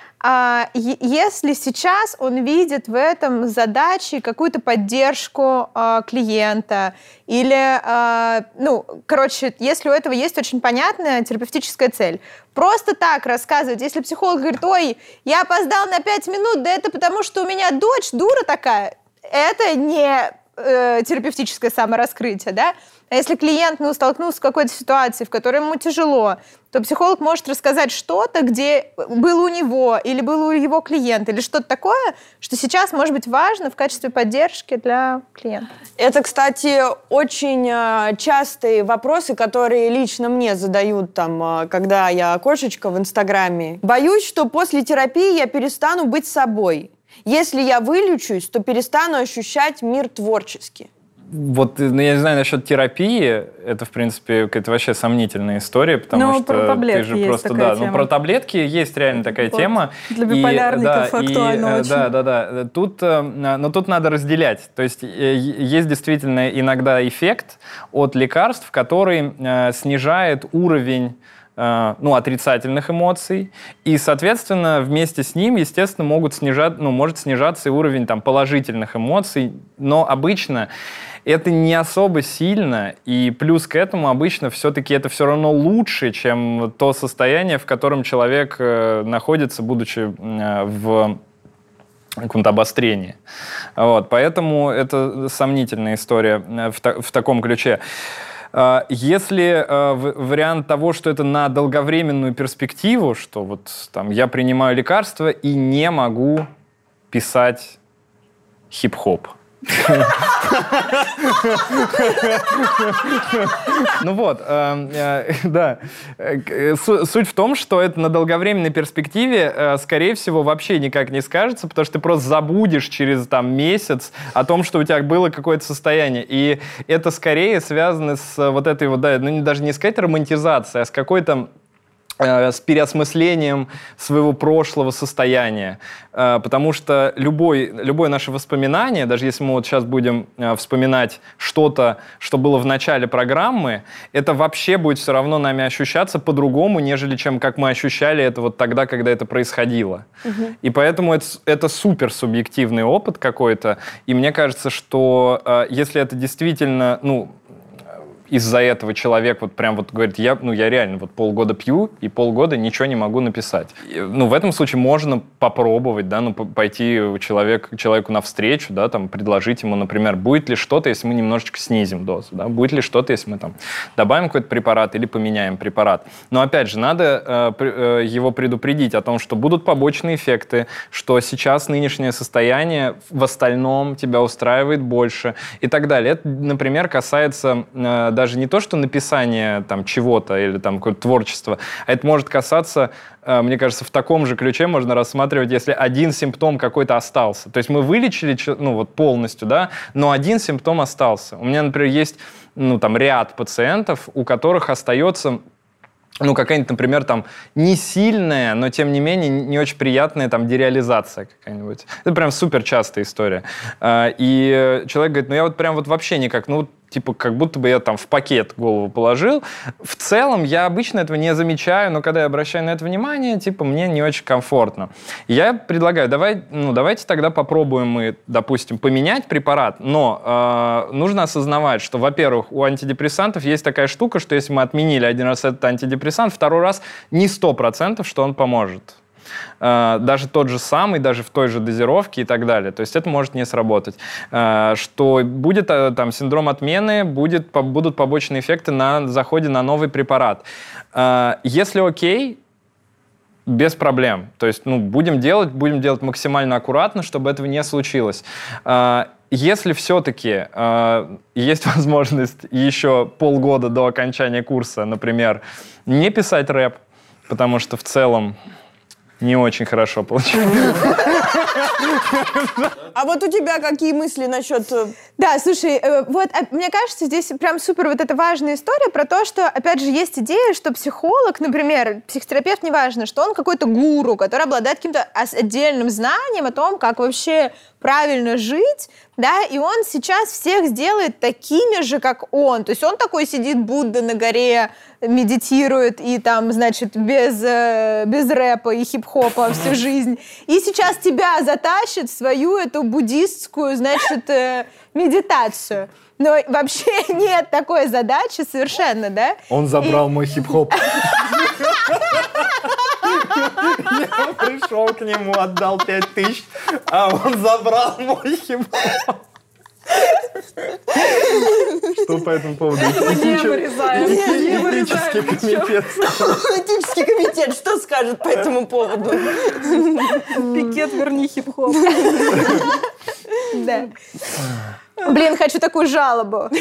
а, е- если сейчас он видит в этом задаче какую-то поддержку а, клиента или, а, ну, короче, если у этого есть очень понятная терапевтическая цель. Просто так рассказывать, если психолог говорит: ой, я опоздал на пять минут, да это потому, что у меня дочь дура такая, это не э, терапевтическое самораскрытие, да? А если клиент, ну, столкнулся с какой-то ситуацией, в которой ему тяжело, то психолог может рассказать что-то, где было у него или было у его клиента, или что-то такое, что сейчас может быть важно в качестве поддержки для клиента. Это, кстати, очень э, частые вопросы, которые лично мне задают, там, э, когда я кошечка в Инстаграме. Боюсь, что после терапии я перестану быть собой. Если я вылечусь, то перестану ощущать мир творчески. Вот, ну, я не знаю, насчет терапии, это, в принципе, какая-то вообще сомнительная история, потому Ну, что про таблетки ты же есть просто, такая да, тема. ну, про таблетки есть реально такая Вот. тема. Для И, биполярников да, и, актуально э, очень. Да, да, да. Тут, э, но тут надо разделять. То есть э, есть действительно иногда эффект от лекарств, который э, снижает уровень э, ну, отрицательных эмоций, и, соответственно, вместе с ним, естественно, могут снижать, ну, может снижаться и уровень там, положительных эмоций, но обычно это не особо сильно, и плюс к этому обычно все-таки это все равно лучше, чем то состояние, в котором человек э, находится, будучи э, в каком-то обострении. Вот, поэтому это сомнительная история э, в, та- в таком ключе. Если вариант того, что это на долговременную перспективу, что вот там я принимаю лекарства и не могу писать хип-хоп. Ну вот, да. Суть в том, что это на долговременной перспективе, скорее всего, вообще никак не скажется, потому что ты просто забудешь через там месяц о том, что у тебя было какое-то состояние. И это скорее связано с вот этой вот, да, ну даже не сказать романтизацией, а с какой-то с переосмыслением своего прошлого состояния. Потому что любой, любое наше воспоминание, даже если мы вот сейчас будем вспоминать что-то, что было в начале программы, это вообще будет все равно нами ощущаться по-другому, нежели чем как мы ощущали это вот тогда, когда это происходило. Угу. И поэтому это, это супер субъективный опыт какой-то. И мне кажется, что если это действительно, ну, из-за этого человек вот прям вот говорит, я, ну, я реально вот полгода пью и полгода ничего не могу написать. И, ну, в этом случае можно попробовать, да, ну, пойти человек, человеку навстречу, да, там, предложить ему, например, будет ли что-то, если мы немножечко снизим дозу, да, будет ли что-то, если мы там добавим какой-то препарат или поменяем препарат. Но, опять же, надо э, его предупредить о том, что будут побочные эффекты, что сейчас нынешнее состояние в остальном тебя устраивает больше и так далее. Это, например, касается э, даже не то, что написание там чего-то или там какое-то творчество, а это может касаться, мне кажется, в таком же ключе можно рассматривать, если один симптом какой-то остался. То есть мы вылечили, ну вот полностью, да, но один симптом остался. У меня, например, есть, ну там ряд пациентов, у которых остается, ну, какая-нибудь, например, там, не сильная, но, тем не менее, не очень приятная там дереализация какая-нибудь. Это прям супер частая история. И человек говорит, ну, я вот прям вот вообще никак, ну, типа, как будто бы я там в пакет голову положил. В целом, я обычно этого не замечаю, но когда я обращаю на это внимание, типа, мне не очень комфортно. И я предлагаю, давай, ну, давайте тогда попробуем мы, допустим, поменять препарат, но э, нужно осознавать, что, во-первых, у антидепрессантов есть такая штука, что если мы отменили один раз этот антидепрессант, второй раз не сто процентов, что он поможет. Даже тот же самый, даже в той же дозировке и так далее. То есть это может не сработать. Что будет там синдром отмены, будет, будут побочные эффекты на заходе на новый препарат. Если окей, без проблем. То есть, ну, будем делать, будем делать максимально аккуратно, чтобы этого не случилось. Если все-таки э, есть возможность еще полгода до окончания курса, например, не писать рэп, потому что в целом не очень хорошо получилось. А вот у тебя какие мысли насчет... Да, слушай, вот мне кажется, здесь прям супер вот эта важная история про то, что, опять же, есть идея, что психолог, например, психотерапевт, неважно, что он какой-то гуру, который обладает каким-то отдельным знанием о том, как вообще правильно жить, да, и он сейчас всех сделает такими же, как он. То есть он такой сидит, Будда на горе, медитирует и там, значит, без, без рэпа и хип-хопа всю жизнь. И сейчас тебя затащит в свою эту буддистскую, значит, медитацию. Но вообще нет такой задачи совершенно, да? Он забрал и... мой хип-хоп. Я пришел к нему, отдал пять тысяч, а он забрал мой хип-хоп. Что по этому поводу? Этого не вырезаем. Не вырезаем. Этический комитет что скажет по этому поводу? Пикет, верни хип-хоп. Да. Блин, хочу такую жалобу.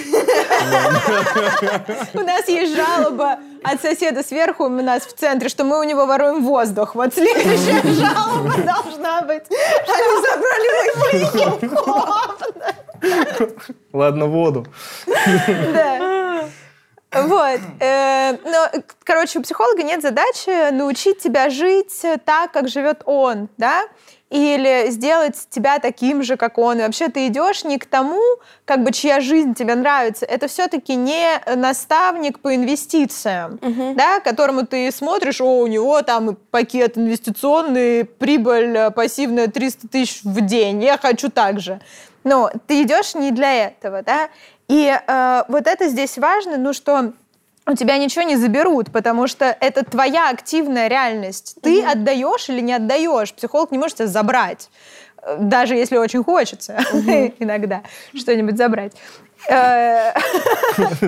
У нас есть жалоба от соседа сверху у нас в центре, что мы у него воруем воздух. Вот следующая жалоба должна быть. Они забрали мой хип-хоп. Ладно, воду. Да. Вот. Но, короче, у психолога нет задачи научить тебя жить так, как живет он, да? Или сделать тебя таким же, как он. И вообще ты идешь не к тому, как бы, чья жизнь тебе нравится. Это все-таки не наставник по инвестициям, uh-huh. да, которому ты смотришь, о, у него там пакет инвестиционный, прибыль пассивная триста тысяч в день, я хочу так же. Но ты идешь не для этого, да. И э, вот это здесь важно, ну что... у тебя ничего не заберут, потому что это твоя активная реальность. Ты mm-hmm. отдаешь или не отдаешь. Психолог не может тебя забрать, даже если очень хочется mm-hmm. иногда что-нибудь забрать.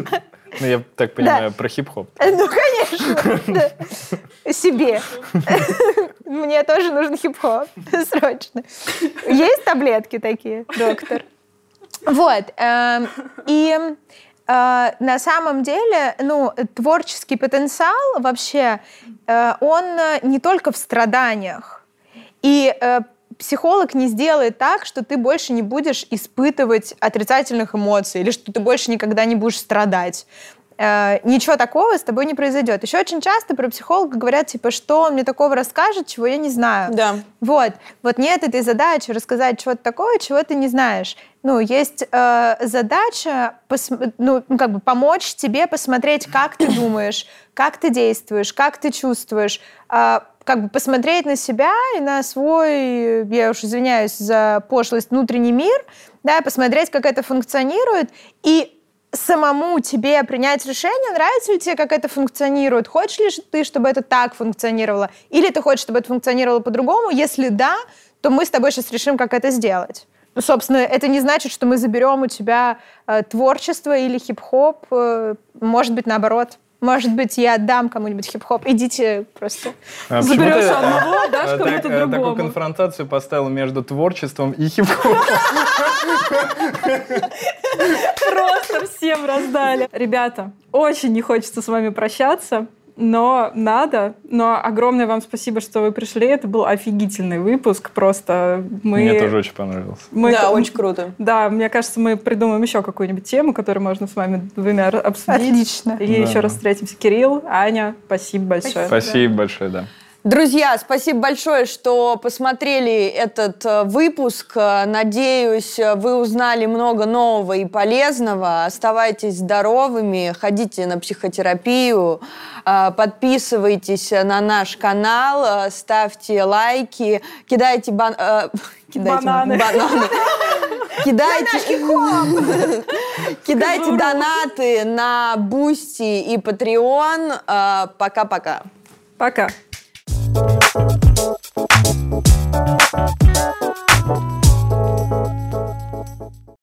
Ну, я так понимаю, про хип-хоп. Ну, конечно. Себе. Мне тоже нужен хип-хоп. Срочно. Есть таблетки такие, доктор? Вот. И на самом деле, ну, творческий потенциал вообще, он не только в страданиях. И психолог не сделает так, что ты больше не будешь испытывать отрицательных эмоций или что ты больше никогда не будешь страдать. Э, ничего такого с тобой не произойдет. Еще очень часто про психолога говорят, типа, что он мне такого расскажет, чего я не знаю. Да. Вот. Вот нет этой задачи рассказать что-то такое, чего ты не знаешь. Ну, есть э, задача пос- ну, как бы помочь тебе посмотреть, как ты думаешь, как ты действуешь, как ты чувствуешь, э, как бы посмотреть на себя и на свой, я уж извиняюсь за пошлость, внутренний мир, да, посмотреть, как это функционирует, и самому тебе принять решение, нравится ли тебе, как это функционирует, хочешь ли ты, чтобы это так функционировало, или ты хочешь, чтобы это функционировало по-другому. Если да, то мы с тобой сейчас решим, как это сделать. Ну, собственно, это не значит, что мы заберем у тебя э, творчество или хип-хоп, э, может быть, наоборот. Может быть, я отдам кому-нибудь хип-хоп. Идите просто. А заберешь одного, дашь кому-то другому. Такую конфронтацию поставил между творчеством и хип-хопом. Просто всем раздали. Ребята, очень не хочется с вами прощаться, но надо. Но огромное вам спасибо, что вы пришли. Это был офигительный выпуск. Просто мы... Мне тоже очень понравился. Мы... Да, очень круто. Да, мне кажется, мы придумаем еще какую-нибудь тему, которую можно с вами двумя обсудить. Отлично. И Да. еще раз встретимся. Кирилл, Аня, спасибо большое. Спасибо большое, да. Друзья, спасибо большое, что посмотрели этот э, выпуск. Э, Надеюсь, э, вы узнали много нового и полезного. Оставайтесь здоровыми, ходите на психотерапию, э, подписывайтесь на наш канал, э, ставьте лайки, кидайте бан- э, кидайте Бананы. бананы. Кидайте, кидайте донаты на Бусти и Patreon. Э, Пока-пока. Пока.